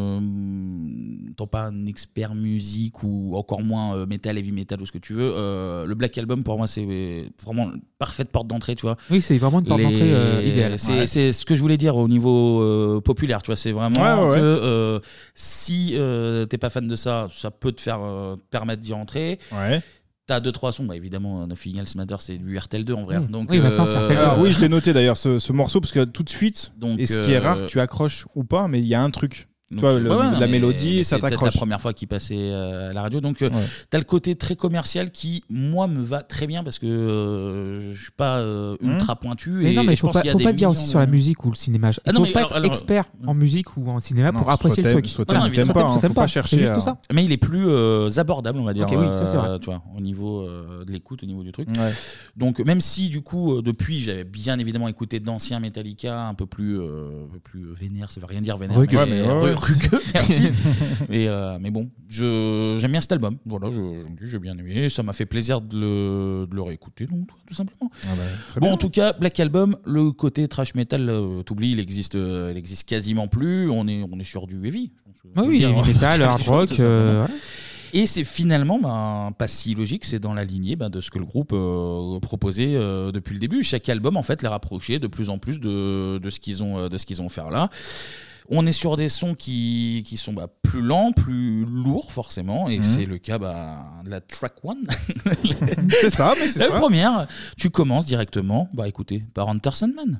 n'étant pas un expert musique ou encore moins metal, heavy metal ou ce que tu veux, le Black Album, pour moi, c'est vraiment une parfaite porte d'entrée, tu vois. Oui, c'est vraiment une porte d'entrée idéale. C'est ce que je voulais dire au niveau populaire, tu vois. C'est vraiment que si t'es pas fan de ça, ça peut te faire permettre d'y entrer. Ouais. T'as 2-3 sons, évidemment, Nothing Else Matters, c'est du RTL2 en vrai. Oui. Donc, oui, maintenant c'est RTL2. Alors oui, je l'ai noté d'ailleurs, ce morceau, parce que tout de suite, et ce qui est rare, tu accroches ou pas, mais il y a un truc. Donc, tu vois, la mélodie, ça t'accroche. C'est peut-être la première fois qu'il passait à la radio. Donc, t'as le côté très commercial qui, moi, me va très bien parce que je suis pas ultra pointu. Mais non, mais il faut pas dire aussi sur la musique ou le cinéma. Il faut pas être expert en musique ou en cinéma pour apprécier le truc. Soit t'aimes pas, faut pas chercher. C'est juste ça. Mais il est plus abordable, on va dire. Oui, ça c'est vrai. Tu vois, au niveau de l'écoute, au niveau du truc. Donc, même si, du coup, depuis, j'avais bien évidemment écouté d'anciens Metallica un peu plus vénère, ça veut rien dire vénère. Rugueux, merci. Mais bon, j'aime bien cet album. Voilà, j'ai bien aimé. Ça m'a fait plaisir de le réécouter, donc, tout simplement. Bon, en tout cas, Black Album, le côté trash metal, t'oublies, il existe quasiment plus. On est sur du heavy. Oui, heavy metal, hard rock. Et c'est finalement pas si logique, c'est dans la lignée de ce que le groupe proposait depuis le début. Chaque album, en fait, les rapprochait de plus en plus de ce qu'ils ont fait là. On est sur des sons qui sont plus lents, plus lourds forcément, et c'est le cas de la track 1. C'est ça, mais c'est ça. La première, tu commences directement, écoutez, par Enter Sandman.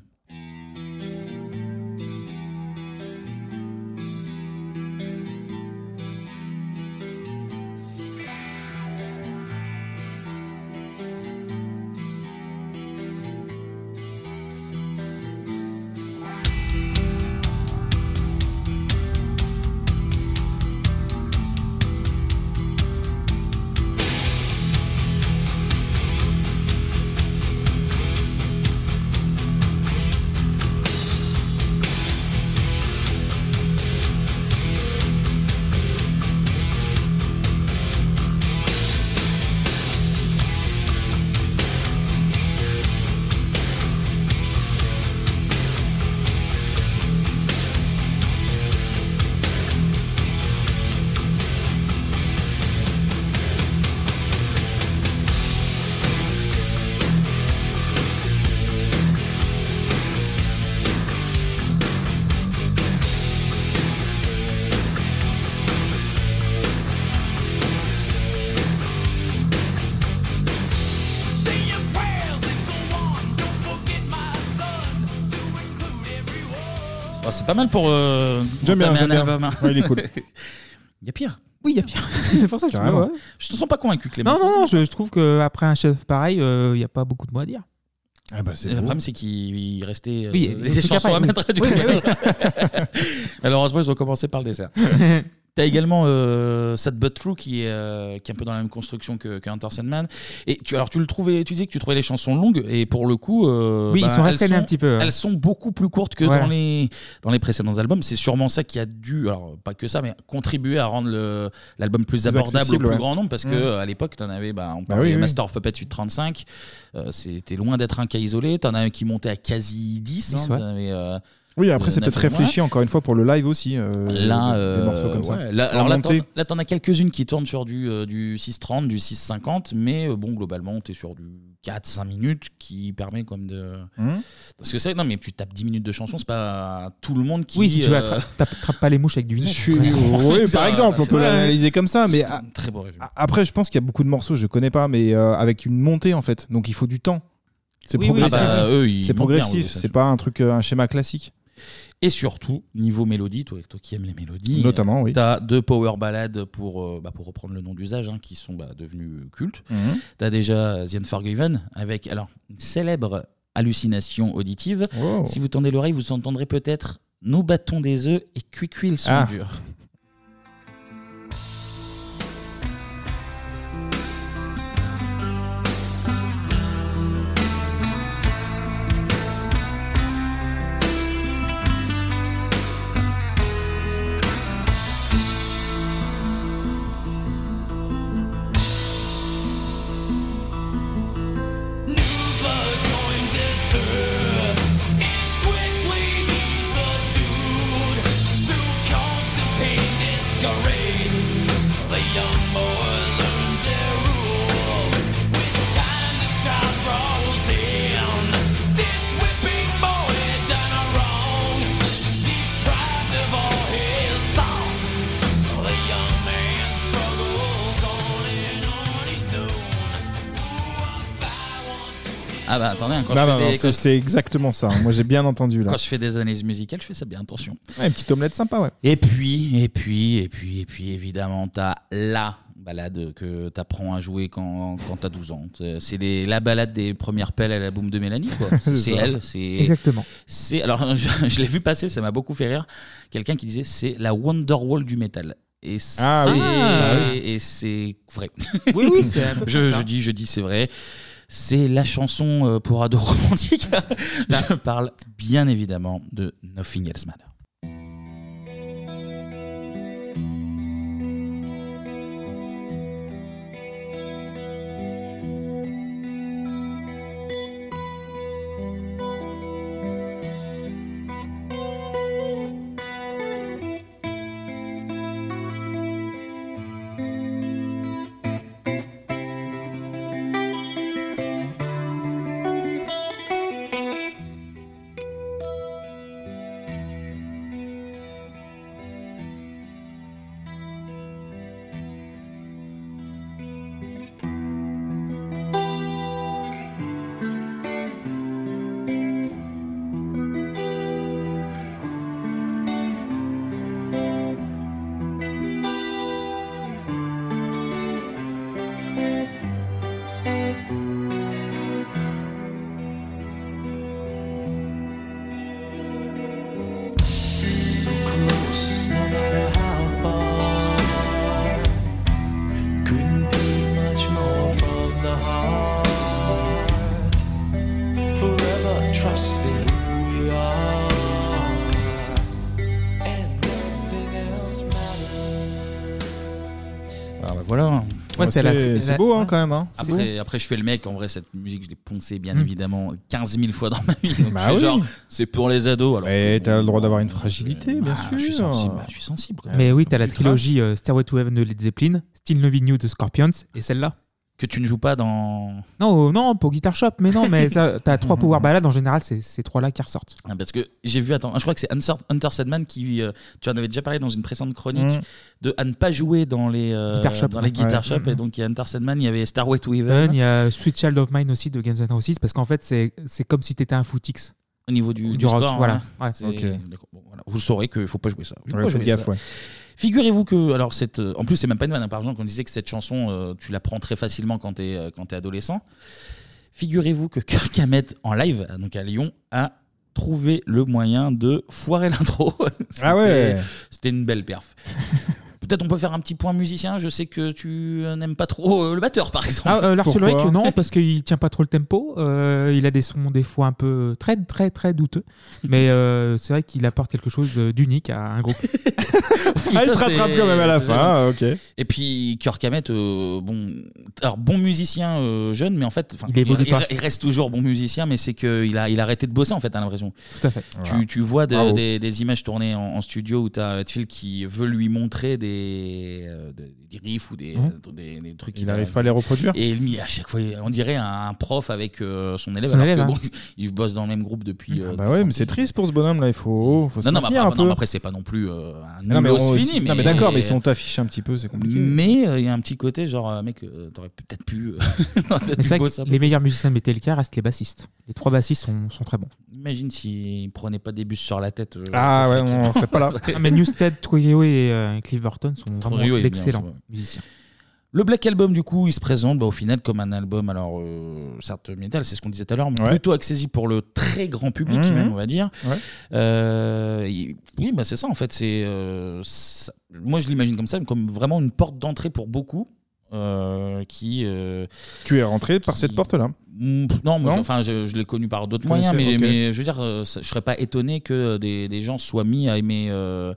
Oh, c'est pas mal pour. J'aime bien, entamer j'aime un bien. album, hein. Ouais, il est cool. Il y a pire. Oui, il y a pire. C'est pour ça que je Carrément. Je te sens pas convaincu, Clément. Non, je trouve qu'après un chef pareil, il n'y a pas beaucoup de mots à dire. Ah bah c'est Le beau. problème, c'est qu'il restait Oui, des tout chansons cas, à oui. mettre. Du Oui, coup. oui. Malheureusement, ils ont commencé par le dessert. T'as également Sad But True qui est un peu dans la même construction que Enter Sandman. Et tu le trouvais, tu dis que tu trouvais les chansons longues et pour le coup, Oui, ils sont elles réfrénés un petit peu, ouais. Elles sont beaucoup plus courtes que Voilà. dans les précédents albums. C'est sûrement ça qui a dû, alors pas que ça, mais contribuer à rendre l'album plus abordable au accessible, plus ouais. grand nombre parce que à l'époque, t'en avais, on parlait oui. Master of Puppets 835, c'était loin d'être un cas isolé. T'en as un qui montait à quasi 10. 10, hein, ouais. t'en avais, Oui, après, c'est peut-être réfléchi encore une fois pour le live aussi. Là, des morceaux comme ça. ouais, là, En alors montée. là, t'en as quelques-unes qui tournent sur du 6.30, du 6.50, mais bon, globalement, t'es sur du 4-5 minutes qui permet comme de. Parce que c'est. Non, mais tu tapes 10 minutes de chanson, c'est pas tout le monde qui. Oui, si tu t'attrapes pas les mouches avec du vinaigre. Oui, par exemple, on peut l'analyser comme ça, mais très beau résumé. après, je pense qu'il y a beaucoup de morceaux, je connais pas, mais avec une montée en fait, donc il faut du temps. C'est Oui, progressif. oui, eux, ils c'est montent bien, progressif, oui, ça, c'est pas un truc, un schéma classique. Et surtout, niveau mélodie, toi qui aimes les mélodies, Notamment, oui. T'as deux power ballads pour reprendre le nom d'usage, qui sont devenus cultes. T'as déjà The Unforgiven avec une célèbre hallucination auditive. Oh. Si vous tendez l'oreille, vous entendrez peut-être Nous battons des œufs et cuit ils sont durs. Ah bah attendez, quand je fais c'est exactement ça. Moi j'ai bien entendu là. Quand je fais des analyses musicales, je fais ça bien, attention. Ouais, une petite omelette sympa, ouais. Et puis, évidemment, t'as la balade que t'apprends à jouer quand t'as 12 ans. C'est la balade des premières pelles à la boum de Mélanie, quoi. C'est elle. Exactement. Alors, je l'ai vu passer, ça m'a beaucoup fait rire. Quelqu'un qui disait c'est la Wonderwall du métal. Et c'est et c'est vrai. Oui, c'est un peu je ça. dis c'est vrai. C'est la chanson pour ados romantiques. Je parle bien évidemment de Nothing Else Matters. So close, no matter how far. Couldn't be much more from the heart. Forever trusting who we are. And nothing else matters. Ah bah voilà. c'est beau quand même. Hein. Après, je fais le mec. En vrai, cette musique, je l'ai poncée bien évidemment 15 000 fois dans ma vie. Donc, Bah je fais oui. genre, c'est pour les ados. Alors, Et t'as le droit d'avoir une fragilité, bien sûr. Je suis sensible. Je suis sensible. quand même. Mais oui, t'as la trilogie Stairway to Heaven de Led Zeppelin, Still Loving You de Scorpions et celle-là. Que tu ne joues pas dans. Non, pour Guitar Shop, mais non, mais t'as 3 power ballades en général, c'est ces 3-là qui ressortent. Ah, parce que j'ai vu, je crois que c'est Hunter Sandman qui, tu en avais déjà parlé dans une précédente chronique, de à ne pas jouer dans les Guitar Shop, Guitar Shop. Et donc il y a Hunter Sandman, il y avait Stairway to Heaven. Il y a Sweet Child of Mine aussi de Guns N' Roses, parce qu'en fait, c'est comme si t'étais un footix. Au niveau du rock, score, voilà. hein. Ouais. C'est- Ok. d'accord. Bon, voilà. Vous saurez qu'il ne faut pas jouer ça. Il faut Ouais, pas faites jouer gaffe, ça. ouais. Figurez-vous que, alors en plus c'est même pas une vanne, hein. Par exemple, on disait que cette chanson, tu la prends très facilement quand t'es adolescent. Figurez-vous que Kirk Hammett en live, donc à Lyon, a trouvé le moyen de foirer l'intro. Ah ouais. C'était une belle perf. Peut-être on peut faire un petit point musicien. Je sais que tu n'aimes pas trop le batteur, par exemple. Lars Pourquoi Ulrich, non, parce qu'il tient pas trop le tempo. Il a des sons des fois un peu très très très douteux, mais c'est vrai qu'il apporte quelque chose d'unique à un groupe. Ah, il se rattrape quand même à la fin, ok. Et puis Kirk Hammett, bon musicien jeune, mais en fait, il reste toujours bon musicien, mais c'est qu'il a arrêté de bosser en fait, t'as l'impression. Tout à fait. Tu vois des images tournées en studio où t'as Hetfield qui veut lui montrer des riffs ou des trucs. Il n'arrive pas à les reproduire. Et lui, à chaque fois, on dirait un prof avec son élève. Son alors élève, que, hein. bon, il bosse dans le même groupe depuis. Bah ouais, mais c'est triste pour ce bonhomme là, il faut se Non, maintenir un peu. mais après, c'est pas non plus un Non, mais noulos on- fini. non, mais d'accord, mais si on t'affiche un petit peu, c'est compliqué. Mais il y a un petit côté genre, mec, t'aurais peut-être pu. Mais c'est vrai que les meilleurs musiciens de Metallica restent les bassistes. Les 3 bassistes sont très bons. Imagine s'ils prenaient pas des bus sur la tête. Ah ouais, on serait pas là. Mais Newsted, Trio et Cliff Burton sont vraiment Trio est bien, d'excellents ça va. musiciens. Le Black Album, du coup, il se présente au final comme un album, alors certes métal, c'est ce qu'on disait tout à l'heure, mais Ouais. plutôt accessible pour le très grand public, Mhm. même, on va dire. Ouais. Oui, bah, c'est ça en fait. Moi, je l'imagine comme ça, comme vraiment une porte d'entrée pour beaucoup. Qui Tu es rentré par cette porte-là. Non, moi, Non je l'ai connu par d'autres Tu moyens, connaissais, ok. mais je veux dire, je serais pas étonné que des gens soient mis à aimer.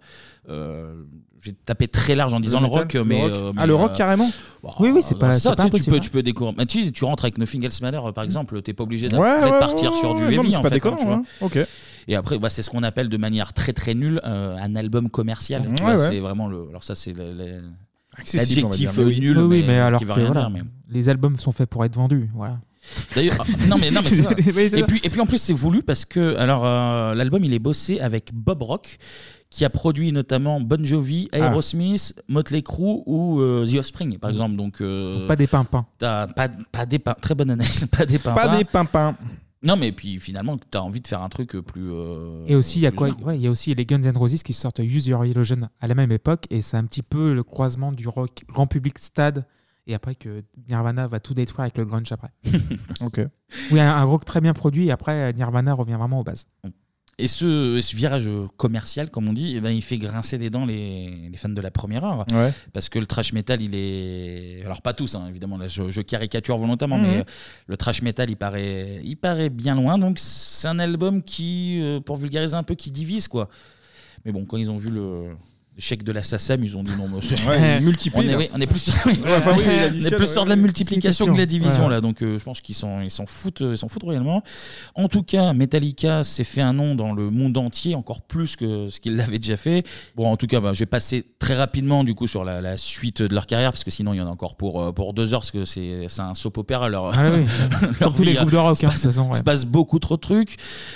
J'ai tapé très large en disant le métal, rock, le mais rock. Ah, le rock, carrément. Oui, c'est pas ça. c'est pas Tu impossible. peux découvrir. Mais tu rentres avec Nothing Else Matter, par exemple, t'es pas obligé de Ouais, ouais, partir ouais, sur du ouais, non, heavy mais c'est en pas fait. déconnant, Tu vois. hein. Ok. Et après, c'est ce qu'on appelle de manière très très nulle un album commercial. Tu Ouais, vois, ouais. c'est vraiment le. Alors ça, c'est Accessible, on va l'adjectif dire, mais oui. nul, Oui, mais, mais alors qui va que, rien voilà, dire. Mais... les albums sont faits pour être vendus. Voilà. D'ailleurs, non mais c'est ça. Oui, c'est et ça. puis en plus c'est voulu parce que l'album il est bossé avec Bob Rock qui a produit notamment Bon Jovi, Aerosmith, Motley Crue ou The Offspring par exemple. Donc Pas des pimpins. Pas des pimpins. Très bonne analyse. Pas des pimpins. Pas des pimpins. Non mais puis finalement tu as envie de faire un truc plus. Et aussi, il y a plus quoi humain. Ouais, il y a aussi les Guns N' Roses qui sortent Use Your Illusion à la même époque, et c'est un petit peu le croisement du rock grand public stade, et après que Nirvana va tout détruire avec le grunge après. Ok. Oui, un rock très bien produit, et après Nirvana revient vraiment aux bases. Et ce virage commercial, comme on dit, eh ben, il fait grincer des dents les fans de la première heure. Ouais. Parce que le thrash metal, il est. Alors, pas tous, hein, évidemment, là, je caricature volontairement, Mhm. mais le thrash metal, il paraît bien loin. Donc, c'est un album qui, pour vulgariser un peu, qui divise, quoi. Mais bon, quand ils ont vu le chèque de la SACEM, ils ont dit non, monsieur. Ouais, il multiplie, on est, là. oui, on est plus sur, enfin, oui, il on additionne, est plus sur de la ouais. multiplication que de la division, Voilà. là. Donc, je pense qu'ils s'en foutent réellement. En tout cas, Metallica s'est fait un nom dans le monde entier, encore plus que ce qu'il l'avait déjà fait. Bon, en tout cas, je vais passer très rapidement du coup sur la suite de leur carrière, parce que sinon il y en a encore pour 2 heures, parce que c'est un soap opéra. Leur, Ah oui. leur Comme tous les vie, groupes de rock, se hein, passe- de toute façon, ouais. se passe beaucoup trop de trucs.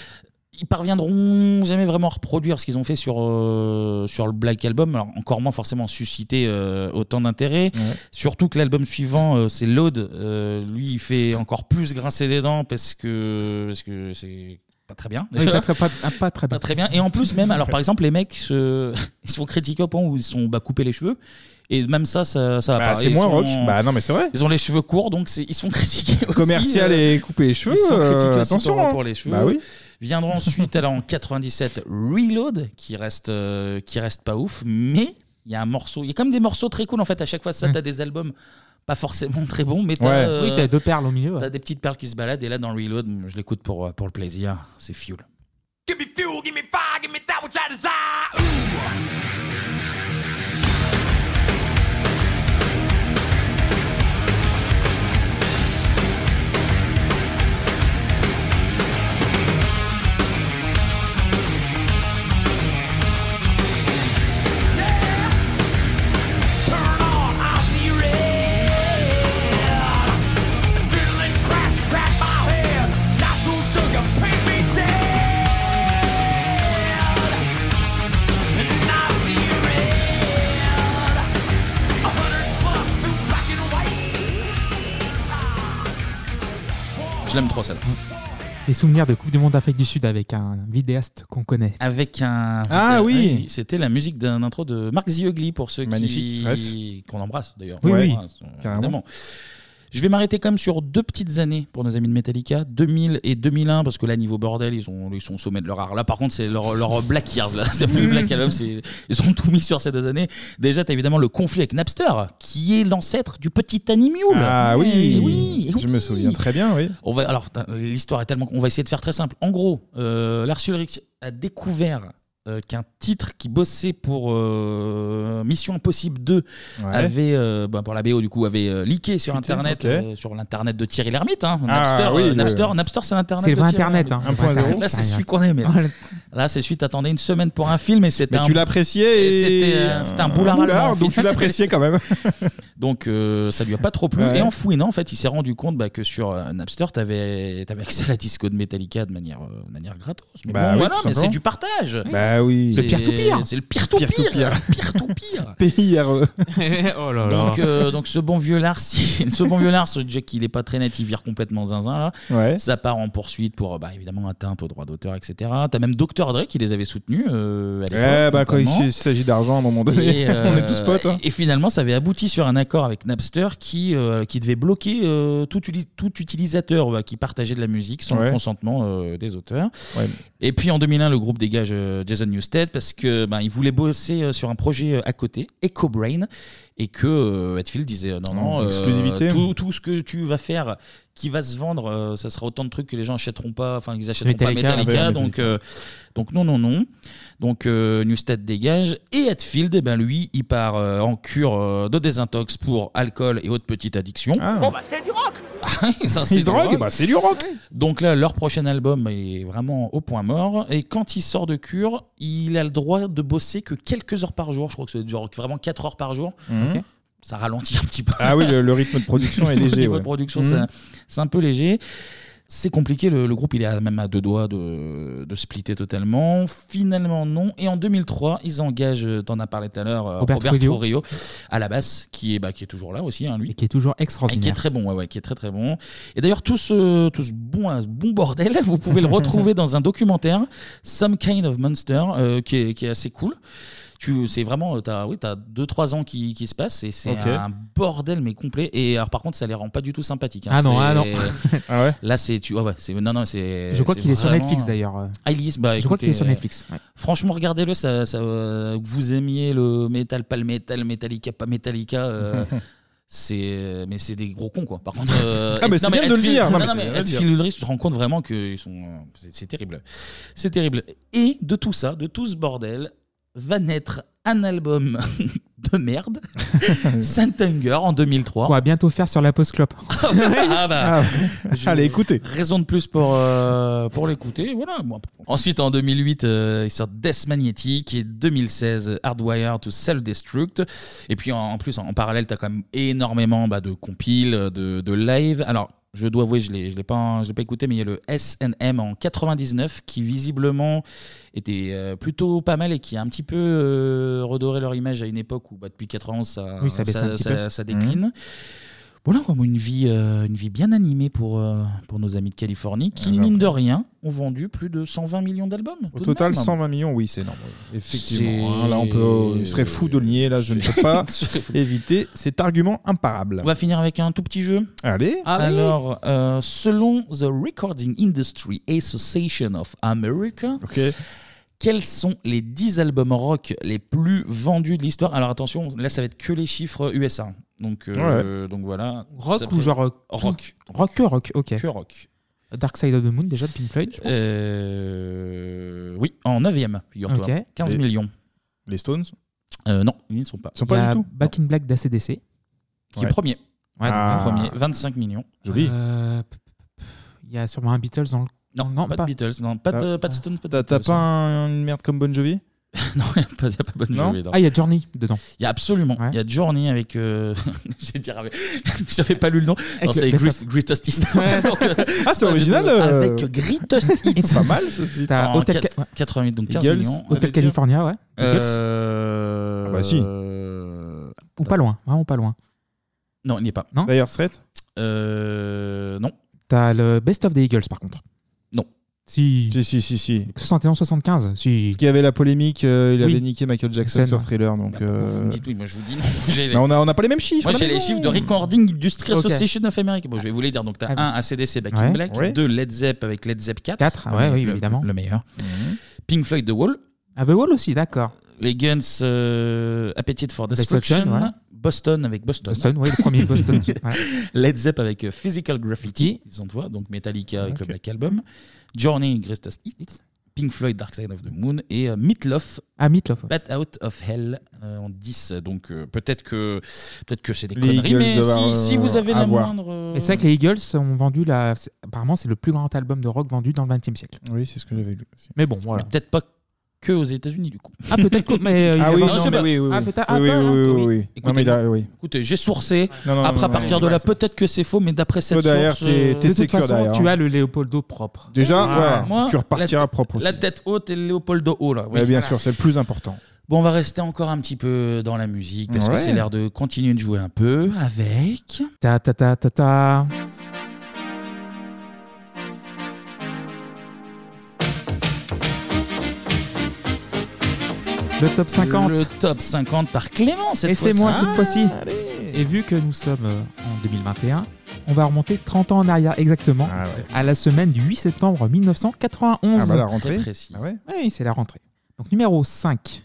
Ils parviendront jamais vraiment à reproduire ce qu'ils ont fait sur le Black Album, alors encore moins forcément susciter autant d'intérêt. Surtout que l'album suivant, c'est Load. Lui, il fait encore plus grincer des dents parce que c'est pas très bien. Oui, déjà. pas très bien. Pas très bien. Et en plus, même, alors par exemple, les mecs ils se font critiquer au point où ils sont coupés les cheveux. Et même ça va pas. c'est Ils moins sont- rock. Bah non, mais c'est vrai. Ils ont les cheveux courts, donc ils se font critiquer aussi. Commercial et couper les cheveux, Ils se font critiquer aussi attention, pour hein. les cheveux. Bah oui. Viendra ensuite, alors en 97, Reload, qui reste pas ouf, mais il y a quand même des morceaux très cool en fait. À chaque fois, ça, t'as des albums pas forcément très bons, mais t'as, Oui, t'as 2 perles au milieu. Ouais. t'as des petites perles qui se baladent. Et là, dans Reload, je l'écoute pour le plaisir. C'est Fuel. Give me fuel, give me fire, give me that which I desire. Ooh. Turn on, I see red. Adrenaline crash, crack my head. Not too sugar, paint me dead. And I see red. 100 plus through black and white. Je l'aime trop, celle-là. Des souvenirs de Coupe du Monde d'Afrique du Sud avec un vidéaste qu'on connaît. Avec un. Oui. C'était la musique d'un intro de Marc Ziegli pour ceux qu'on embrasse d'ailleurs. Oui, carrément. Évidemment. Je vais m'arrêter quand même sur 2 petites années pour nos amis de Metallica, 2000 et 2001, parce que là, niveau bordel, ils sont au sommet de leur art. Là, par contre, c'est leur Black Years, là. C'est plus Black Album, ils ont tout mis sur ces 2 années. Déjà, t'as évidemment le conflit avec Napster, qui est l'ancêtre du petit Annie Mule. Ah oui, je me souviens très bien, oui. L'histoire est tellement... On va essayer de faire très simple. En gros, Lars Ulrich a découvert qu'un titre qui bossait pour Mission Impossible 2 avait, pour la BO du coup, avait leaké sur Internet, sur l'internet de Thierry Lhermitte. Napster, c'est l'internet. C'est le vrai Internet. 1.0. Là, c'est celui qu'on est. Mais là, c'est celui t'attendais une semaine pour un film et c'était. Mais tu l'appréciais et c'était un boulard allemand. Donc tu l'appréciais quand même. Donc ça lui a pas trop plu. Et en fouinant, en fait, il s'est rendu compte que sur Napster, t'avais accès à la disco de Metallica de manière gratos. Mais mais c'est du partage. Oui. C'est le peer-to-peer. C'est le peer-to-peer. PIRE. Oh là là. Donc ce bon vieux Lars, Jack, il est pas très net, il vire complètement zinzin là. Ouais. Ça part en poursuite pour évidemment atteinte aux droits d'auteur, etc. T'as même Dr. Dre qui les avait soutenus à l'époque. Quand il s'agit d'argent à un moment donné, on est tous potes. Et finalement, ça avait abouti sur un accord avec Napster qui devait bloquer tout utilisateur qui partageait de la musique sans le consentement des auteurs. Ouais. Et puis en 2001, le groupe dégage Jason Newsted parce que il voulait bosser sur un projet à côté, Echo Brain, et que Hetfield disait non, exclusivité. Tout ce que tu vas faire qui va se vendre, ça sera autant de trucs que les gens achèteront pas, enfin ils achèteront pas Metallica, donc non. Donc Newsted dégage et Hetfield, lui, il part en cure de désintox pour alcool et autres petites addictions. Bon c'est du rock. Il se drogue, c'est du rock. Donc là, leur prochain album est vraiment au point mort. Et quand il sort de cure, il a le droit de bosser que quelques heures par jour. Je crois que c'est genre vraiment 4 heures par jour. Okay. Ça ralentit un petit peu. Ah oui, le rythme de production est léger. Le rythme de production, c'est un peu léger. C'est compliqué, le groupe il est même à 2 doigts de splitter totalement. Finalement non. Et en 2003, ils engagent, t'en as parlé tout à l'heure, Robert Trujillo à la basse, qui est toujours là aussi, lui. Et qui est toujours extraordinaire. Et qui est très bon, qui est très très bon. Et d'ailleurs tout ce bon bordel, vous pouvez le retrouver dans un documentaire, Some Kind of Monster, qui est assez cool. C'est vraiment, t'as 2-3 ans qui se passent et c'est un bordel mais complet. Et alors par contre, ça les rend pas du tout sympathiques. Ah non. Ah ouais. Là, c'est c'est. Je crois qu'il est sur Netflix d'ailleurs. Ah, il y est. Je crois qu'il est sur Netflix. Ouais. Franchement, regardez-le. Ça, vous aimiez le métal, pas le métal, Metallica, pas Metallica. C'est des gros cons quoi. Par contre, mais c'est bien de le dire. Hetfield Ulrich, tu te rends compte vraiment que ils sont. C'est terrible. C'est terrible. Et de tout ça, de tout ce bordel, va naître un album de merde, Saint Anger en 2003. On va bientôt faire sur la Post Club. Allez, écoutez. Raison de plus pour l'écouter. Voilà. Bon, ensuite, en 2008, ils sortent Death Magnetic et 2016, Hardwire to Self-Destruct. Et puis en plus, en parallèle, tu as quand même énormément de compiles, de live. Alors, je dois avouer, je l'ai pas écouté, mais il y a le S&M en 99 qui visiblement était plutôt pas mal et qui a un petit peu redoré leur image à une époque où depuis 91 ça décline. Voilà, une vie bien animée pour nos amis de Californie qui, mine de rien, ont vendu plus de 120 millions d'albums. Au total, 120 millions, oui, c'est énorme. Effectivement, là, il serait fou de le nier. Là, je ne peux pas éviter cet argument imparable. On va finir avec un tout petit jeu. Allez. Alors, selon The Recording Industry Association of America, quels sont les 10 albums rock les plus vendus de l'histoire? Alors attention, là, ça va être que les chiffres USA. Donc voilà. Rock ou genre rock. Rock, ok. Que rock. Dark Side of the Moon, déjà de Pink Floyd, je pense. Oui, en 9e, figure-toi. 15 millions. Les Stones Non, ils ne sont pas. Ils sont pas du tout. Back in Black d'ACDC. Qui est premier. Premier, 25 millions. Joli. Il y a sûrement un Beatles dans le. Non, pas de Beatles, non, pas de Stones, pas de Beatles. T'as pas une merde comme Bon Jovi? Non, il n'y a pas Bon Jovi. Ah, il y a Journey dedans. Il y a absolument. Il y a Journey avec. J'avais pas lu le nom. Non, c'est Greatest Hits. C'est original. Avec Greatest Hits. C'est pas mal, ça. T'as 88, donc 15 millions. Hotel California, ouais. Bah si. Ou pas loin, vraiment pas loin. Non, il n'y est pas. D'ailleurs, Straight Non. T'as le Best of the Eagles, par contre. Non. Si. Si. 71-75. Si. Parce qu'il y avait la polémique, il avait Oui. niqué Michael Jackson sur Thriller. Donc, Vous me dites oui, moi je vous dis non. Mais on n'a pas les mêmes chiffres. Moi à la j'ai les maison. chiffres de Recording Industry Ok. Association of America. Bon, je vais vous les dire. Donc, tu as un ACDC Back in Ouais. Black, Ouais. 2 Led Zepp avec Led Zepp 4. 4, ouais, oui, évidemment. Le meilleur. Pink Floyd The Wall. Ah, The Wall aussi, d'accord. Les Guns Appetite for Destruction, Destruction. ouais. Boston avec Boston. Boston, oui, le premier Boston. Voilà. Led Zepp avec Physical Graffiti, ils ont voix, donc Metallica avec le Black Album. Journey Greatest Hits. Pink Floyd Dark Side of the Moon et Meatloaf. Bat Out of Hell en 10. Donc peut-être que c'est des Les conneries, Eagles mais doivent, si vous avez la avoir. moindre. Et c'est vrai que les Eagles ont vendu apparemment, c'est le plus grand album de rock vendu dans le XXe siècle. Oui, c'est ce que j'avais lu aussi. Mais bon, voilà. Mais peut-être pas que aux États-Unis du coup. Ah, peut-être que. Mais Ah oui, non, non, c'est mais pas- oui. Ah, peut-être. Oui. Écoutez, Non, mais là, oui. écoutez, j'ai sourcé. Non, Après, à partir de là, peut-être que c'est faux, mais d'après cette derrière, source. t'es De toute sécure façon, derrière. tu as le Leopoldo propre. Déjà, voilà, Moi, tu repartiras propre aussi. La tête haute et le Léopoldo haut là. Oui. Ouais, bien sûr, c'est le plus important. Bon, on va rester encore un petit peu dans la musique parce que Ouais. c'est l'air de continuer de jouer un peu avec. Ta ta ta ta ta. Le top 50. Le top 50 par Clément cette Et fois-ci. c'est moi cette Ah, fois-ci. allez. Et vu que nous sommes en 2021, on va remonter 30 ans en arrière exactement, à la semaine du 8 septembre 1991. Ah bah la rentrée. Très précis. Ah ouais. Oui, c'est la rentrée. Donc numéro 5.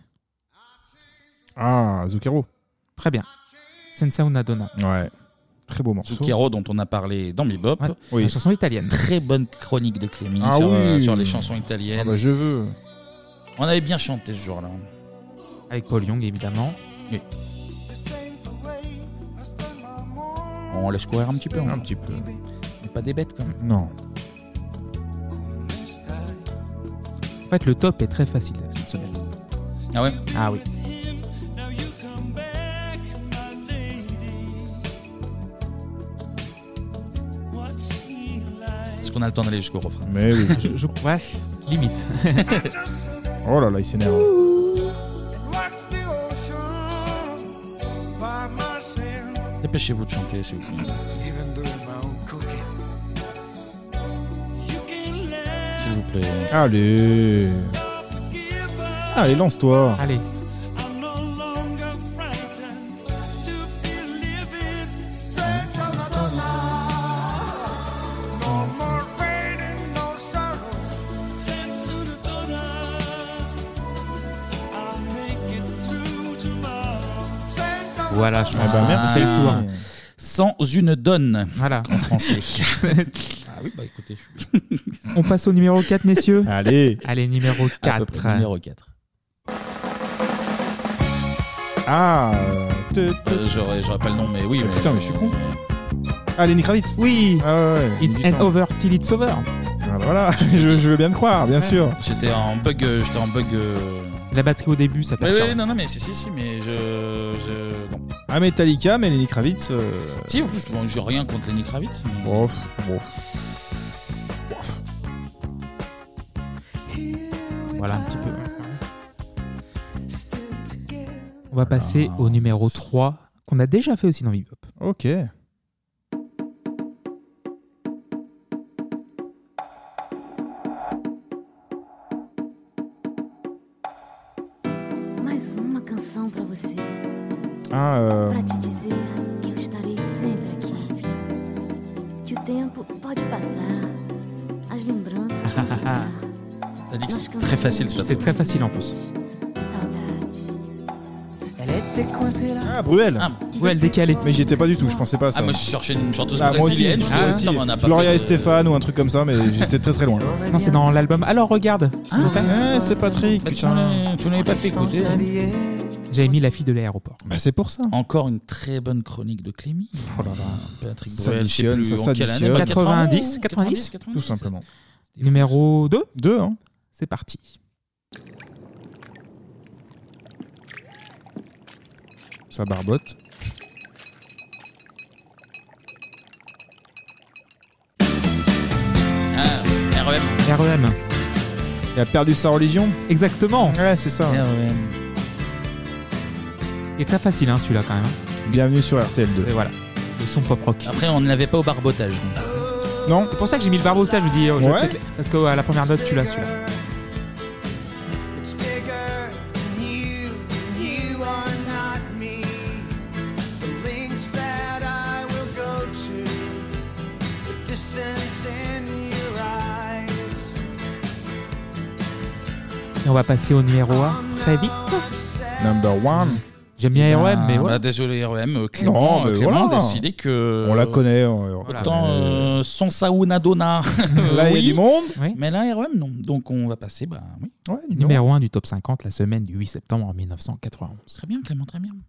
Ah, Zucchero. Très bien. Senza una donna. Ouais. Très beau morceau. Zucchero dont on a parlé dans Bebop. Ouais. Oui. La chanson italienne. Très bonne chronique de Clémy Ah sur, oui. sur les chansons italiennes. Ah bah je veux. On avait bien chanté ce jour-là. Avec Paul Young évidemment. Oui. On laisse courir un petit peu. Un petit peu. Mais pas des bêtes quand même. Non. En fait, le top est très facile cette semaine. Ah ouais. Ah oui. Est-ce qu'on a le temps d'aller jusqu'au refrain? Mais oui. Je crois. Ouais, limite. Oh là là, il s'énerve. Dépêchez-vous de chanter, s'il vous plaît. S'il vous plaît. Allez. Allez, lance-toi. Allez. Voilà, je pense. Ah bah, merci. C'est le tour. Sans une donne. Voilà. En français. Ah oui, bah écoutez. On passe au numéro 4, messieurs. Allez. Allez, numéro À peu 4. près, numéro 4. Ah. J'aurais pas le nom, mais oui. Putain, mais je suis con. Ah, Lenny Kravitz. Oui. Ah ouais. It ain't over till it's over. Voilà, je veux bien te croire, bien sûr. J'étais en bug. La batterie au début, ça Oui, perturbe. oui, non, mais si, mais non. Ah, Metallica, mais Lenny Kravitz. Si, en plus, bon, j'ai rien contre Lenny Kravitz. Mais... Bof. Voilà un petit peu. On va passer au numéro 3, qu'on a déjà fait aussi dans Bebop. Ok. Mais uma canção pra você. Ah, Pra te dizer que eu estarei sempre aqui. Que o tempo pode passar. As lembranças vão ficar. T'as dit que c'est très facile, c'est pas C'est très facile en plus. Ah, Bruel. Bruel décalé. Mais j'y étais pas du tout, je pensais pas à ça. Ah, moi je cherchais une chanteuse Ah, moi aussi. brésilienne. Je Ah, me aussi. dis, putain, mais on a pas Gloria fait et de- Stéphane ou un truc comme ça, mais j'étais très très loin. Non, c'est dans l'album. Alors regarde. Ouais, c'est Patrick. Bah, tu Putain. ne l'avais pas fait écouter. J'avais mis La fille de l'aéroport. Bah, c'est pour ça. Encore une très bonne chronique de Clémy. Oh là là. Patrick Ça Bruel, je sais additionne, plus ça en quelle année. s'additionne. Bah, 90, 90, Tout simplement. Numéro 2. 2, hein. C'est parti. Ça barbote. Ah, REM. REM. Il a perdu sa religion. Exactement. Ouais, c'est ça. REM. Il est très facile, hein, celui-là, quand même. Bienvenue sur RTL2. Et voilà. Le son pop rock. Après, on ne l'avait pas au barbotage. donc. Non. C'est pour ça que j'ai mis le barboutage. Je me dis, je vais Ouais. peut-être- parce qu'à la première note, tu l'as celui-là. It's bigger than you are not me. The links that I will go to, the distance in your eyes. Et on va passer au numéro 1 très vite. Number 1. J'aime bien REM, mais voilà. Désolé REM, Clément, mais Clément voilà. a décidé que... On la connaît. Autant son Sauna Donna, Là, il y a du monde. Mais là, REM, non. Donc on va passer, oui. Numéro 1 du top 50, la semaine du 8 septembre 1991. Très bien, Clément, très bien.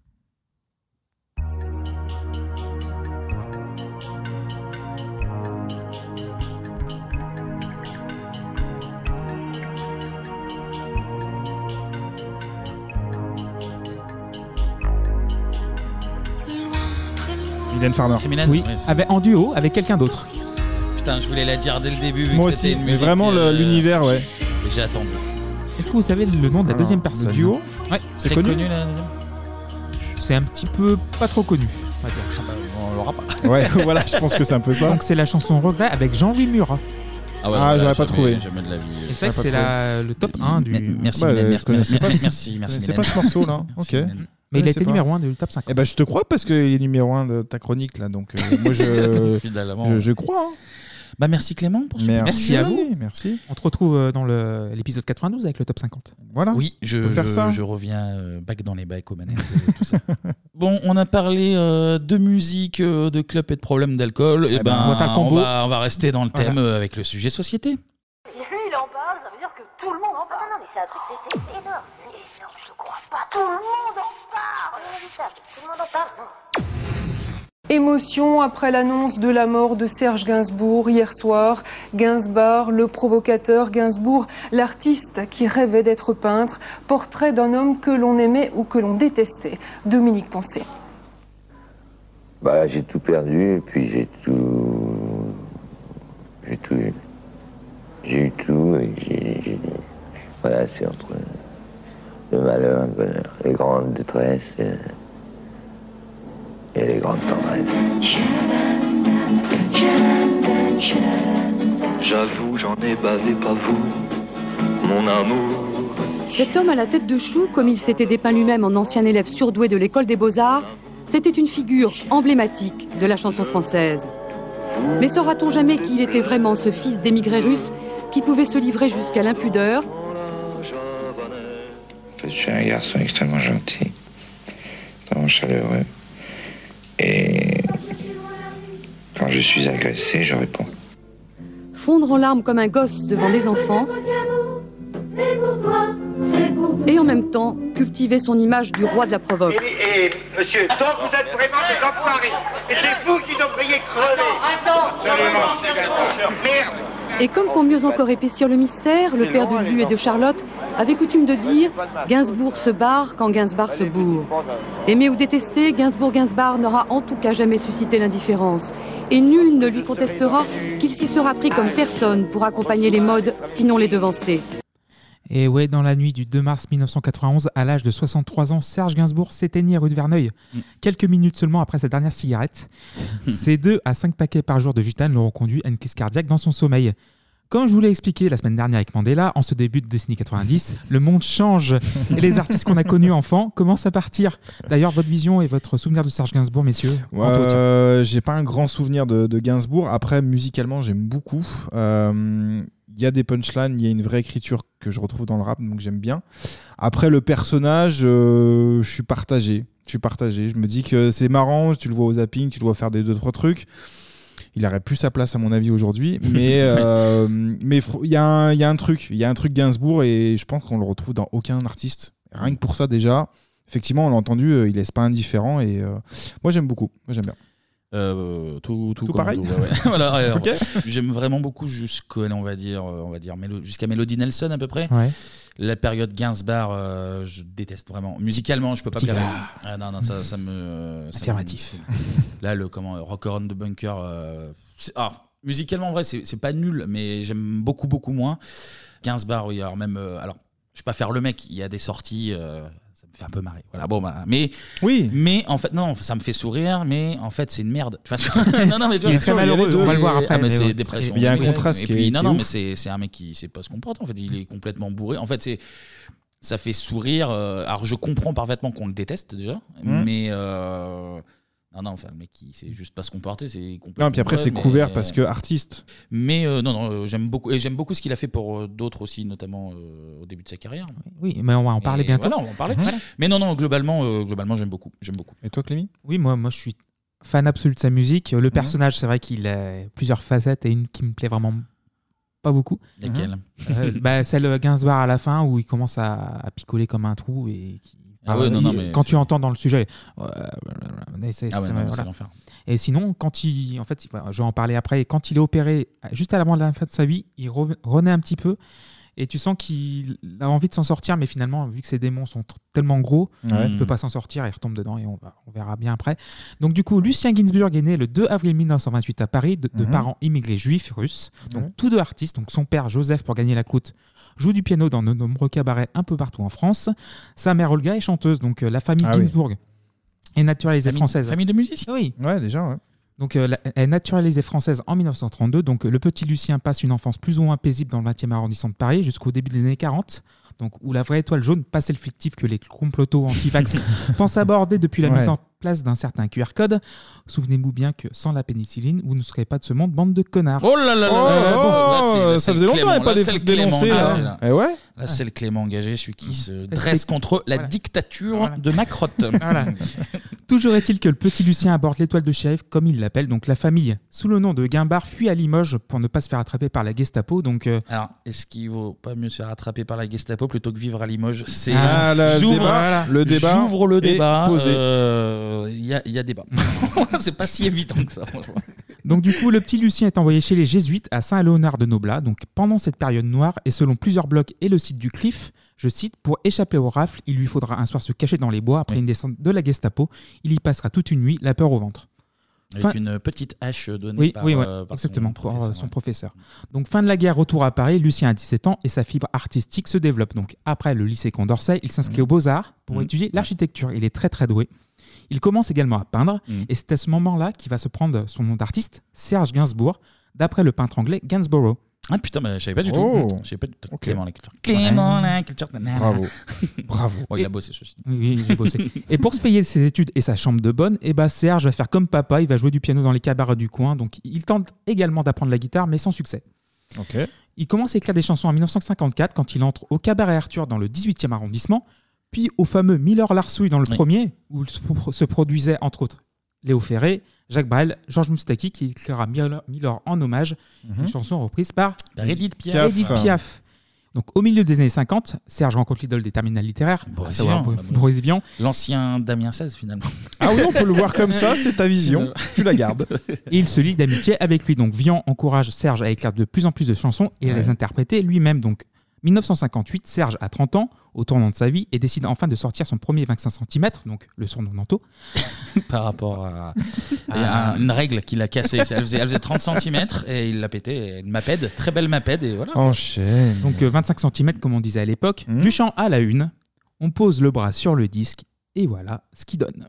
Mylène Farmer. C'est Mylène Oui, Ouais, c'est- en duo avec quelqu'un d'autre. Putain, je voulais la dire dès le début. Vu Moi que c'était aussi, une mais musique, vraiment l'univers, ouais. J'ai attendu. Est-ce que vous savez le nom de la deuxième personne? Le duo. Ouais. C'est Très connu. la deuxième. C'est un petit peu pas trop connu. on va dire. On l'aura pas. Ouais, voilà, je pense que c'est un peu ça. Donc c'est la chanson Regret avec Jean-Louis Murat. Ah, j'aurais pas trouvé. Jamais de la vie. Et c'est vrai que c'est le top 1 du. Merci, Ouais, Mylène, je connaissais pas merci, C'est Mylène. pas ce morceau-là. Ok. Mais il a Ouais, été c'est pas- numéro 1 du top 50. Eh ben, je te crois parce qu'il est numéro 1 de ta chronique là. Donc moi Finalement. je crois. hein. Bah merci Clément pour ce Merci à vous. Merci. On te retrouve dans l'épisode 92 avec le top 50. Voilà. Oui, On peut faire ça. je reviens back dans les bacs aux manettes, tout ça. Bon, on a parlé de musique, de club et de problèmes d'alcool. Et ben, on va faire le combo. on va rester dans le thème avec le sujet société. Si lui il en parle, ça veut dire que tout le monde en parle. Non, mais c'est un truc, c'est énorme. C'est énorme, je crois pas. Tout le monde en parle. Tout le monde en parle. Non. Émotion après l'annonce de la mort de Serge Gainsbourg hier soir. Gainsbourg, le provocateur, Gainsbourg, l'artiste qui rêvait d'être peintre. Portrait d'un homme que l'on aimait ou que l'on détestait. Dominique Poncé. Bah, j'ai tout perdu, et puis j'ai tout eu. J'ai eu tout, et j'ai... Voilà, c'est entre le malheur et le bonheur. Les grandes détresses et les grandes tendresses. J'avoue, j'en ai bavé, pas vous, mon amour. Cet homme à la tête de chou, comme il s'était dépeint lui-même en ancien élève surdoué de l'école des Beaux-Arts, c'était une figure emblématique de la chanson française. Mais saura-t-on jamais qu'il était vraiment ce fils d'émigré russe qui pouvait se livrer jusqu'à l'impudeur? Je suis un garçon extrêmement gentil, extrêmement chaleureux. Et quand je suis agressé, je réponds. Fondre en larmes comme un gosse devant des enfants, et en même temps cultiver son image du roi de la provoque. Et monsieur, donc vous êtes vraiment des enfoirés. Et c'est vous qui devriez crever. Absolument. Merde. Et comme pour mieux encore épaissir le mystère, le père de Lulu et de Charlotte avait coutume de dire « Gainsbourg se barre quand Gainsbourg se bourre ». Aimé ou détesté, Gainsbourg n'aura en tout cas jamais suscité l'indifférence. Et nul ne lui contestera qu'il s'y sera pris comme personne pour accompagner les modes, sinon les devancer. Et ouais, dans la nuit du 2 mars 1991, à l'âge de 63 ans, Serge Gainsbourg s'éteignait rue de Verneuil, quelques minutes seulement après sa dernière cigarette. Ces 2 à 5 paquets par jour de gitane l'auront conduit à une crise cardiaque dans son sommeil. Comme je vous l'ai expliqué la semaine dernière avec Mandela, en ce début de décennie 90, le monde change et les artistes qu'on a connus enfants commencent à partir. D'ailleurs, votre vision et votre souvenir de Serge Gainsbourg, messieurs? Anto, tiens. J'ai pas un grand souvenir de Gainsbourg. Après, musicalement, j'aime beaucoup. Il y a des punchlines, il y a une vraie écriture que je retrouve dans le rap, donc j'aime bien. Après, le personnage, je suis partagé. Je me dis que c'est marrant, tu le vois au zapping, tu le vois faire des 2-3 trucs. Il aurait plus sa place à mon avis aujourd'hui, mais il y a un truc Gainsbourg et je pense qu'on le retrouve dans aucun artiste. Rien que pour ça déjà, effectivement, on l'a entendu, il laisse pas indifférent et moi j'aime beaucoup, moi j'aime bien. Tout pareil. ouais. Voilà, alors, Ok. J'aime vraiment beaucoup jusqu'à jusqu'à Mélodie Nelson à peu près. Ouais. La période Gainsbourg, je déteste vraiment. Musicalement, je peux pas Petit plaire. gars. Ah non, ça me. Affirmatif. Là, le Rocker on the Bunker. Musicalement, en vrai, c'est pas nul, mais j'aime beaucoup moins. Gainsbourg, oui. Alors même, alors, je vais pas faire le mec. Il y a des sorties. ça me fait un peu marrer. Voilà, bon, bah, mais en fait, non, ça me fait sourire, mais en fait, c'est une merde. Non, mais tu vois, il est très malheureux, on va le voir après. Mais c'est dépression. Il y a un contraste qui est. Non, mais c'est un mec qui sait pas se comporter. En fait, il est complètement bourré. En fait, ça fait sourire. Alors, je comprends parfaitement qu'on le déteste déjà, mais. Non, enfin, le mec qui sait juste pas se comporter, c'est complètement. Non, puis après, c'est couvert parce que artiste. Mais non, j'aime beaucoup. Et j'aime beaucoup ce qu'il a fait pour d'autres aussi, notamment au début de sa carrière. Oui, mais on va en parler bientôt. Voilà, on va en parler. Voilà. Mais non, globalement, j'aime beaucoup. Et toi, Clémy ? Oui, moi, je suis fan absolu de sa musique. Le personnage, c'est vrai qu'il a plusieurs facettes et une qui me plaît vraiment pas beaucoup. Laquelle celle Gainsbourg à la fin où il commence à picoler comme un trou et mais quand tu entends dans le sujet, c'est l'enfer. Et sinon, quand je vais en parler après. Quand il est opéré, juste à l'avant de la fin de sa vie, il renaît un petit peu. Et tu sens qu'il a envie de s'en sortir, mais finalement, vu que ses démons sont tellement gros, il ne peut pas s'en sortir, il retombe dedans et on verra bien après. Donc du coup, Lucien Gainsbourg est né le 2 avril 1928 à Paris, de parents immigrés juifs russes, donc tous deux artistes. Donc son père, Joseph, pour gagner la croûte, joue du piano dans de nombreux cabarets un peu partout en France. Sa mère, Olga, est chanteuse, donc la famille Gainsbourg est naturalisée française. Famille de musiciens. Oui. Ouais, déjà, ouais. Donc, elle est naturalisée française en 1932. Donc, le petit Lucien passe une enfance plus ou moins paisible dans le 20e arrondissement de Paris jusqu'au début des années 40. Donc, où la vraie étoile jaune, pas celle fictive que les complotos anti-vax pensent aborder depuis la mise en place d'un certain QR code. Souvenez-vous bien que sans la pénicilline, vous ne serez pas de ce monde, bande de connards. Oh là là ça faisait longtemps qu'il n'y avait pas dénoncé. Là, c'est le Clément engagé, celui qui se dresse contre la dictature de Macrotte. Voilà. Toujours est-il que le petit Lucien aborde l'étoile de shérif, comme il l'appelle. Donc la famille, sous le nom de Guimbard, fuit à Limoges pour ne pas se faire attraper par la Gestapo. Donc, alors, est-ce qu'il vaut pas mieux se faire attraper par la Gestapo plutôt que vivre à Limoges ? C'est le débat. J'ouvre le débat. Posé. Il y a débat. C'est pas si évident que ça, franchement. Donc du coup, le petit Lucien est envoyé chez les Jésuites à Saint-Léonard de Noblat. Donc pendant cette période noire, et selon plusieurs blogs et le site du CRIF, je cite, pour échapper aux rafles, il lui faudra un soir se cacher dans les bois après une descente de la Gestapo. Il y passera toute une nuit, la peur au ventre. Avec une petite hache donnée par exactement, par son professeur. Donc fin de la guerre, retour à Paris, Lucien a 17 ans et sa fibre artistique se développe. Donc après le lycée Condorcet, il s'inscrit aux Beaux-Arts pour étudier l'architecture. Il est très très doué. Il commence également à peindre et c'est à ce moment-là qu'il va se prendre son nom d'artiste, Serge Gainsbourg, d'après le peintre anglais Gainsborough. Ah putain, mais je savais pas du tout. Je savais pas du tout. Clément la culture. Clément la culture. Bravo. Il a bossé ceci. Oui, j'ai bossé. Et pour se payer ses études et sa chambre de bonne, Serge va faire comme papa, il va jouer du piano dans les cabarets du coin. Donc il tente également d'apprendre la guitare, mais sans succès. Il commence à écrire des chansons en 1954 quand il entre au cabaret Arthur dans le 18e arrondissement, puis au fameux Miller Larsouille dans le premier, où se produisaient entre autres Léo Ferré, Jacques Brel, Georges Moustaki qui écrira Miller en hommage, une chanson reprise par Edith Piaf. Donc au milieu des années 50, Serge rencontre l'idole des terminales littéraires, Boris Vian. L'ancien Damien XVI finalement. Ah oui, on peut le voir comme ça, c'est ta vision, tu la gardes. Et il se lie d'amitié avec lui. Donc Vian encourage Serge à écrire de plus en plus de chansons et à les interpréter lui-même. Donc 1958, Serge a 30 ans, au tournant de sa vie, et décide enfin de sortir son premier 25 cm, donc le surnom Nanto. Par rapport à une règle qu'il a cassée. Elle faisait 30 cm et il l'a pété. Une Maped, très belle Maped. Et voilà. Enchaîne. Donc 25 cm, comme on disait à l'époque. Du chant à la une, on pose le bras sur le disque, et voilà ce qu'il donne.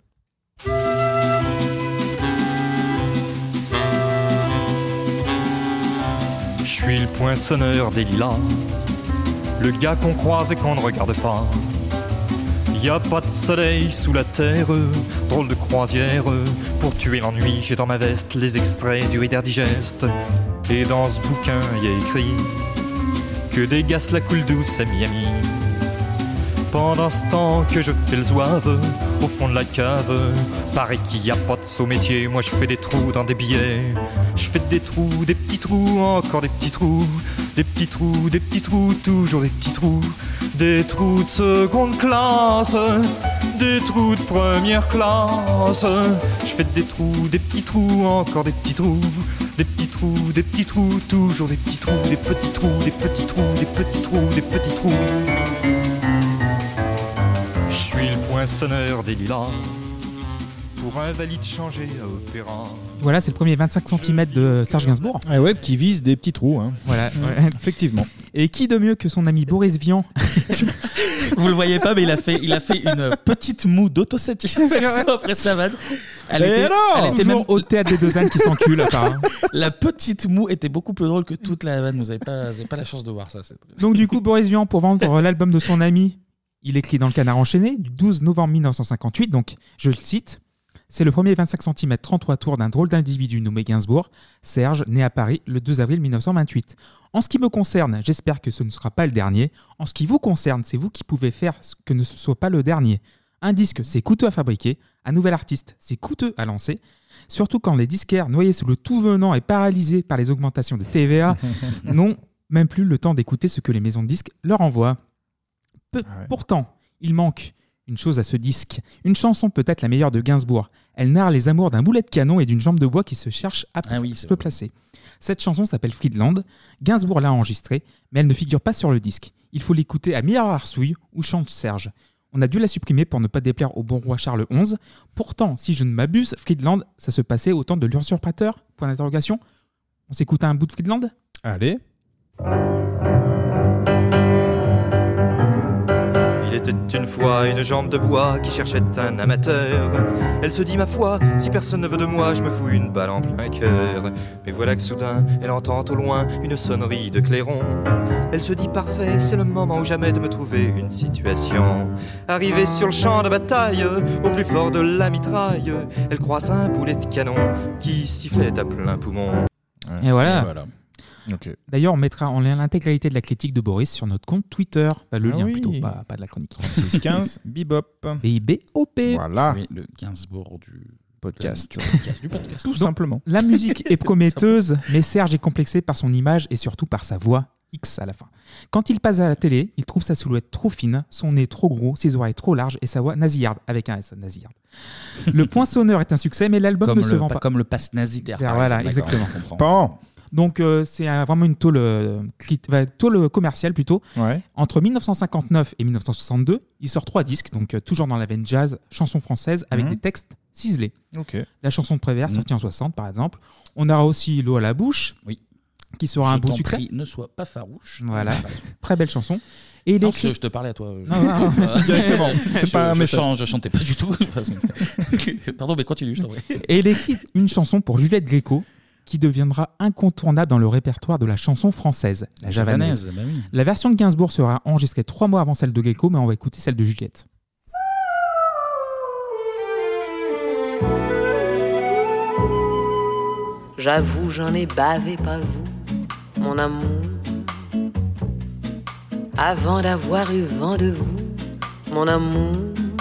Je suis le poinçonneur des lilas, le gars qu'on croise et qu'on ne regarde pas. Y a pas de soleil sous la terre, drôle de croisière. Pour tuer l'ennui, j'ai dans ma veste les extraits du Reader Digest. Et dans ce bouquin, y a écrit que des gars la coule douce à Miami. Pendant ce temps que je fais le zouave au fond de la cave, paraît qu'il y a pas de saut métier. Moi je fais des trous dans des billets. Je fais des trous, des petits trous, encore des petits trous. Des petits trous, des petits trous, toujours des petits trous. Des trous de seconde classe, des trous de première classe. Je fais des trous, des petits trous, encore des petits trous. Des petits trous, des petits trous, toujours des petits trous. Des petits trous, des petits trous, des petits trous, des petits trous. Je suis le poinçonneur des lilas, pour un valide changé à opéra. Voilà, c'est le premier 25 cm de Serge Gainsbourg. Ah ouais, qui vise des petits trous. Hein. Voilà, ouais. Effectivement. Et qui de mieux que son ami Boris Vian? Vous le voyez pas, mais il a fait une petite moue d'autosatisfaction après sa vanne. Elle était même au théâtre des Deux Ânes qui s'enculent, apparemment. La petite moue était beaucoup plus drôle que toute la vanne. Vous n'avez pas la chance de voir ça. Donc du coup, Boris Vian, pour vendre l'album de son ami, il écrit dans le Canard enchaîné du 12 novembre 1958. Donc, je le cite. C'est le premier 25 cm 33 tours d'un drôle d'individu nommé Gainsbourg, Serge, né à Paris le 2 avril 1928. En ce qui me concerne, j'espère que ce ne sera pas le dernier. En ce qui vous concerne, c'est vous qui pouvez faire que ce ne soit pas le dernier. Un disque, c'est coûteux à fabriquer. Un nouvel artiste, c'est coûteux à lancer. Surtout quand les disquaires, noyés sous le tout venant et paralysés par les augmentations de TVA, n'ont même plus le temps d'écouter ce que les maisons de disques leur envoient. Pourtant, il manque une chose à ce disque. Une chanson peut-être la meilleure de Gainsbourg. Elle narre les amours d'un boulet de canon et d'une jambe de bois qui se cherche à se placer. Cette chanson s'appelle Friedland. Gainsbourg l'a enregistrée, mais elle ne figure pas sur le disque. Il faut l'écouter à Mireille-Arsouille où chante Serge. On a dû la supprimer pour ne pas déplaire au bon roi Charles XI. Pourtant, si je ne m'abuse, Friedland, ça se passait au temps de l'usurpateur ? Point d'interrogation. On s'écoute un bout de Friedland ? Allez. Il était une fois une jambe de bois qui cherchait un amateur. Elle se dit, ma foi, si personne ne veut de moi, je me fous une balle en plein cœur. Mais voilà que soudain, elle entend au loin une sonnerie de clairon. Elle se dit, parfait, c'est le moment ou jamais de me trouver une situation. Arrivée sur le champ de bataille, au plus fort de la mitraille, elle croise un boulet de canon qui sifflait à plein poumon. Et voilà. Okay. D'ailleurs, on mettra en lien l'intégralité de la critique de Boris sur notre compte Twitter. Le lien plutôt, pas de la chronique. 3615 Bebop. B-I-B-O-P. Voilà. Oui, le Gainsbourg du podcast. Du podcast. Tout simplement. La musique est prometteuse, mais Serge est complexé par son image et surtout par sa voix X à la fin. Quand il passe à la télé, il trouve sa silhouette trop fine, son nez trop gros, ses oreilles trop larges et sa voix nasillarde, avec un S, nasillarde. Le Poinçonneur est un succès, mais l'album ne se vend pas. Comme le passe nazitaire. Voilà, exactement. Bon. Donc c'est vraiment une tôle commerciale plutôt. Ouais. Entre 1959 et 1962, il sort 3 disques, donc toujours dans la veine jazz, chansons françaises avec des textes ciselés. Okay. La chanson de Prévert, sortie en 60 par exemple. On aura aussi L'eau à la bouche, qui sera un beau succès. Prie, ne sois pas farouche. Voilà, très belle chanson. Et non, je te parlais à toi. Non, directement. C'est pas un message. Je chantais pas du tout. Pardon, mais continue, je t'en prie. Et il écrit une chanson pour Juliette Gréco, qui deviendra incontournable dans le répertoire de la chanson française, la javanaise. Bah oui. La version de Gainsbourg sera enregistrée 3 mois avant celle de Gréco, mais on va écouter celle de Juliette. J'avoue, j'en ai bavé, pas vous, mon amour. Avant d'avoir eu vent de vous, mon amour.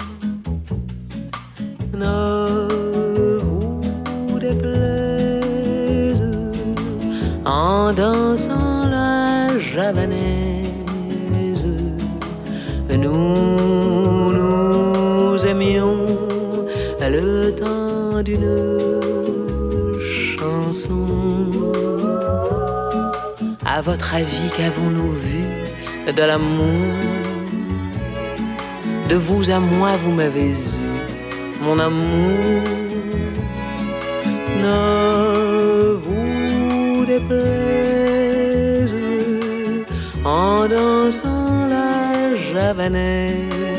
Ne vous déplaise en dansant la javanaise. Nous aimions le temps d'une chanson. À votre avis, qu'avons-nous vu de l'amour? De vous à moi, vous m'avez eu, mon amour. Ne vous déplaise en dansant la javanaise.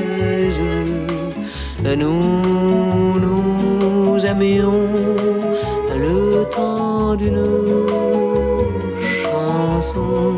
Nous aimions le temps d'une chanson.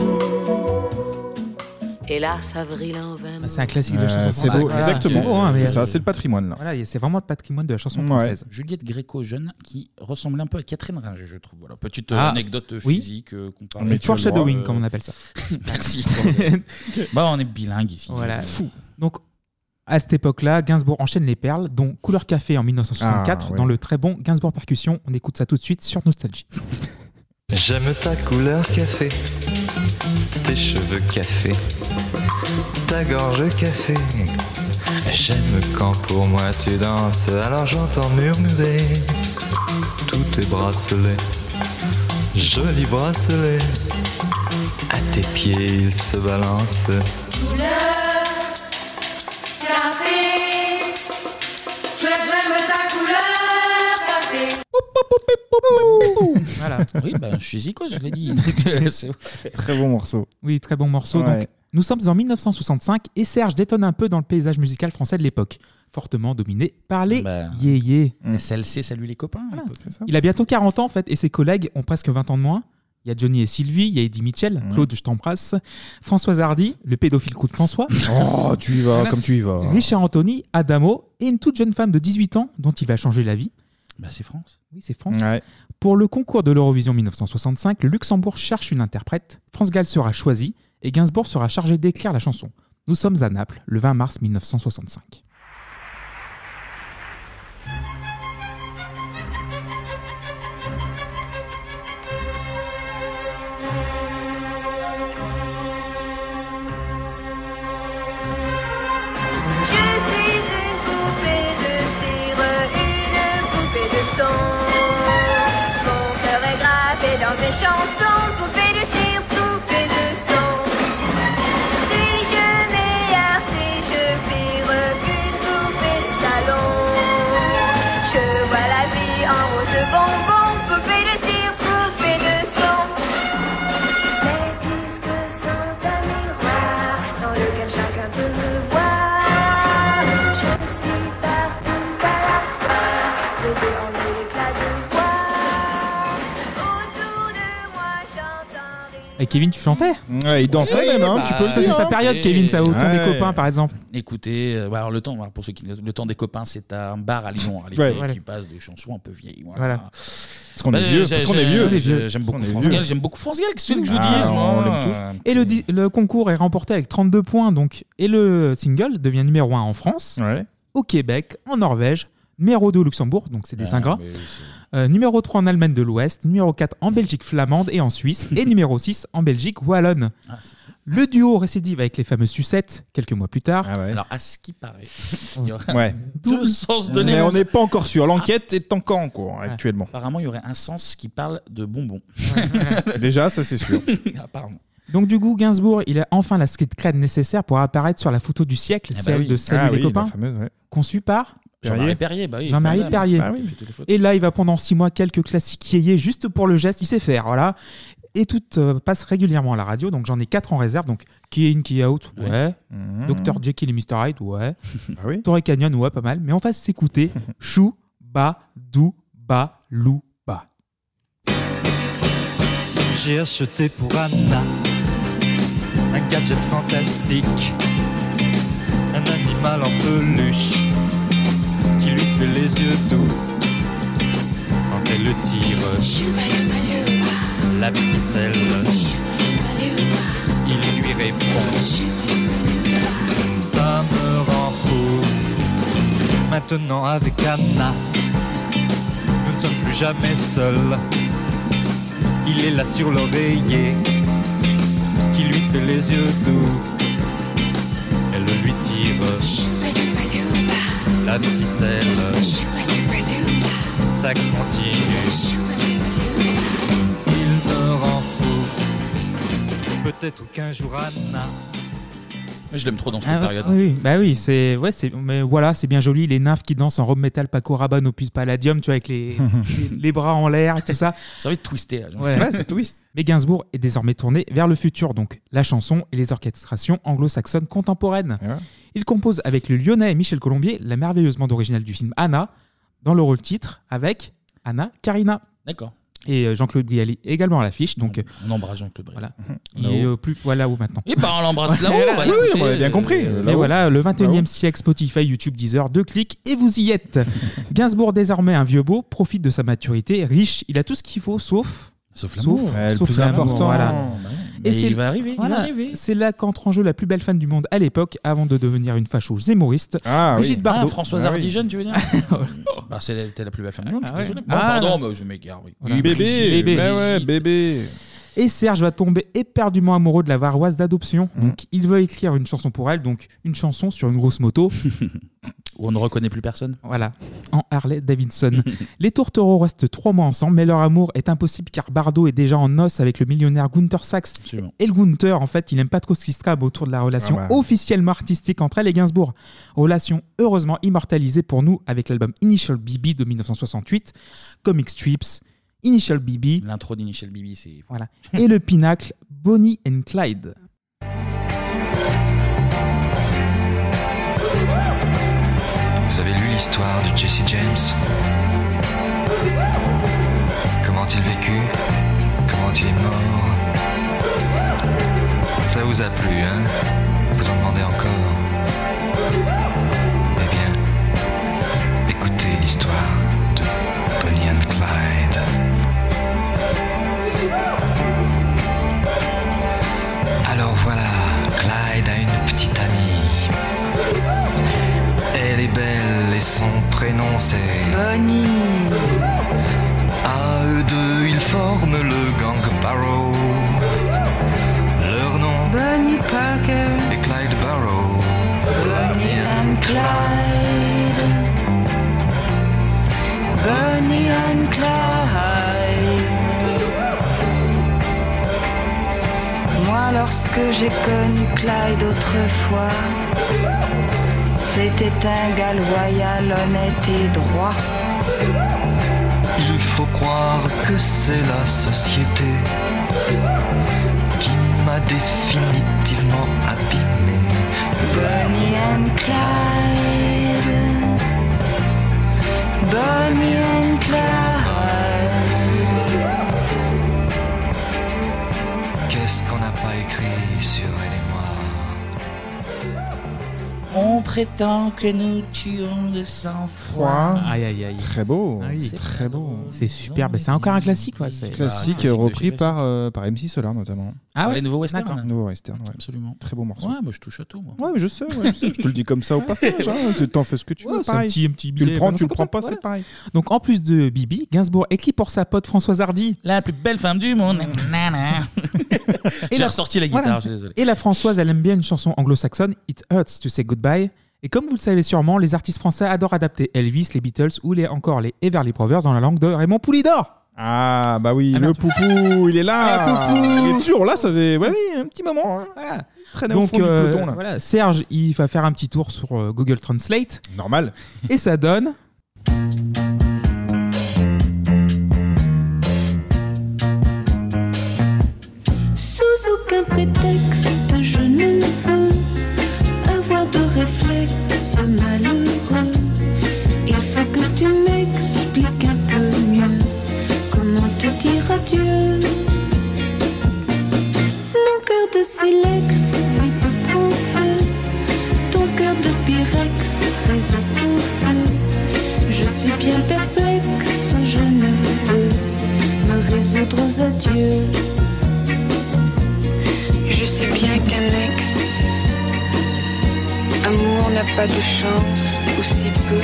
Hélas, avril en vain. C'est un classique de la chanson française. C'est beau, exactement. Beau, hein, c'est ça, c'est le patrimoine là. Voilà, c'est vraiment le patrimoine de la chanson française. Juliette Gréco jeune qui ressemblait un peu à Catherine Ringer, je trouve. Voilà, petite anecdote physique comparée. Mais foreshadowing, comme on appelle ça. Merci. On est bilingue ici. Voilà. Fou. Donc à cette époque-là, Gainsbourg enchaîne les perles, dont Couleur Café en 1964, dans le très bon Gainsbourg Percussion. On écoute ça tout de suite sur Nostalgie. J'aime ta couleur café, tes cheveux café, ta gorge café. J'aime quand pour moi tu danses, alors j'entends murmurer tous tes bracelets, jolis bracelets. À tes pieds ils se balancent. Couleur café, j'aime ta couleur café. Voilà. Oui, je suis Zico, je l'ai dit. Très bon morceau. Oui, très bon morceau. Ouais. Donc, nous sommes en 1965 et Serge détonne un peu dans le paysage musical français de l'époque, fortement dominé par les yéyés. SLC, salut les copains. Voilà. Il a bientôt 40 ans en fait et ses collègues ont presque 20 ans de moins. Il y a Johnny et Sylvie, il y a Eddie Mitchell, Claude, je t'embrasse, Françoise Hardy, le pédophile coup de François. Oh, tu y vas, comme tu y vas. Richard Anthony, Adamo et une toute jeune femme de 18 ans dont il va changer la vie. C'est France. Oui, c'est France. Ouais. Pour le concours de l'Eurovision 1965, le Luxembourg cherche une interprète. France Gall sera choisi et Gainsbourg sera chargé d'écrire la chanson. Nous sommes à Naples, le 20 mars 1965. Dans mes chansons, poupée de cire, poupée de son. Suis-je meilleure, suis-je pire qu'une poupée de salon? Je vois la vie en rose bonbon, poupée de cire, poupée de son. Les disques sont un miroir dans lequel chacun peut me voir. Je suis partout à la fois, posé en l'éclat de voix. Et Kevin, tu chantais? Ouais, il dansait même, hein. Tu peux le Ça, c'est dire, sa hein. période, Kevin, ça, au temps des copains, par exemple. Écoutez, alors le temps, pour ceux qui le temps des copains, c'est un bar à Lyon qui passe des chansons un peu vieilles. Voilà. Parce qu'on est vieux. Parce qu'on est vieux. J'aime beaucoup France Gall. J'aime beaucoup France Gall. Qu'est-ce que je vous dise, moi? On l'aime tous. Et le concours est remporté avec 32 points, donc, et le single devient numéro 1 en France, au Québec, en Norvège, numéro 2 au Luxembourg, donc c'est des ingrats, numéro 3 en Allemagne de l'Ouest, numéro 4 en Belgique flamande et en Suisse, et numéro 6 en Belgique wallonne. Le duo récidive avec les fameuses sucettes quelques mois plus tard. Alors, à ce qui paraît, il y aurait deux sens de mais on n'est pas encore sûr. L'enquête est encore en cours actuellement. Apparemment, il y aurait un sens qui parle de bonbons. Déjà, ça c'est sûr. Apparemment. Donc du coup, Gainsbourg, il a enfin la street cred nécessaire pour apparaître sur la photo du siècle, celle de Salut les copains, conçue par Jean-Marie Perrier. Jean-Marie Perrier. Et là, il va pendant 6 mois quelques classiques yéyés juste pour le geste, il sait faire, voilà. Et tout passe régulièrement à la radio, donc j'en ai 4 en réserve, donc Key In, Key Out, ouais. Dr Jekyll et Mr Hyde, ouais. Torrey Canyon, ouais, pas mal. Mais on va s'écouter Chou, Ba, Dou, Ba, Lou, Ba. J'ai acheté pour Anna un gadget fantastique, un animal en peluche qui lui fait les yeux doux quand elle le tire. La ficelle, il lui répond. Ça me rend fou. Maintenant avec Anna, nous ne sommes plus jamais seuls. Il est là sur l'oreiller qui lui fait les yeux doux. Elle lui tire la ficelle. Ça continue. Il me rend fou. Peut-être qu'un jour Anna. Je l'aime trop dans cette période. Oui, bah oui, mais voilà, c'est bien joli, les nymphes qui dansent en robe métal Paco Rabanne Opus Palladium, tu vois, avec les bras en l'air et tout ça. J'ai envie de twister là. C'est twist. Mais Gainsbourg est désormais tourné vers le futur, donc la chanson et les orchestrations anglo-saxonnes contemporaines. Il compose avec le Lyonnais Michel Colombier la merveilleuse bande originale du film Anna, dans le rôle titre avec Anna Karina. D'accord. Et Jean-Claude Brialy également à l'affiche. Donc, on embrasse Jean-Claude Brialy. Voilà. Il est plus là-haut maintenant. Et on l'embrasse là-haut. Oui, on avait bien compris. Mais voilà, le 21e siècle, Spotify, YouTube, Deezer, 2 clics et vous y êtes. Gainsbourg, désormais un vieux beau, profite de sa maturité, riche. Il a tout ce qu'il faut, sauf l'amour. Le plus important. Voilà. Et il va arriver. C'est là qu'entre en jeu la plus belle fan du monde à l'époque, avant de devenir une fâcheuse zémoriste. Brigitte Bardot. Françoise Hardy jeune, tu veux dire? C'était la plus belle fan du monde, je suis désolé. Pardon, mais je m'égare. Voilà. Bébé. Et Serge va tomber éperdument amoureux de la varoise d'adoption. Donc il veut écrire une chanson pour elle, donc une chanson sur une grosse moto. Où on ne reconnaît plus personne. Voilà. en Harley Davidson. Les tourtereaux restent 3 mois ensemble, mais leur amour est impossible car Bardot est déjà en noces avec le millionnaire Gunther Sachs. Absolument. Et le Gunther, en fait, il n'aime pas trop ce qui se trame autour de la relation officiellement artistique entre elle et Gainsbourg. Relation heureusement immortalisée pour nous avec l'album Initial BB de 1968, Comic Strips, Initial BB. L'intro d'Initial BB, c'est... Voilà. Et le pinacle, Bonnie and Clyde. Vous avez lu l'histoire de Jesse James? Comment a-t-il vécu? Comment il est mort? Ça vous a plu, hein? Vous en demandez encore? Eh bien, écoutez l'histoire de Bonnie and Clyde. Alors voilà, Clyde a une petite amie. Elle est belle et son prénom c'est Bonnie. À eux deux, ils forment le gang Barrow. Leur nom Bonnie Parker et Clyde Barrow. Bonnie and Clyde. Bonnie and Clyde. Moi, lorsque j'ai connu Clyde autrefois, c'était un gars loyal, honnête et droit. Il faut croire que c'est la société qui m'a définitivement abîmé. Bonnie and Clyde. Bonnie and Clyde. Qu'est-ce qu'on n'a pas écrit sur elle et moi? On prétend que nous tuons de sang-froid. Aïe, aïe, aïe. Très beau, C'est très beau. C'est super, c'est encore un classique. Ouais. Classique repris par MC Solar notamment. Ah ouais, les nouveaux westerns. d'accord. Nouveau western, ouais. Absolument. Très beau morceau. Ouais, moi je touche à tout. Moi. Ouais, mais je sais, je te le dis comme ça au passage. Hein. T'en fais ce que tu veux. C'est Pareil. un petit tu billet, le prends, voilà, tu le c'est prends comme pas, ça, c'est pareil. Donc en plus de Bibi, Gainsbourg écrit pour sa pote Françoise Hardy. La plus belle femme du monde. Et J'ai ressorti la guitare, voilà. je suis désolé. Et la Françoise, elle aime bien une chanson anglo-saxonne, It Hurts to Say Goodbye. Et comme vous le savez sûrement, les artistes français adorent adapter Elvis, les Beatles ou encore les Everly Brothers dans la langue de Raymond Poulidor. Ah bah oui, Ah, le merde. poupou, il est là. Ah, poupou. Il est toujours là, ça fait oui, un petit moment. Hein. Voilà. Traîné au fond du peloton là. Voilà, Serge, il va faire un petit tour sur Google Translate. Normal. Et ça donne. Sous aucun prétexte, je ne veux avoir de réflexe malheureux. Il faut que tu m'expliques un peu mieux comment te dire adieu. Mon cœur de silex vite prend feu. Ton cœur de pyrex résiste au feu. Je suis bien perplexe, je ne peux me résoudre aux adieux. Je sais bien qu'un ex-amour n'a pas de chance, ou si peu.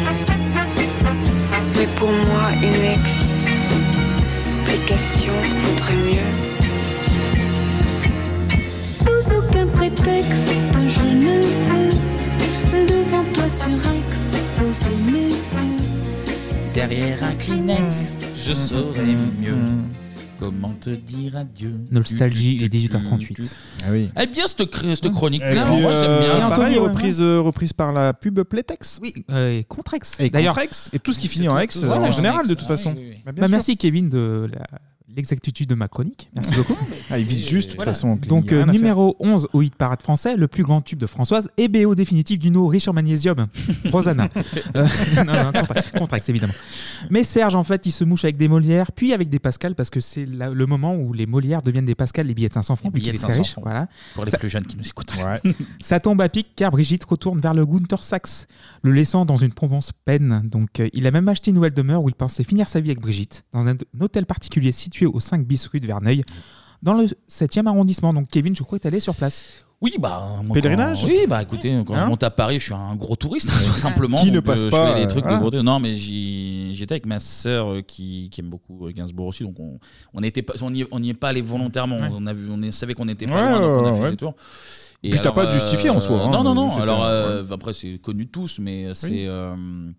Mais pour moi, une explication vaudrait mieux. Sous aucun prétexte, je ne veux devant toi surex poser mes yeux. Derrière un Kleenex, je saurais mieux comment te dire adieu. Nostalgie, il est 18h38. Ah oui. Eh bien, cette chronique-là, puis, moi j'aime bien. Pareil, reprise par la pub Playtex. Oui, Contrex. Et D'ailleurs, Contrex, et tout ce qui finit en ex, voilà, en général, de ex, toute façon. oui. Bah, bien Bah, sûr. merci Kevin de l'exactitude de ma chronique. Merci beaucoup. Ah, il vise juste, de toute façon. Donc, il y a rien à numéro 11 au hit parade français, le plus grand tube de Françoise et BO définitif d'une eau riche en magnésium. Rosanna. Non, Contrex, évidemment. Mais Serge, en fait, il se mouche avec des Molières, puis avec des Pascal, parce que c'est le moment où les Molières deviennent des Pascal, les billets de 500 francs, Les puis qu'il billets est de très 500 riche. francs. Voilà. Pour les Ça- plus jeunes qui nous écoutent. Ça tombe à pic car Brigitte retourne vers le Gunther Sachs, le laissant dans une profonde peine. Donc, il a même acheté une nouvelle demeure où il pensait finir sa vie avec Brigitte, dans un hôtel particulier situé au 5 bis rue de Verneuil, dans le 7e arrondissement. Donc, Kevin, je crois que tu allé sur place. Oui, bah. Moi, Pèlerinage Oui, bah écoutez, quand Hein je monte à Paris, je suis un gros touriste, tout simplement. Qui ne Donc, passe je pas, fais des trucs voilà. de gros touristes. Non, mais j'étais avec ma sœur qui aime beaucoup Gainsbourg aussi, donc on n'y est pas allé volontairement. On savait qu'on n'était pas loin, donc on a fait des tours. Puis t'as pas de justifié en soi, hein, Non. c'était- Alors après, c'est connu de tous, mais c'est.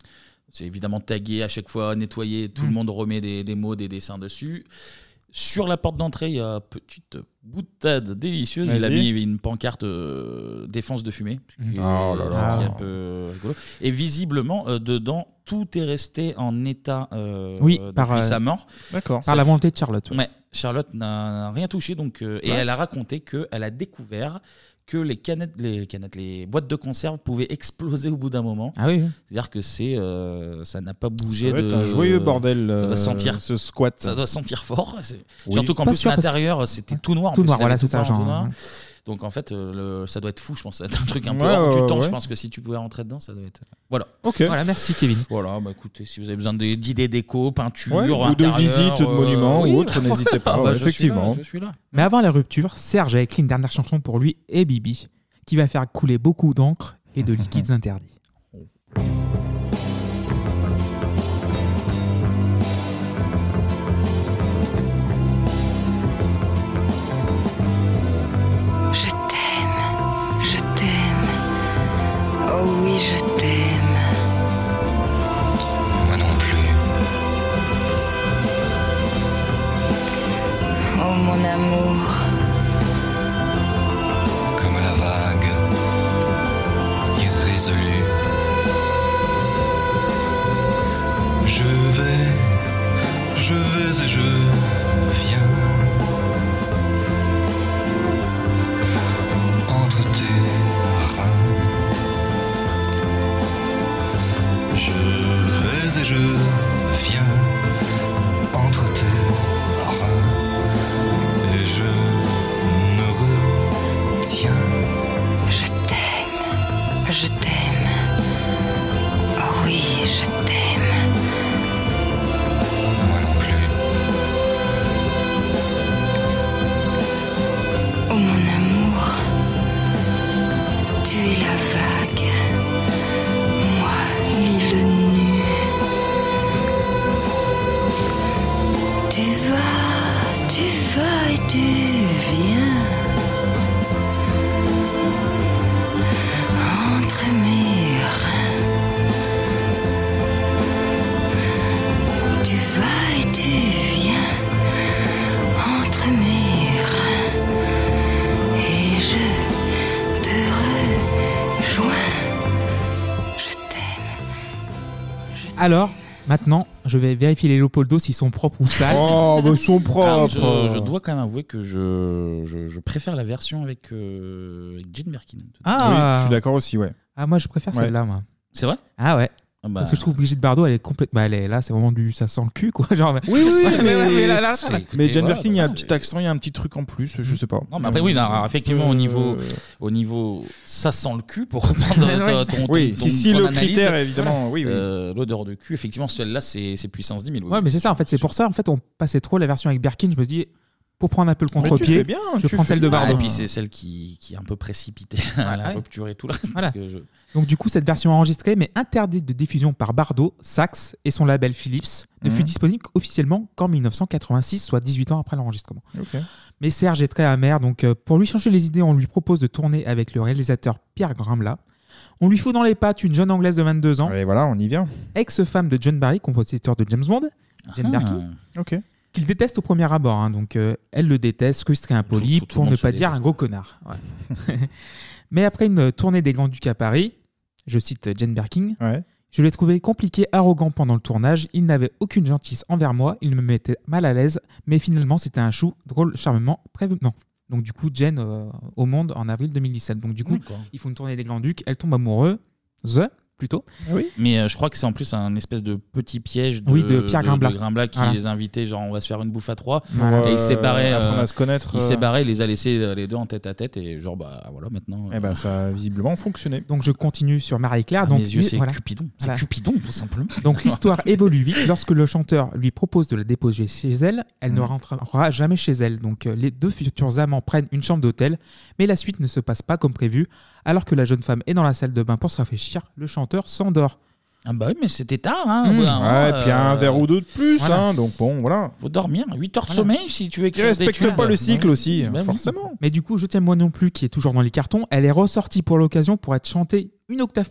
C'est évidemment tagué à chaque fois, nettoyé, tout le monde remet des mots, des dessins dessus. Sur la porte d'entrée, il y a petite boutade délicieuse. Il a mis une pancarte défense de fumée, ce qui est un peu rigolo. Et visiblement, dedans, tout est resté en état depuis sa mort. D'accord. Par la volonté de Charlotte. Ouais, Charlotte n'a rien touché, donc, et elle a raconté qu'elle a découvert que les boîtes de conserve pouvaient exploser au bout d'un moment. Ah oui. C'est-à-dire que ça n'a pas bougé. Ça doit être un joyeux bordel. Ça doit sentir ce squat. Ça doit sentir fort. Oui. Surtout qu'en Pas plus sûr, l'intérieur c'était tout noir. En tout plus, noir, il avait voilà, c'est tout ça, peint en tout genre, noir. ouais. Donc en fait, ça doit être fou. Je pense que ça doit être un truc un peu Ouais, hors du temps. ouais. Je pense que si tu pouvais rentrer dedans, ça doit être. Voilà. Ok. Voilà, merci Kevin. Voilà, bah écoutez, si vous avez besoin d'idées déco, peinture, Ouais, ou de intérieur, visites de monuments oui, ou autres, n'hésitez pas. bah, Effectivement. Je suis là. Mais avant la rupture, Serge a écrit une dernière chanson pour lui et Bibi, qui va faire couler beaucoup d'encre et de liquides interdits. Je t'aime, oh oui je t'aime. Moi non plus. Oh mon amour. Comme la vague, irrésolue. Je vais et je viens. Entre tes reins. Je vais et je viens. Entre tes reins. Et je me retiens. Je t'aime, je t'aime. Oh oui, je t'aime. Moi non plus. Oh mon amour, tu es la vague, moi l'île nue. Tu vas et tu viens. Entre mes reins. Tu vas et tu viens. Entre mes reins. Et je te rejoins. Je t'aime. Alors, maintenant, je vais vérifier les Léopoldo s'ils sont propres ou sales. Oh, bah, ils sont propres. Je dois quand même avouer que je préfère la version avec Jane Birkin. Ah. Oui, je suis d'accord aussi, ouais. Ah, moi je préfère Ouais. celle-là, moi. C'est vrai? Ah ouais. Ah bah. Parce que je trouve que Brigitte Bardot, elle est complète. Bah, elle est là, c'est vraiment du. Ça sent le cul, quoi. Genre, Oui, mais là, mais Jane Birkin, il y a un petit accent, il y a un petit truc en plus, je sais pas. Non, mais après, oui, non, alors, effectivement, au niveau, ça sent le cul pour reprendre ton Oui, si ton le analyse. critère, évidemment, oui. L'odeur de cul, effectivement, celle-là, c'est puissance 10 000. Oui. Ouais, mais c'est ça, en fait, c'est pour ça, en fait, on passait trop la version avec Birkin. Je me dis, pour prendre un peu le Mais tu contre-pied, fais bien, je tu prends fais celle de bien. Bardot. Et puis, c'est celle qui est un peu précipitée à la rupture et tout le reste. Voilà. Parce que Donc du coup, cette version enregistrée mais interdite de diffusion par Bardot, Sax et son label Philips ne fut disponible officiellement qu'en 1986, soit 18 ans après l'enregistrement. Ok. Mais Serge est très amer, donc pour lui changer les idées, on lui propose de tourner avec le réalisateur Pierre Gramla. On lui fout dans les pattes une jeune Anglaise de 22 ans. Et voilà, on y vient. Ex-femme de John Barry, compositeur de James Bond, Jane Birkin. Ok. Qu'il déteste au premier abord. Hein, donc elle le déteste, frustré, impoli, Tout le pour monde ne se pas dire déteste. un gros connard. Ouais. Mais après une tournée des Grands-Ducs à Paris, je cite Jane Birkin, je l'ai trouvé compliqué, arrogant pendant le tournage. Il n'avait aucune gentillesse envers moi. Il me mettait mal à l'aise. Mais finalement, c'était un chou, drôle, charmement, prévenant. Donc du coup, Jane au Monde en avril 2017. Donc du coup, ils font une tournée des Grands-Ducs. Elle tombe amoureuse, plutôt. Oui. Mais je crois que c'est en plus un espèce de petit piège de Pierre Grimblat. qui Voilà. les invitait, genre on va se faire une bouffe à trois. Voilà. Et il s'est barré. Apprendre à se connaître, Il s'est barré, il les a laissés les deux en tête à tête et genre bah voilà maintenant. Eh ben ça a visiblement fonctionné. Donc je continue sur Marie-Claire. À Donc mes yeux, c'est voilà. Cupidon. C'est Voilà. Cupidon tout simplement. Donc l'histoire évolue vite. Lorsque le chanteur lui propose de la déposer chez elle, elle ne rentrera jamais chez elle. Donc les deux futurs amants prennent une chambre d'hôtel, mais la suite ne se passe pas comme prévu. Alors que la jeune femme est dans la salle de bain pour se rafraîchir, le chanteur s'endort. Ah bah oui, mais c'était tard. Hein, Ouais, puis un verre ou deux de plus, voilà. hein, donc bon, voilà. Faut dormir, 8 heures de sommeil si tu veux Qui respecte pas le cycle aussi, Bah oui. forcément. Mais du coup, Je t'aime moi non plus, qui est toujours dans les cartons, elle est ressortie pour l'occasion pour être chantée une octave plus haut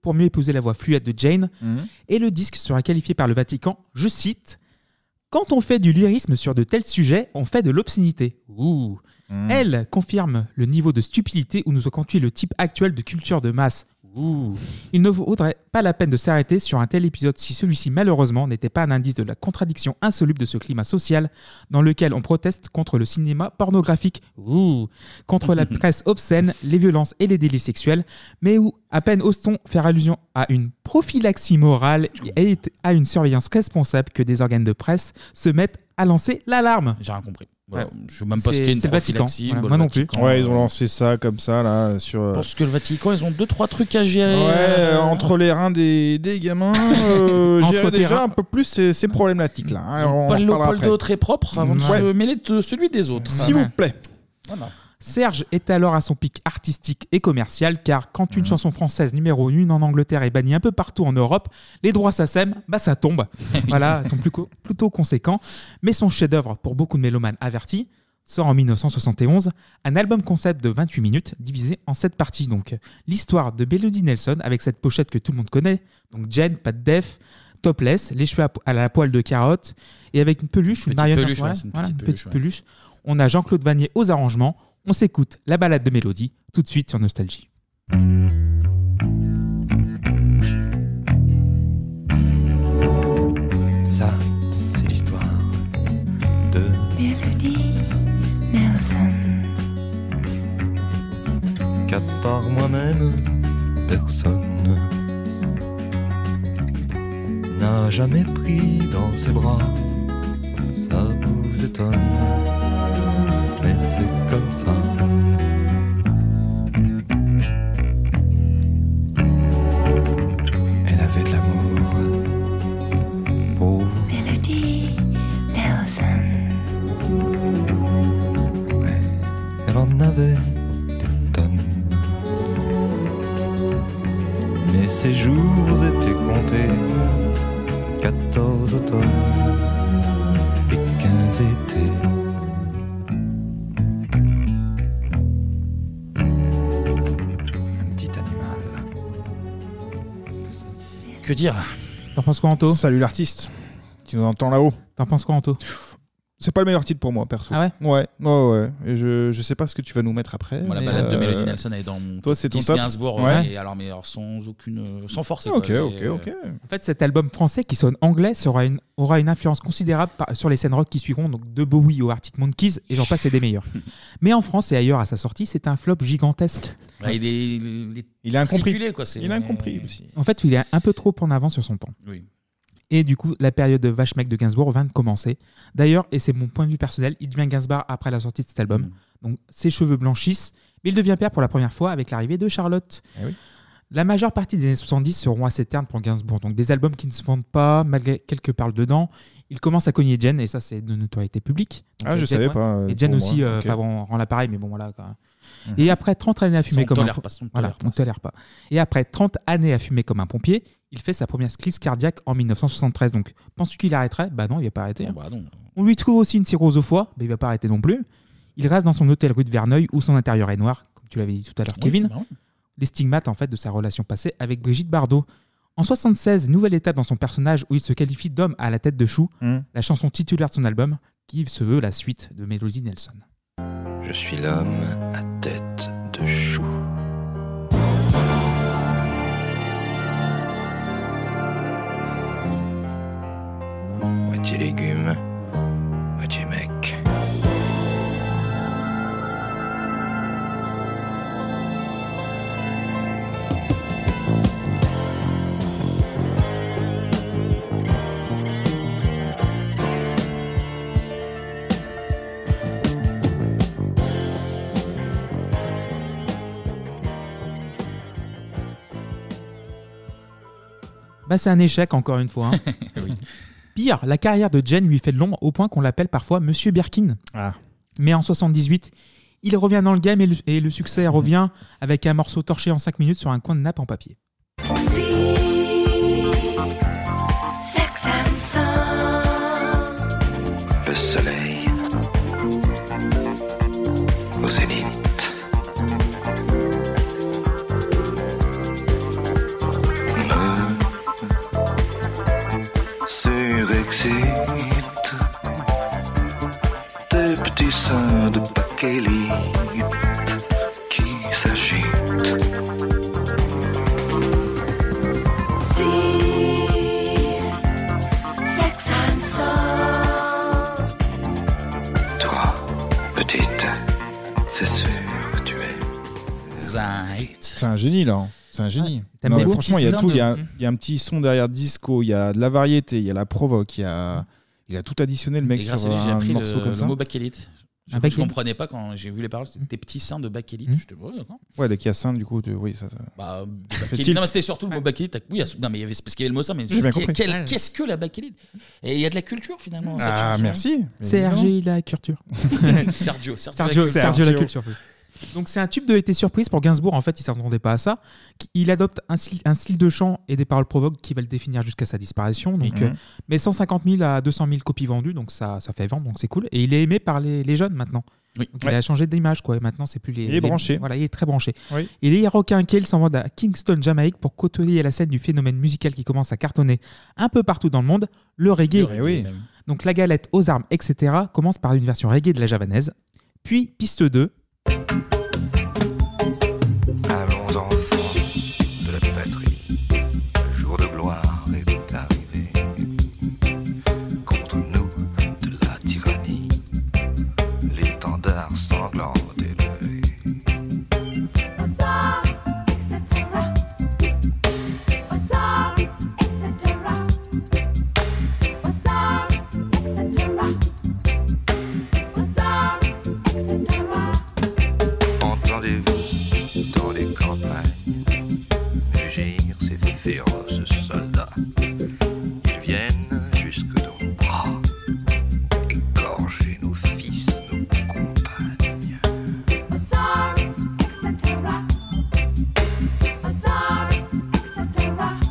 pour mieux épouser la voix fluette de Jane. Et le disque sera qualifié par le Vatican, je cite, « Quand on fait du lyrisme sur de tels sujets, on fait de l'obscénité. » Elle confirme le niveau de stupidité où nous a conduit le type actuel de culture de masse. Il ne vaudrait pas la peine de s'arrêter sur un tel épisode si celui-ci malheureusement n'était pas un indice de la contradiction insoluble de ce climat social dans lequel on proteste contre le cinéma pornographique, contre la presse obscène, les violences et les délits sexuels, mais où à peine ose-t-on faire allusion à une prophylaxie morale et à une surveillance responsable que des organes de presse se mettent à lancer l'alarme. J'ai rien compris. Voilà. Je ne sais même pas ce qu'est une prophylaxie. Voilà, moi non plus. Ouais, ils ont lancé ça comme ça là sur. Parce que le Vatican, ils ont 2-3 trucs à gérer. Ouais, entre les reins des gamins, gérer déjà un peu plus ces problématiques là. Pas le Léopoldo très propre avant de se mêler de celui des autres. S'il vous plaît. Voilà. Serge est alors à son pic artistique et commercial car quand une chanson française numéro 1 en Angleterre est bannie un peu partout en Europe, les droits s'assèment, ça tombe. Voilà, ils sont plutôt conséquents. Mais son chef-d'œuvre pour beaucoup de mélomanes avertis sort en 1971, un album concept de 28 minutes divisé en 7 parties. Donc l'histoire de Melody Nelson avec cette pochette que tout le monde connaît, donc Jane, pas de def, topless, les cheveux à la poêle de carotte et avec une peluche, une petite peluche. On a Jean-Claude Vannier aux arrangements. On s'écoute la balade de Mélodie tout de suite sur Nostalgie. Ça, c'est l'histoire de Melody Nelson. Qu'à part moi-même, personne n'a jamais pris dans ses bras. Ça vous étonne, mais c'est comme ça. Elle avait de l'amour pour vous. Melody Nelson. Ouais, elle en avait des tonnes. Mais ses jours étaient comptés. 14 automnes et 15 étés. Que dire? T'en penses quoi, Anto? Salut l'artiste qui nous entend là-haut. T'en penses quoi, Anto? C'est pas le meilleur titre pour moi, perso. Ah ouais? Ouais. Et je sais pas ce que tu vas nous mettre après. Moi, la balade de Melody Nelson elle est dans mon toi, c'est ton top Gainsbourg, ouais. Et alors, mais alors sans forcer. Ok. En fait, cet album français qui sonne anglais aura une influence considérable sur les scènes rock qui suivront, donc de Bowie au Arctic Monkeys, et j'en passe, c'est des meilleurs. Mais en France et ailleurs à sa sortie, c'est un flop gigantesque. Ouais, il est incompris. Quoi, il est incompris aussi. En fait, il est un peu trop en avance sur son temps. Oui. Et du coup, la période de vache mec de Gainsbourg vient de commencer. D'ailleurs, et c'est mon point de vue personnel, il devient Gainsbourg après la sortie de cet album. Donc, ses cheveux blanchissent, mais il devient père pour la première fois avec l'arrivée de Charlotte. Oui. La majeure partie des années 70 seront assez ternes pour Gainsbourg. Donc, des albums qui ne se vendent pas, malgré quelques parles dedans. Il commence à cogner Jen, et ça, c'est de notoriété publique. Donc, je savais pas. Et Jen aussi, okay. on rend l'appareil, mais bon, voilà. Quand même. Et après 30 années à fumer comme on tolère pas. Et après 30 années à fumer comme un pompier, il fait sa première crise cardiaque en 1973. Donc, penses-tu qu'il arrêterait? Bah non, il va pas arrêter. Non. On lui trouve aussi une cirrhose au foie, mais il va pas arrêter non plus. Il reste dans son hôtel rue de Verneuil où son intérieur est noir, comme tu l'avais dit tout à l'heure, Kevin. Les stigmates en fait de sa relation passée avec Brigitte Bardot. En 76, nouvelle étape dans son personnage où il se qualifie d'homme à la tête de chou, la chanson titulaire de son album, qui se veut la suite de Melody Nelson. Je suis l'homme à tête de chou. Moitié légumes, moitié mec. Bah, c'est un échec, encore une fois. Hein. Oui. Pire, la carrière de Jen lui fait de l'ombre au point qu'on l'appelle parfois Monsieur Birkin. Mais en 78, il revient dans le game et le succès revient avec un morceau torché en 5 minutes sur un coin de nappe en papier. Sex and Sun. Le soleil au zénith. génie là. C'est un génie. T'aimes Non, des mais franchement, il y a petits tout. seins Il y a un petit son derrière disco, il y a de la variété, il y a la provoque, il a tout additionné le mec Et sur grâce à lui, j'ai un appris morceau comme le ça. mot bakélite. Un Je bakélite. comprenais pas quand j'ai vu les paroles, c'était des petits seins de bakélite. Je te vois, d'accord. Ouais, dès qu'il y a sein, du coup, oui, ça. Bah, fait bakélite. tilt. Non, mais c'était surtout le mot bakélite. Oui, non, mais il y avait parce qu'il y avait le mot ça, mais J'ai bien compris. qu'est-ce que la bakélite? Et il y a de la culture finalement. ça Ah, change, merci. CRG, la culture. Sergio la culture. Donc c'est un tube de l'été surprise pour Gainsbourg. En fait, il s'attendait pas à ça. Il adopte un style de chant et des paroles provoques qui va le définir jusqu'à sa disparition. Donc, mais 150 000 à 200 000 copies vendues, donc ça fait vendre, donc c'est cool. Et il est aimé par les jeunes maintenant. Oui. Donc, il a changé d'image, quoi. Et maintenant, c'est plus les. Il est branché. Voilà, il est très branché. Oui. Et les Iroquois Kill s'envolent à Kingston, Jamaïque, pour côtoyer la scène du phénomène musical qui commence à cartonner un peu partout dans le monde, le reggae. Oui. Donc la galette aux armes, etc. commence par une version reggae de la javanaise. Puis piste 2. Allons enfants de la patrie, le jour de gloire est arrivé. Contre nous de la tyrannie, l'étendard sanglant élevé. Aux armes, etc. Aux armes, etc. Aux armes, etc. Aux armes, etc. Entendez-vous dans les campagnes mugir ces féroces soldats? Ils viennent jusque dans nos bras, égorger nos fils, nos compagnes. Aux armes, etc. Aux armes, etc.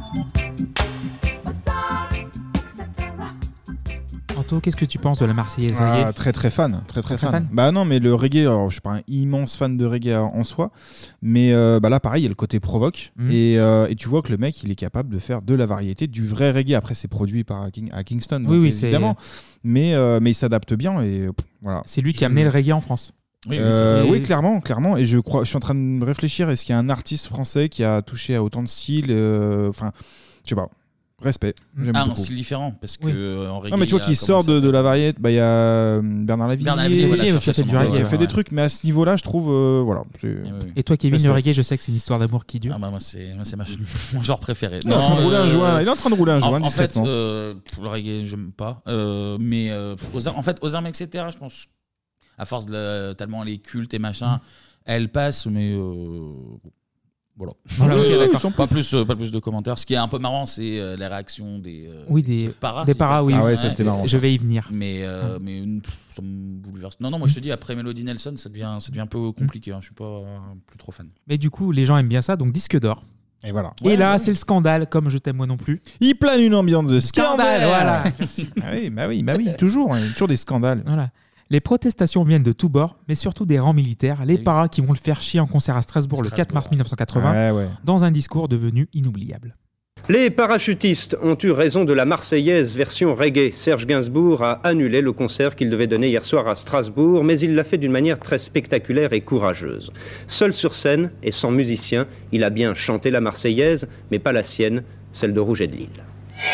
Aux armes, etc. Anto, qu'est-ce que tu penses de la Marseillaise Ah, reggae? très fan, très Très fan. fan. Bah non, mais le reggae, alors, je suis pas un immense fan de reggae en soi, mais bah là pareil, il y a le côté provoque et tu vois que le mec il est capable de faire de la variété, du vrai reggae. Après c'est produit par à Kingston, Oui, donc, oui, c'est- évidemment, mais il s'adapte bien et voilà. C'est lui qui a amené le reggae en France. Oui, clairement. Et je suis en train de réfléchir, est-ce qu'il y a un artiste français qui a touché à autant de styles, enfin, je sais pas. Respect. J'aime Ah, un beaucoup. style différent parce que Oui. en reggae. Non, mais tu vois qu'il sort de la variété. Bah, il y a Bernard Lavillier, Bernard Lavillier, voilà, qui a cherchait fait son du nom, reggae, qui a ouais, fait des ouais. trucs, mais à ce niveau-là, je trouve, voilà. Et toi, Kevin, Respect. le reggae, je sais que c'est une histoire d'amour qui dure. Ah bah moi c'est mon genre préféré. Il est en train de rouler un joint. Il est en train de rouler un joint En fait, discrètement. le reggae j'aime pas, mais en fait aux armes etc. Je pense à force tellement les cultes et machin, elles passent, mais voilà. Voilà, ok, d'accord. Pas plus de commentaires. Ce qui est un peu marrant, c'est les réactions des paras. des paras, oui. Ah ouais, ça, c'était marrant, Je ça. vais y venir. Mais ça me bouleverse. Non, moi je te dis, après Melody Nelson, ça devient un peu compliqué. Hein. Je suis pas plus trop fan. Mais du coup, les gens aiment bien ça, donc disque d'or. Et voilà. Et là, c'est le scandale, comme Je t'aime moi non plus. Il plane une ambiance de scandale. Voilà. bah oui, toujours. Il y a toujours des scandales. Voilà. Les protestations viennent de tous bords, mais surtout des rangs militaires. Les paras qui vont le faire chier en concert à Strasbourg le 4 mars 1980, Ouais. dans un discours devenu inoubliable. Les parachutistes ont eu raison de la Marseillaise version reggae. Serge Gainsbourg a annulé le concert qu'il devait donner hier soir à Strasbourg, mais il l'a fait d'une manière très spectaculaire et courageuse. Seul sur scène et sans musicien, il a bien chanté la Marseillaise, mais pas la sienne, celle de Rouget de Lille.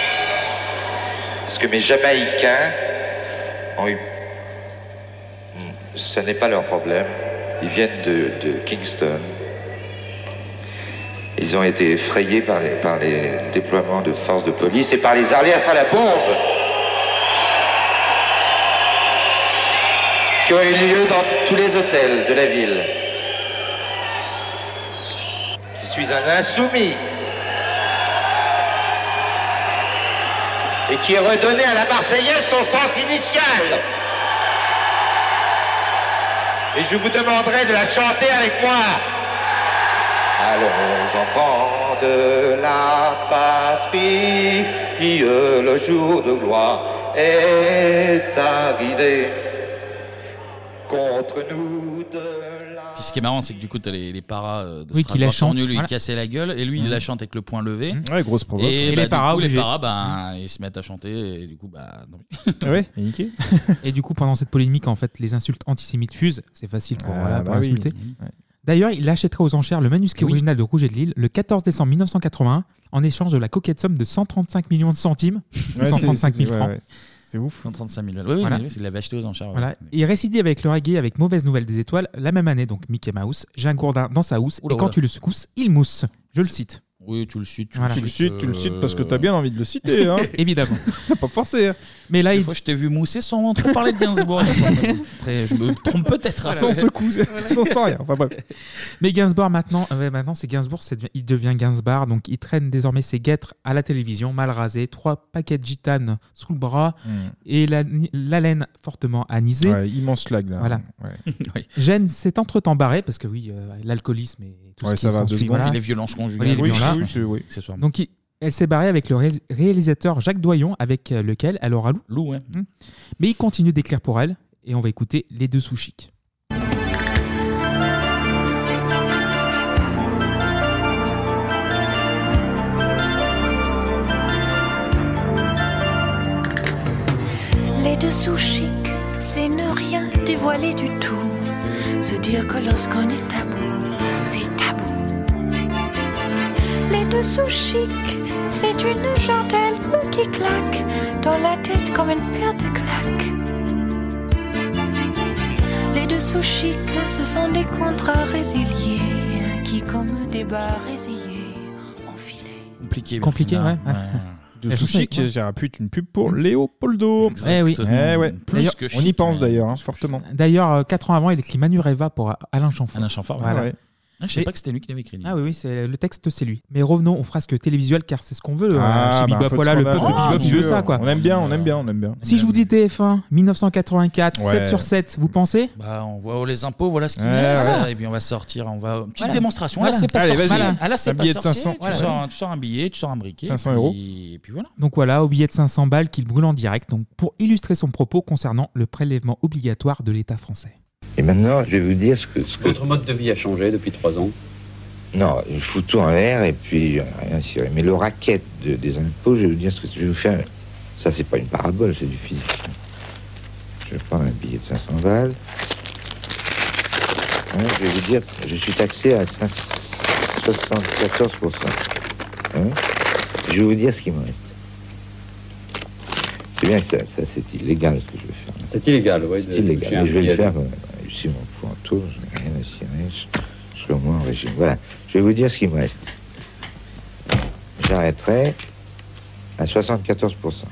Ce que mes Jamaïcains ont eu, ce n'est pas leur problème. Ils viennent de Kingston. Ils ont été effrayés par les déploiements de forces de police et par les alertes à la bombe qui ont eu lieu dans tous les hôtels de la ville. Je suis un insoumis et qui ai redonné à la Marseillaise son sens initial. Et je vous demanderai de la chanter avec moi. Allons enfants de la patrie, le jour de gloire est arrivé. Contre nous de Puis ce qui est marrant, c'est que du coup, t'as les paras de Oui, qui la Strasbourg chantent, sont venus lui voilà. casser la gueule, et lui, il la chante avec le poing levé. Ouais, grosse provoque. Et, Et bah, les paras du coup, les obligés. paras, ils se mettent à chanter, et du coup, bah, non. Ouais, niqué. Et du coup, pendant cette polémique, en fait, les insultes antisémites fusent. C'est facile pour, Ah, pour bah oui. insulter. Ouais. D'ailleurs, il achètera aux enchères le manuscrit Oui. original de Rouget de Lille le 14 décembre 1981 en échange de la coquette somme de 135 millions de centimes, Ouais, 135 000 ouais, francs. ouais. C'est ouf. 135 000 balles. Oui, Voilà. mais c'est de la acheté aux enchères. Voilà. Ouais. Il récidive avec le reggae avec Mauvaise Nouvelle des Étoiles la même année, donc Mickey Mouse. J'ai un gourdin dans sa housse Oula, et quand oula. tu le secousses, il mousse. Je le cite. Oui, tu le cites. Voilà. Tu le cites parce que t'as bien envie de le citer. Hein. Évidemment. Pas forcé. Hein. Mais là, Des fois, je t'ai vu mousser sans trop parler de Gainsbourg. Après, je me trompe peut-être. hein. Sans secousse, sans rien. Enfin bref. Mais Gainsbourg maintenant c'est Gainsbourg, il devient Gainsbar, donc il traîne désormais ses guêtres à la télévision, mal rasé, 3 paquets de gitanes sous le bras et la laine fortement anisée. Ouais, immense slag là. Voilà. Ouais. Oui. Gênes s'est entre-temps barré parce que l'alcoolisme et tout Ouais, ce ça qui va, s'ensuit, 2 secondes. voilà. Les violences conjugales. Oui, les violences. Oui. C'est sûr. Donc elle s'est barrée avec le réalisateur Jacques Doyon, avec lequel elle aura Lou, ouais. Mais il continue d'écrire pour elle et on va écouter Les Deux Sous Chics. Les dessous chics, c'est ne rien dévoiler du tout. Se dire que lorsqu'on est tabou, c'est tabou. Les dessous chics, c'est une jartelle qui claque dans la tête comme une paire de claques. Les dessous chics, ce sont des contrats résiliés qui, comme des bas résillés, Compliqué. Compliqué, ouais. De sushi qui aurait pu être une pub pour Léopoldo. Eh oui. Eh ouais. D'ailleurs, On y pense d'ailleurs, hein, fortement. D'ailleurs, 4 ans avant, il écrit Manureva pour Alain Chamfort. Alain Chamfort, voilà. ouais. Ah, je sais pas que c'était lui qui l'avait écrit. Ah oui, le texte, c'est lui. Mais revenons aux frasques télévisuelles, car c'est ce qu'on veut. Chez un Bebop, peu de voilà, le scandale, peuple de Bebop, il veut ça, quoi. On aime bien, on aime bien, on aime bien. Si je vous dis TF1, 1984, Ouais. 7 sur 7, vous pensez Bah, on voit les impôts, voilà ce qu'il Ouais, met. ouais. Et puis on va sortir, petite Voilà. démonstration. Voilà. Là, c'est pas Allez, sorcier. vas-y. Ah, là, c'est Un pas billet de sorcier. 500. Tu sors un billet, tu sors un briquet. 500 euros. Et puis voilà. Donc voilà, au billet de 500 balles qu'il brûle en direct, donc pour illustrer son propos concernant le prélèvement obligatoire de l'État français. Et maintenant, je vais vous dire ce que... Votre mode de vie a changé depuis 3 ans. Non, je fous tout en l'air et puis rien cirer. Mais le racket des impôts, je vais vous dire ce que je vais vous faire. Ça, c'est pas une parabole, c'est du physique. Je vais prendre un billet de 500 balles. Hein, je vais vous dire, je suis taxé à 74%. Hein, je vais vous dire ce qui me reste. C'est bien que ça c'est illégal ce que je vais faire. C'est illégal, oui. C'est illégal, mais je vais le faire. Si mon point tour, je n'ai rien à cirer. Je serai au moins en régime. Voilà. Je vais vous dire ce qui me reste. J'arrêterai à 74%.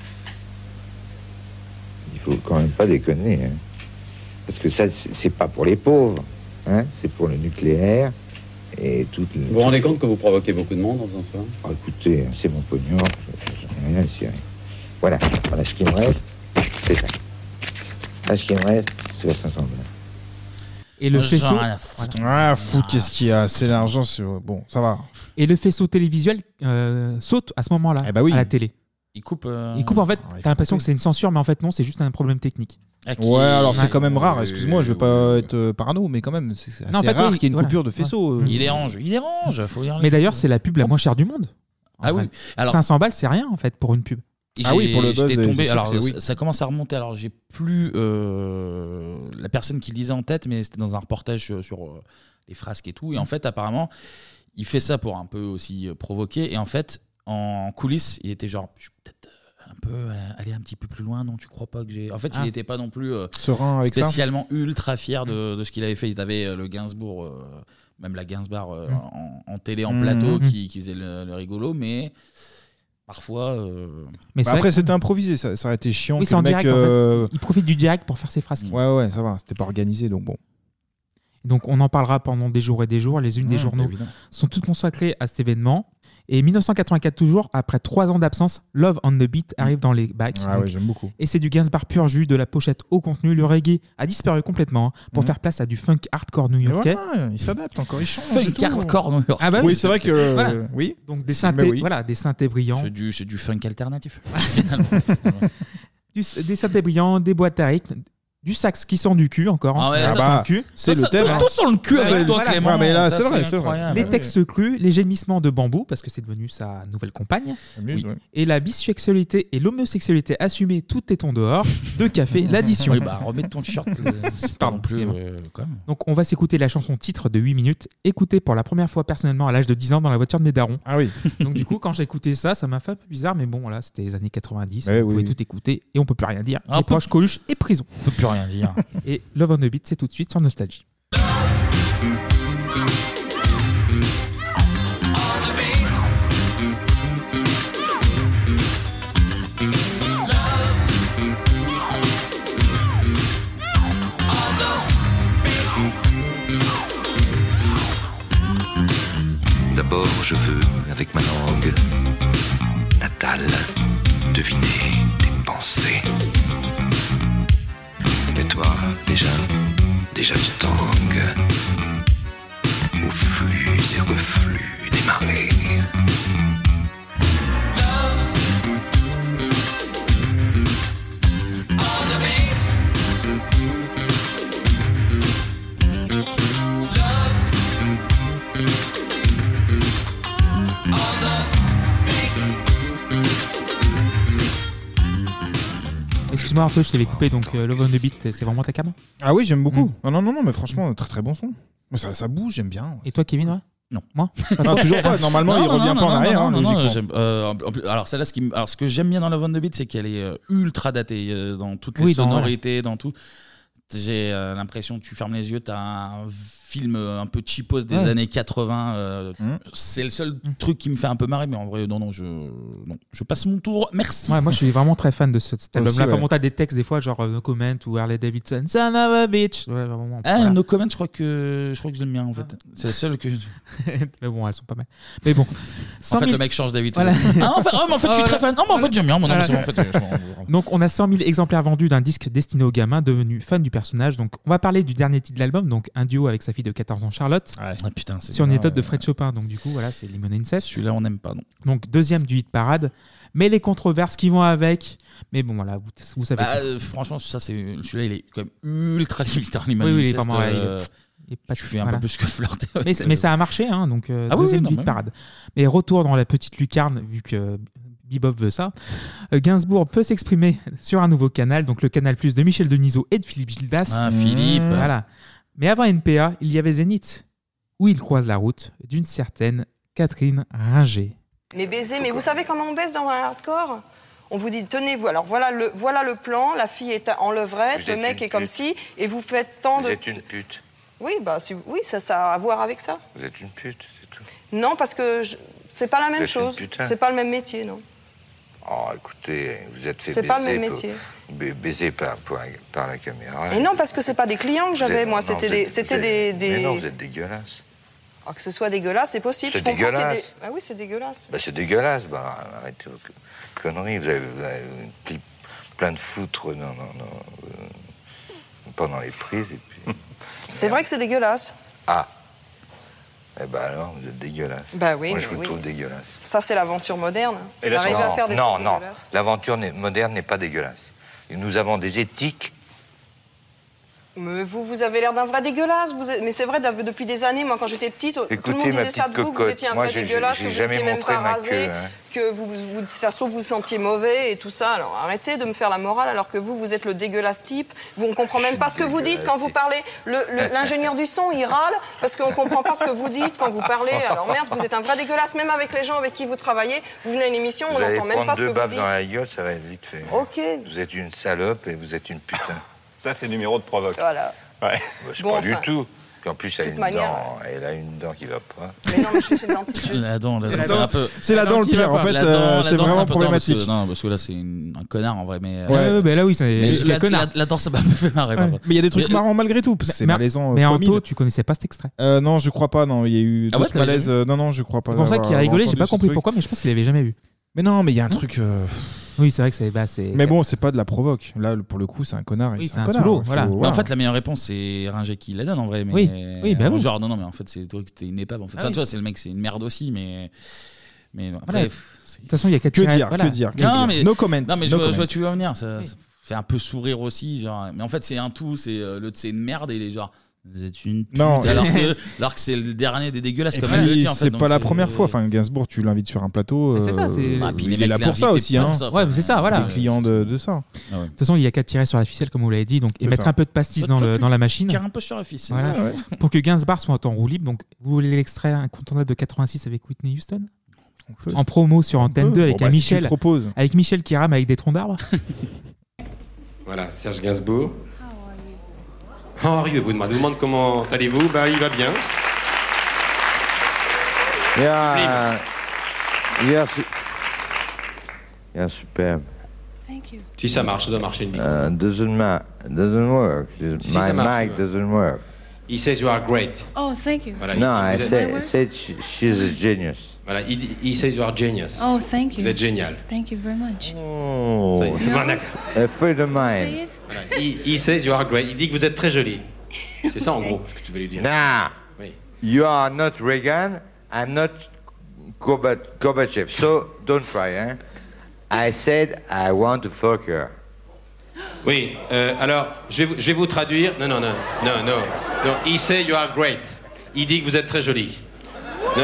Il faut quand même pas déconner. Hein. Parce que ça, c'est pas pour les pauvres. Hein. C'est pour le nucléaire et toutes les... Vous vous rendez compte que vous provoquez beaucoup de monde en faisant ça? Ah, écoutez, c'est mon pognon. Je n'ai rien à cirer. Voilà. Voilà. Ce qui me reste, c'est ça. Là, ce qui me reste, c'est la 500 balles. Et le faisceau. Ah, foutre, qu'est-ce qu'il y a? C'est l'argent, c'est bon, ça va. Et le faisceau télévisuel saute à ce moment-là, à la télé. Il coupe. Il coupe, en fait, t'as l'impression que c'est une censure, mais en fait, non, c'est juste un problème technique. Ouais, alors c'est quand même rare, excuse-moi, je vais pas être parano, mais quand même, c'est assez Non, en fait, rare oui, qu'il y ait une voilà. coupure de faisceau. Il dérange, faut dire. Mais d'ailleurs, c'est la pub la moins chère du monde. Ah oui. Alors, 500 balles, c'est rien, en fait, pour une pub. Ah oui, pour le buzz, j'étais tombé. c'est Alors, sûr que oui. ça commence à remonter. Alors, j'ai plus la personne qui le disait en tête, mais c'était dans un reportage sur les frasques et tout. Et en fait, apparemment, il fait ça pour un peu aussi provoquer. Et en fait, en coulisses, il était genre, je vais peut-être un peu aller un petit peu plus loin. Non, tu crois pas que j'ai. En fait, il n'était pas non plus serein avec spécialement ultra fier de ce qu'il avait fait. Il avait le Gainsbourg, même la Gainsbar en télé, en plateau, qui faisait le rigolo, mais. Parfois. Mais bah après, c'était improvisé, ça aurait été chiant. Oui, que c'est en le mec, direct. En fait. Il profite du direct pour faire ses phrases. Ouais, ça va, c'était pas organisé, donc bon. Donc, on en parlera pendant des jours et des jours. Les unes des journaux évidemment. sont toutes consacrées à cet événement. Et 1984 toujours, après 3 ans d'absence, Love on the Beat arrive dans les bacs. Ah donc, ouais, j'aime beaucoup. Et c'est du Gainsbourg pur jus, de la pochette au contenu. Le reggae a disparu complètement pour faire place à du funk hardcore new-yorkais. Voilà, il s'adapte encore, il change. Funk hardcore new-yorkais. Ah bah oui, c'est vrai que voilà. oui. Donc des synthés, voilà, des synthés brillants. C'est du funk alternatif. Finalement. Des synthés brillants, des boîtes à rythme, Du sax qui sent du cul encore. Ah ouais, ça ça sent le cul. c'est le thème. Tout sent le cul avec toi, Voilà. Clément. Ouais, mais là, Ça, c'est vrai, c'est vrai. incroyable. Les textes crus, les gémissements de Bambou, parce que c'est devenu sa nouvelle compagne. Amuse, ouais. Et la bisexualité et l'homosexualité assumée, tout est en dehors. De café, l'addition. Oui, bah remets ton t-shirt. C'est pas non plus. Quand même. Donc on va s'écouter la chanson titre de 8 minutes, écoutée pour la première fois personnellement à l'âge de 10 ans dans la voiture de mes darons. Ah oui. Donc du coup, quand j'ai écouté ça, ça m'a fait un peu bizarre, mais bon, voilà, c'était les années 90, Ouais, on oui, pouvait oui. tout écouter et on peut plus rien dire. Ah, Les proches, Coluche et prison. On peut plus rien dire. Et Love on the Beat, c'est tout de suite sur Nostalgie. D'abord, je veux, avec ma langue natale, deviner tes pensées. Et toi, déjà tu tangues aux flux et reflux des marées. Excuse-moi un peu, je t'avais coupé, donc Love on the Beat, c'est vraiment ta cam? Ah oui, j'aime beaucoup. Non, mais franchement, très très bon son. Ça bouge, j'aime bien. Et toi, Kevin, ouais? Non. Moi? Non, toujours pas. Normalement, il revient pas en arrière. hein, logiquement. Alors celle-là, ce que j'aime bien dans Love on the Beat, c'est qu'elle est ultra datée dans toutes les Oui, sonorités, dans tout. J'ai l'impression que tu fermes les yeux, t'as un film un peu cheapos des années 80. C'est le seul truc qui me fait un peu marrer, mais en vrai, non, je passe mon tour. Merci. Ouais, moi je suis vraiment très fan de cet album-là. ouais. Enfin, t'as des textes des fois, genre No Comment ou Harley Davidson, Son of a Bitch. Ouais, vraiment, Ah, voilà. No Comment, je crois que j'aime bien en fait. C'est le seul que. Mais bon, elles sont pas mal. Mais bon. En fait, le mec change d'avis. Voilà. Ah, en fait, je suis très fan. Non, mais en fait, j'aime bien. Moi, non, mais c'est bon, en fait, Donc, on a 100 000 exemplaires vendus d'un disque destiné aux gamins devenus fans du personnage. Donc, on va parler du dernier titre de l'album, donc un duo avec sa fille de 14 ans, Charlotte, Ah, putain, c'est sur une bien, méthode de Fred Chopin. Donc, du coup, voilà, c'est Limon Incest. Celui-là, on n'aime pas, non. Donc, deuxième du hit parade. Mais les controverses qui vont avec. Mais bon, voilà, vous savez. tout. Franchement, celui-là, il est quand même ultra limité. Oui, il est vraiment. Tu fais un peu plus que flirter. Mais ça a marché, hein, donc deuxième du hit parade. Mais retour dans la petite lucarne, vu que Bebop veut ça. Gainsbourg peut s'exprimer sur un nouveau canal, donc le Canal Plus de Michel Denisot et de Philippe Gildas. Ah, Philippe. Voilà. Mais avant NPA, il y avait Zénith, où il croise la route d'une certaine Catherine Ringer. Mais baiser, mais vous savez comment on baise dans un hardcore? On vous dit, tenez-vous, alors voilà le plan, la fille est en levrette, le mec est comme ci, et vous faites tant de... Vous êtes une pute. Oui, oui, ça a à voir avec ça. Vous êtes une pute, c'est tout. Non, parce que c'est pas la même Vous êtes une chose. putain. C'est pas le même métier, non. Oh, écoutez, vous êtes fait C'est baiser. pas le même métier. Baiser par la caméra. Et non, parce que c'est pas des clients que j'avais, moi, c'était des... Mais non, vous êtes dégueulasse. Alors, que ce soit dégueulasse, c'est possible. C'est Je comprends qu'il y ait dégueulasse. Ah oui, c'est dégueulasse. Bah, c'est dégueulasse. Bah, arrêtez vos conneries. Vous avez plein de foutres pendant les prises. Et puis... C'est vrai que c'est dégueulasse. Ah. Eh ben alors, vous êtes dégueulasse. Bah oui, Moi, je vous oui. trouve dégueulasse. Ça, c'est l'aventure moderne. Et là, Arriver à faire des non, trucs non. dégueulasses. L'aventure moderne n'est pas dégueulasse. Et nous avons des éthiques. Mais vous avez l'air d'un vrai dégueulasse. Mais c'est vrai, depuis des années, moi, quand j'étais petite, tout le monde Écoutez, ma disait ça petite de vous, que vous cocotte, étiez un moi, vrai j'ai dégueulasse, que vous jamais n'étiez même montré pas ma rasé, queue, hein. que ça se trouve, vous vous sentiez mauvais et tout ça. Alors arrêtez de me faire la morale alors que vous êtes le dégueulasse type. On ne comprend même pas ce que vous dites quand vous parlez. L'ingénieur du son, il râle parce qu'on ne comprend pas ce que vous dites quand vous parlez. Alors merde, vous êtes un vrai dégueulasse, même avec les gens avec qui vous travaillez. Vous venez à une émission, on Vous allez n'entend même pas prendre ce que deux vous baffes dites. dans la gueule, ça va être vite fait. Ok. Vous êtes une salope et vous êtes une putain. Ça, c'est le numéro de provoque. Voilà. Ouais. Bah, c'est Bon, pas du enfin, tout. Puis en plus, toute manière, elle a une dent qui va pas. Mais non, mais je suis chez le dentiste. La dent, c'est un peu. C'est la dent le pire, en fait, c'est vraiment problématique. Non, parce que là, c'est un connard en vrai. Mais, Ouais, là, oui, c'est la connard. La dent, ça m'a fait marrer. Ouais. par contre. Mais il y a des trucs marrants malgré tout. C'est malaisant. Mais fois Anto, 1000. tu connaissais pas cet extrait? Non, je crois pas. Non, il y a eu Ah ouais, d'autres malaises. Non, je crois pas. C'est pour ça qu'il a avoir rigolé, j'ai entendu pas ce compris truc. pourquoi, mais je pense qu'il avait jamais vu. Mais non, mais il y a un truc. Oui, c'est vrai que c'est. Mais bon, c'est pas de la provoque. Là, pour le coup, c'est un connard. Oui, et c'est un connard, solo, faut- voilà. Mais en fait, la meilleure réponse, c'est Ringer qui la donne en vrai. Mais Oui, bah oui. genre, non, mais en fait, c'est toi qui t'es une épave. En fait. Ah Enfin, oui. tu vois, c'est le mec, c'est une merde aussi, mais non, Voilà. après, De toute façon, il y a qu'à Que tirer- dire, voilà. que dire, que Non, dire. mais No comment. Non, mais no je vois comment. où tu veux en venir. Ça, fait un peu sourire aussi. Genre, mais en fait, c'est un tout. L'autre, c'est une merde et il est genre. Vous êtes une pute. Non. Alors que c'est le dernier des dégueulasses, Et comme puis, elle le dit. En fait, c'est donc pas la première fois. Enfin, Gainsbourg, tu l'invites sur un plateau. C'est ça, c'est- Ah, puis il les est là mecs pour ça l'invitent aussi. pour Hein. ça. Ouais, mais c'est ça, voilà. Il est client de ça. De toute façon, il y a qu'à tirer sur la ficelle, comme vous l'avez dit, donc, et C'est mettre ça. un peu de pastis Toi, tu dans la machine. tires un peu sur la ficelle. Voilà. Ouais. Pour que Gainsbourg soit en roue libre. Donc, vous voulez l'extrait incontournable de 86 avec Whitney Houston en promo sur Antenne 2 avec Bon, un bah, si Michel, tu proposes. avec Michel qui rame avec des troncs d'arbres. Voilà, Serge Gainsbourg. How are you? Vous demande comment allez-vous? Bah, il va bien. Superbe. Thank you. Si ça marche, ça doit marcher. Le micro. Doesn't work. Si, My ça marche, mic doesn't work. He says you are great. Oh, thank you. Voilà, No, il- I vous êtes- said she's a genius. Voilà, he says you are genius. Oh, thank you. Vous êtes génial. Thank you very much. Oh, C'est bon, d'accord. a friend of Say mine. it. Voilà, he says you are great. Il dit que vous êtes très jolie. C'est ça en gros ce que tu veux lui dire. Nah, Oui. you are not Reagan. I'm not Gorbachev. So don't try, hein. I said I want to fuck her. Oui, alors je vais vous traduire. Non. He say you are great. Il dit que vous êtes très jolie. Non.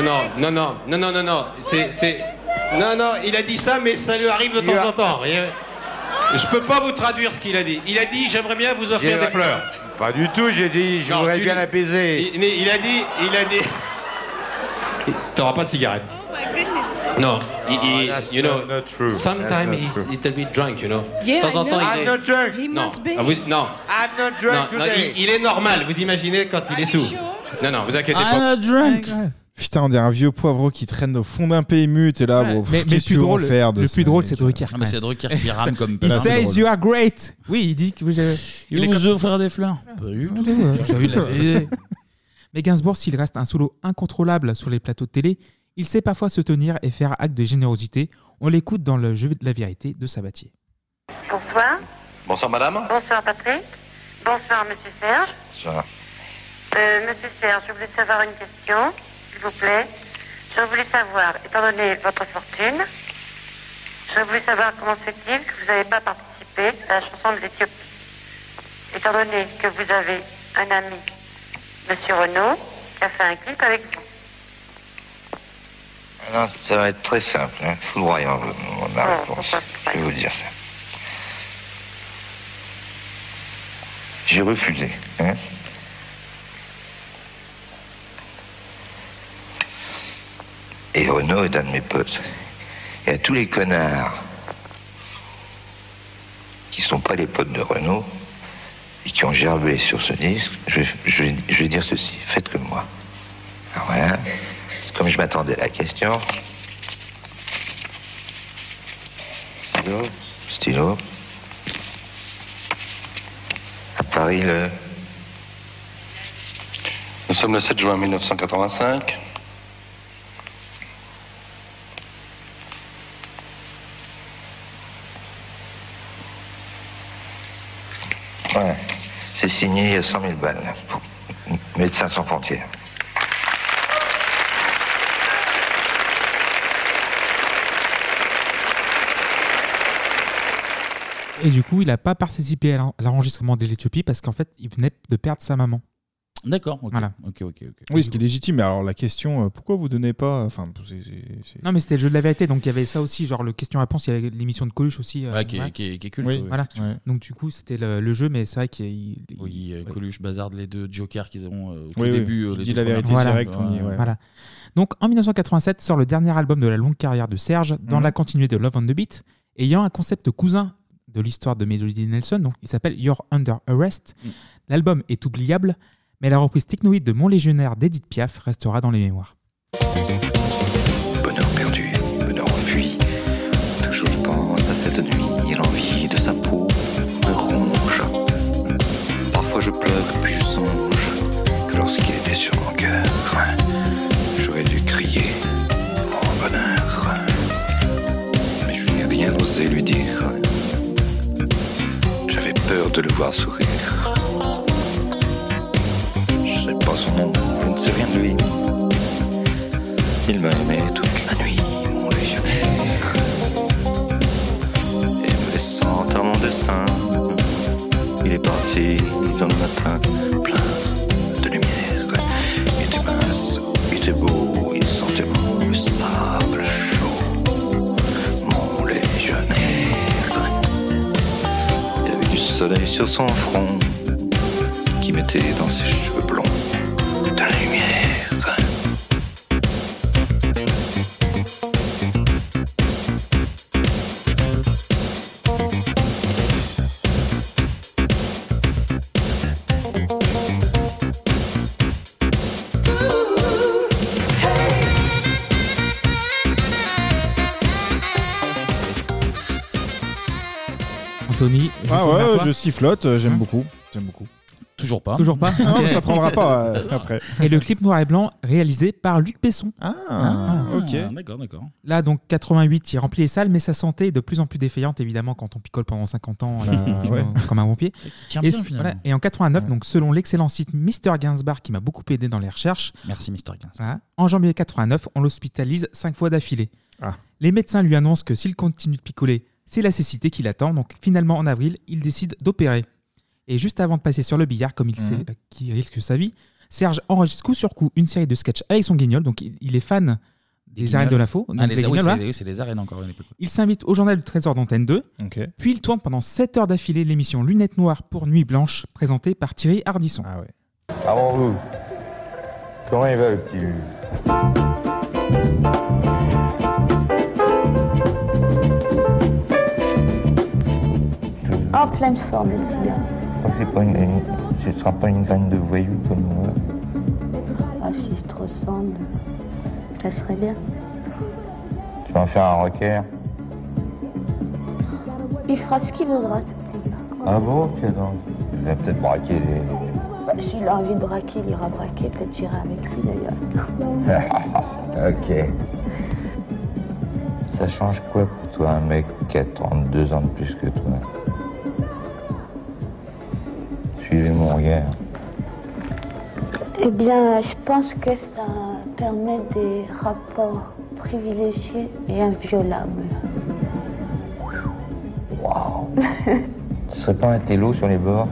Non, il a dit ça, mais ça lui arrive de temps en temps. Je peux pas vous traduire ce qu'il a dit. Il a dit j'aimerais bien vous offrir des fleurs. Pas du tout, j'ai dit je voudrais bien l'apaiser. Il a dit. T'auras pas de cigarette. Non, you know, not true. sometimes That's not he's true. a little bit drunk, you know. Yeah, de temps en I temps, know. il est... I'm not drunk. He Non, must be. non, I'm not drunk non, today. il est normal, vous imaginez quand il est sous. Non, vous inquiétez pas. Drunk. Putain, on dirait un vieux poivreau qui traîne au fond d'un PMU. T'es là, bon, mais qu'est-ce que tu veux en faire de le ce plus drôle, mec c'est Drucker. Ah, mais c'est Drucker qui rame comme He ça. says you are great. Oui, il dit que vous avez. Il vous offrir des fleurs. Pas du tout. J'ai envie de la baiser. Mais Gainsbourg, s'il reste un solo incontrôlable sur les plateaux de télé, il sait parfois se tenir et faire acte de générosité. On l'écoute dans le jeu de la vérité de Sabatier. Bonsoir. Bonsoir madame. Bonsoir Patrick. Bonsoir Monsieur Serge. Bonsoir. Monsieur Serge, je voulais savoir une question, s'il vous plaît. Je voulais savoir, étant donné votre fortune, je voulais savoir comment se fait-il que vous n'avez pas participé à la chanson de l'Éthiopie. Étant donné que vous avez un ami, Monsieur Renaud, qui a fait un clip avec vous. Non, ça va être très simple, hein. Foudroyant, ma réponse. Je vais vous dire ça. J'ai refusé, hein. Et Renaud est un de mes potes. Et à tous les connards qui sont pas les potes de Renaud et qui ont gerbé sur ce disque, je vais dire ceci, faites comme moi. Alors voilà, comme je m'attendais à la question. Stylo. À Paris, Nous sommes le 7 juin 1985. Ouais, c'est signé à 100 000 balles pour Médecins sans frontières. Et du coup, il n'a pas participé à l'enregistrement de l'Éthiopie parce qu'en fait, il venait de perdre sa maman. D'accord, ok. Voilà. Ok. Oui, ce qui est légitime. Mais alors, la question, pourquoi vous donnez pas. Enfin, Non, mais c'était le jeu de la vérité, donc il y avait ça aussi, genre le question-réponse, il y avait l'émission de Coluche aussi. Qui est culte. Oui, ouais. voilà. Ouais. Donc du coup, c'était le jeu, mais c'est vrai qu'il. Oui, Coluche bazarde les deux jokers qu'ils ont au Oui, début. je les dis deux la vérité premières directe, fois. on y est, ouais. Voilà. Donc en 1987 sort le dernier album de la longue carrière de Serge, dans Mhm. la continuité de Love on the Beat, ayant un concept cousin de l'histoire de Melody Nelson, donc il s'appelle You're Under Arrest. L'album est oubliable, mais la reprise technoïde de Mon Légionnaire d'Edith Piaf restera dans les mémoires. Bonheur perdu, bonheur enfui. Toujours je pense à cette nuit et l'envie de sa peau me ronge. Parfois je pleure puis je songe que lorsqu'il était sur mon cœur, j'aurais dû crier mon bonheur. Mais je n'ai rien osé lui dire. J'avais peur de le voir sourire. Je sais pas son nom, je ne sais rien de lui. Il m'a aimé toute la nuit, mon légionnaire. Et me laissant à mon destin, soleil sur son front, qui mettait dans ses cheveux blonds de la lumière. Anthony, Ah ouais, je sifflote, j'aime beaucoup. Toujours pas. Toujours pas. Non, ça prendra pas après. Et le clip noir et blanc réalisé par Luc Besson. ok. D'accord. Là, donc 88, il remplit les salles, mais sa santé est de plus en plus défaillante, évidemment, quand on picole pendant 50 ans comme un pompier. Tient Et, bien, finalement. et en 89, donc selon l'excellent site Mister Gainsbar, qui m'a beaucoup aidé dans les recherches. Merci Mister Gainsbar. Voilà, en janvier 89, on l'hospitalise 5 fois d'affilée. Les médecins lui annoncent que s'il continue de picoler, c'est la cécité qui l'attend. Donc finalement, en avril, il décide d'opérer. Et juste avant de passer sur le billard, comme il sait qu'il risque sa vie, Serge enregistre coup sur coup une série de sketchs avec son guignol. Donc il est fan des arènes de l'info. C'est les arènes encore une époque. Il s'invite au journal du Trésor d'Antenne 2. Puis il tourne pendant 7 heures d'affilée l'émission Lunettes Noires pour Nuit Blanche, présentée par Thierry Ardisson. Avant vous, comment il va le petit Lu? En pleine forme, le petit gars. Ce ne sera pas une graine de voyou comme moi. Ah, s'il te ressemble, ça serait bien. Tu vas en faire un rocker. Il fera ce qu'il voudra, ce petit gars. Ah bon, tiens donc. Il va peut-être braquer les... S'il a envie de braquer, il ira braquer. Peut-être j'irai avec lui, d'ailleurs. Ok. Ça change quoi pour toi, un mec qui a 32 ans de plus que toi? Suivez mon regard. Eh bien, je pense que ça permet des rapports privilégiés et inviolables. Waouh. Ce serait pas un télo sur les bords?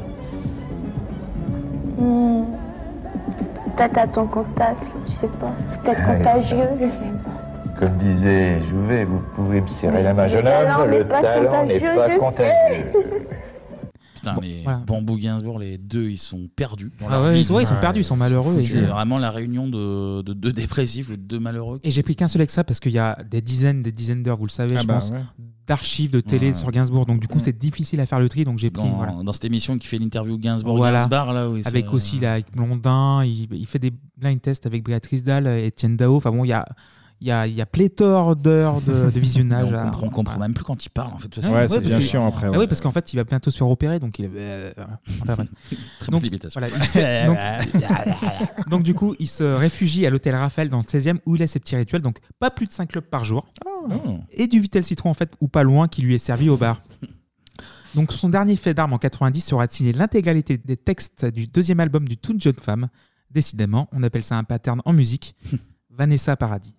Peut-être à ton contact, je sais pas. C'est peut-être contagieux, je sais pas. Comme disait Jouvet, vous pouvez me serrer la main, jeune homme, le talent n'est pas contagieux. Putain, mais Bambou Gainsbourg, les deux, ils sont perdus. Dans Ah leur ouais, vie. ils sont perdus, ils sont malheureux. C'est vraiment la réunion de deux dépressifs ou de deux malheureux. Et j'ai pris qu'un seul extrait parce qu'il y a des dizaines d'heures, vous le savez, je pense, ouais. d'archives de télé sur Gainsbourg. Donc du coup, c'est difficile à faire le tri. Donc j'ai pris Dans cette émission qui fait l'interview Gainsbourg, là, où avec aussi là, avec Blondin, il fait des blind tests avec Béatrice Dalle, Étienne Dao. Enfin bon, il y a pléthore d'heures de visionnage. On comprend même plus quand il parle en fait. Ouais, c'est bien chiant après. Oui, parce qu'en fait, il va bientôt se faire opérer, donc il enfin, bref. Très bonne imitation. Donc du coup, il se réfugie à l'hôtel Raphaël dans le 16e où il a ses petits rituels, donc pas plus de 5 clopes par jour. Et du Vitel Citron en fait, ou pas loin, qui lui est servi au bar. Donc son dernier fait d'armes en 90 sera de signer l'intégralité des textes du deuxième album du Toute Jeune Femme. Décidément, on appelle ça un pattern en musique. Vanessa Paradis.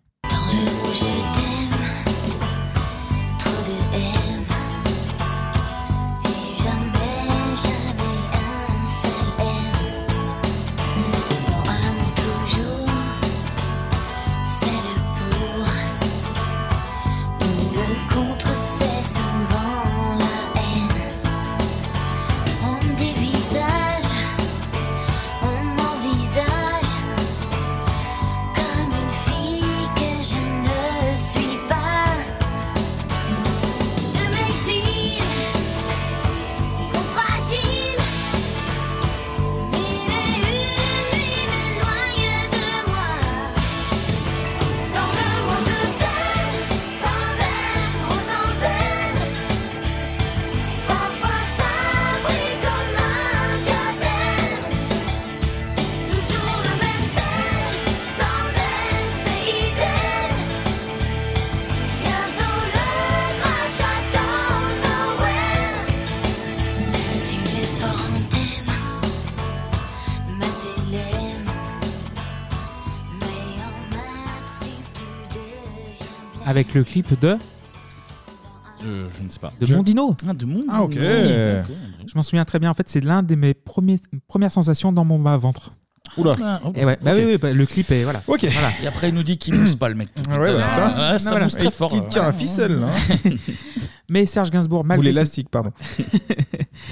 Avec le clip de je ne sais pas. De Mondino. De Mondino. Ah ok. Je m'en souviens très bien. En fait, c'est l'un de mes premières sensations dans mon bas-ventre. Oula. Et ouais, oui, le clip est voilà. Ok. Voilà. Et après, il nous dit qu'il mousse pas le mec. Ça mousse très fort. Tiens, la ficelle. Hein. Mais Serge Gainsbourg, ou l'élastique, pardon.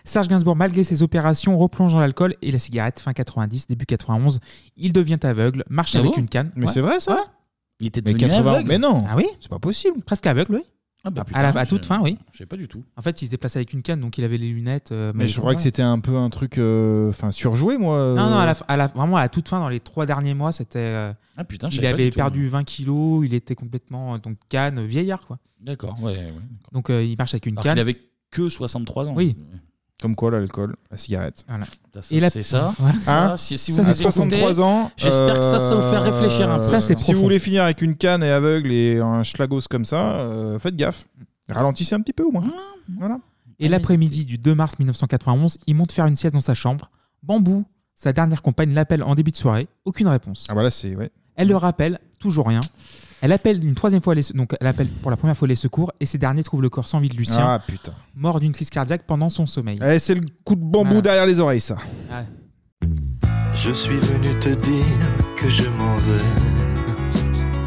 Serge Gainsbourg, malgré ses opérations, replonge dans l'alcool et la cigarette. Fin 90, début 91, il devient aveugle, marche avec une canne. Mais c'est vrai ça Ouais. Il était Mais devenu 80 aveugle. Mais non, Ah oui, c'est pas possible. presque aveugle, oui. Ah bah à putain, toute fin, oui. Je sais pas du tout. En fait, il se déplaçait avec une canne, donc il avait les lunettes. Mais je crois que c'était un peu un truc surjoué, moi. Non, non, vraiment à la toute fin, dans les 3 derniers mois, c'était. Ah putain, je il savais pas avait du tout. perdu 20 kilos, il était complètement donc canne, vieillard quoi. D'accord, ouais. Donc il marche avec une Alors canne. qu'il avait que 63 ans. Oui. Comme quoi, l'alcool, la cigarette. Voilà. C'est ça. Hein Si ça, vous c'est nous 63 écoutez, ans. j'espère que ça vous fait réfléchir un peu. Ça, c'est Si profond. vous voulez finir avec une canne et aveugle et un schlagos comme ça, faites gaffe. Ralentissez un petit peu au moins. Voilà. Et l'après-midi du 2 mars 1991, il monte faire une sieste dans sa chambre. Bambou, sa dernière compagne, l'appelle en début de soirée. Aucune réponse. Ah voilà, c'est ouais. Elle le rappelle, toujours rien. Elle appelle une troisième fois donc elle appelle pour la première fois les secours et ces derniers trouvent le corps sans vie de Lucien. Ah putain. Mort d'une crise cardiaque pendant son sommeil. Eh, c'est le coup de bambou Voilà. derrière les oreilles, ça. Ouais. Je suis venu te dire que je m'en vais.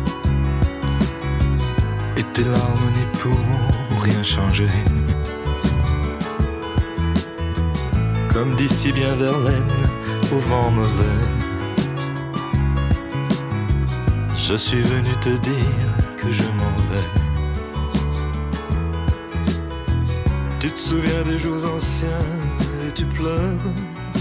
Et tes larmes n'y pourront rien changer. Comme dit si bien Verlaine, au vent mauvais. Je suis venu te dire que je m'en vais. Tu te souviens des jours anciens et tu pleures.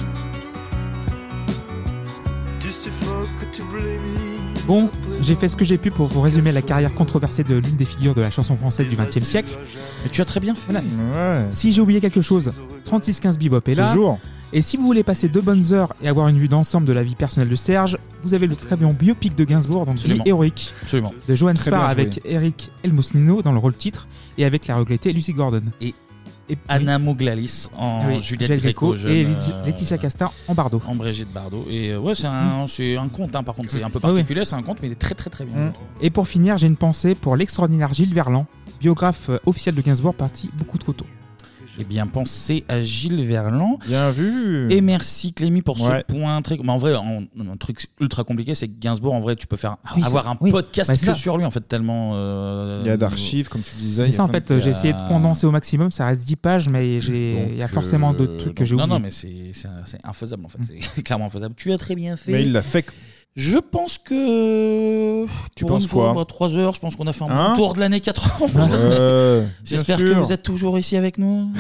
Tu suffoques, tu blémis. Bon, j'ai fait ce que j'ai pu pour vous résumer la carrière controversée de l'une des figures de la chanson française du XXe siècle. Et tu as très bien fait. Voilà. Ouais. Si j'ai oublié quelque chose, 3615 Bebop est là. Toujours. Et si vous voulez passer 2 bonnes heures et avoir une vue d'ensemble de la vie personnelle de Serge, vous avez le très bien biopic de Gainsbourg, donc Absolument. Vie héroïque, Absolument. de Johan Très Spar bien joué. avec Eric Elmosnino dans le rôle titre et avec la regrettée Lucy Gordon. Et Anna Mouglalis en Oui, Juliette Gréco, et Laetitia Casta en Bardot. En Brigitte Bardot. Et ouais, c'est un conte, hein, par contre. C'est un peu Ah oui. particulier, c'est un conte, mais il est très très très bien. Et pour finir, j'ai une pensée pour l'extraordinaire Gilles Verland, biographe officiel de Gainsbourg, parti beaucoup trop tôt. Eh bien, pensez à Gilles Verland. Bien vu. Et merci Clémy pour Ouais. ce point très. Mais en vrai, un truc ultra compliqué, c'est que Gainsbourg, en vrai, tu peux faire oui, avoir ça- un oui. podcast Bah, c'est que ça. sur lui, en fait, tellement. Il y a d'archives, comme tu disais. C'est il y a ça, en plein fait, de- j'ai essayé de condenser au maximum, ça reste 10 pages, mais il y a forcément d'autres trucs que j'ai oubliés. Non, mais c'est infaisable, en fait. C'est clairement infaisable. Tu as très bien fait. Mais il l'a fait. Je pense que. Tu pour penses une fois, quoi 3 heures, je pense qu'on a fait un Hein bon tour de l'année 91. Bien J'espère que sûr. vous êtes toujours ici avec nous.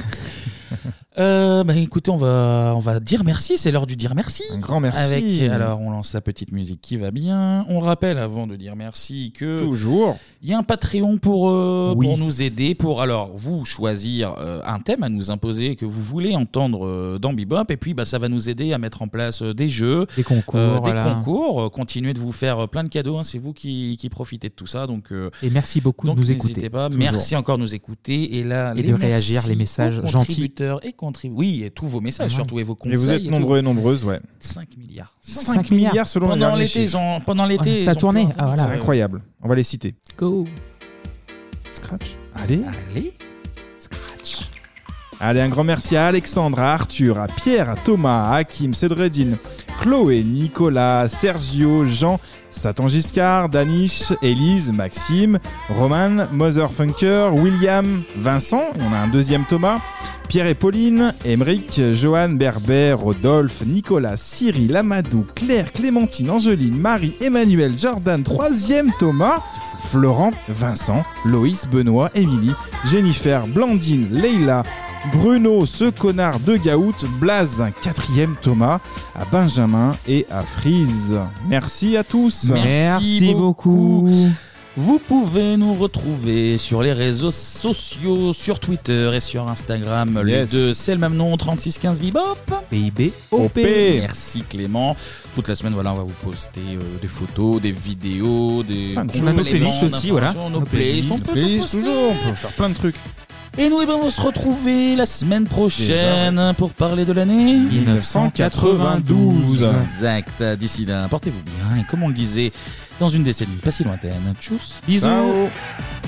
Bah écoutez, on va dire merci, c'est l'heure du dire merci. Un grand merci. Alors on lance la petite musique qui va bien. On rappelle avant de dire merci que Toujours. il y a un Patreon pour Oui. nous aider, pour alors vous choisir un thème à nous imposer que vous voulez entendre dans Bebop, et puis bah, ça va nous aider à mettre en place des jeux, Des concours, voilà. continuer de vous faire plein de cadeaux, hein, c'est vous qui profitez de tout ça, donc Et merci beaucoup de donc nous n'hésitez écouter. pas, Toujours. merci encore de nous écouter, et là Et de réagir, les messages gentils. contributeurs et oui, et tous vos messages, Ouais. surtout, et vos conseils. Et vous êtes tout. nombreux et nombreuses, ouais. 5 milliards. 5 milliards selon les pendant derniers l'été, chiffres. pendant l'été, Ça a ils ont tourné. plein de- Ah, voilà. C'est incroyable. On va les citer. Go. Scratch. Allez. Allez. Scratch. Allez, un grand merci à Alexandre, à Arthur, à Pierre, à Thomas, à Hakim, Cédredine, Chloé, Nicolas, Sergio, Jean, Satan Giscard, Danish, Élise, Maxime, Roman, Motherfunker, William, Vincent, et on a un deuxième Thomas, Pierre et Pauline, Émeric, Johan, Berber, Rodolphe, Nicolas, Cyril, Amadou, Claire, Clémentine, Angeline, Marie, Emmanuel, Jordan, troisième Thomas, Florent, Vincent, Loïs, Benoît, Émilie, Jennifer, Blandine, Leïla, Bruno, ce connard de Gaout, Blaze, un quatrième Thomas, à Benjamin et à Freeze. Merci à tous. Merci beaucoup. Vous pouvez nous retrouver sur les réseaux sociaux, sur Twitter et sur Instagram. Yes. Les deux, c'est le même nom, 3615 Bebop. BIBOP. Merci Clément. Toute la semaine, voilà, on va vous poster des photos, des vidéos, des Plein de choses. On a nos compléments playlists aussi, voilà. d'informations, Nos Nos playlists, playlists, on peut tout poster. toujours, on peut faire plein de trucs. Et nous, on va se retrouver la semaine prochaine pour parler de l'année 1992. Exact. D'ici là, portez-vous bien. Et comme on le disait, dans une décennie pas si lointaine. Tchuss. Bisous. Ciao.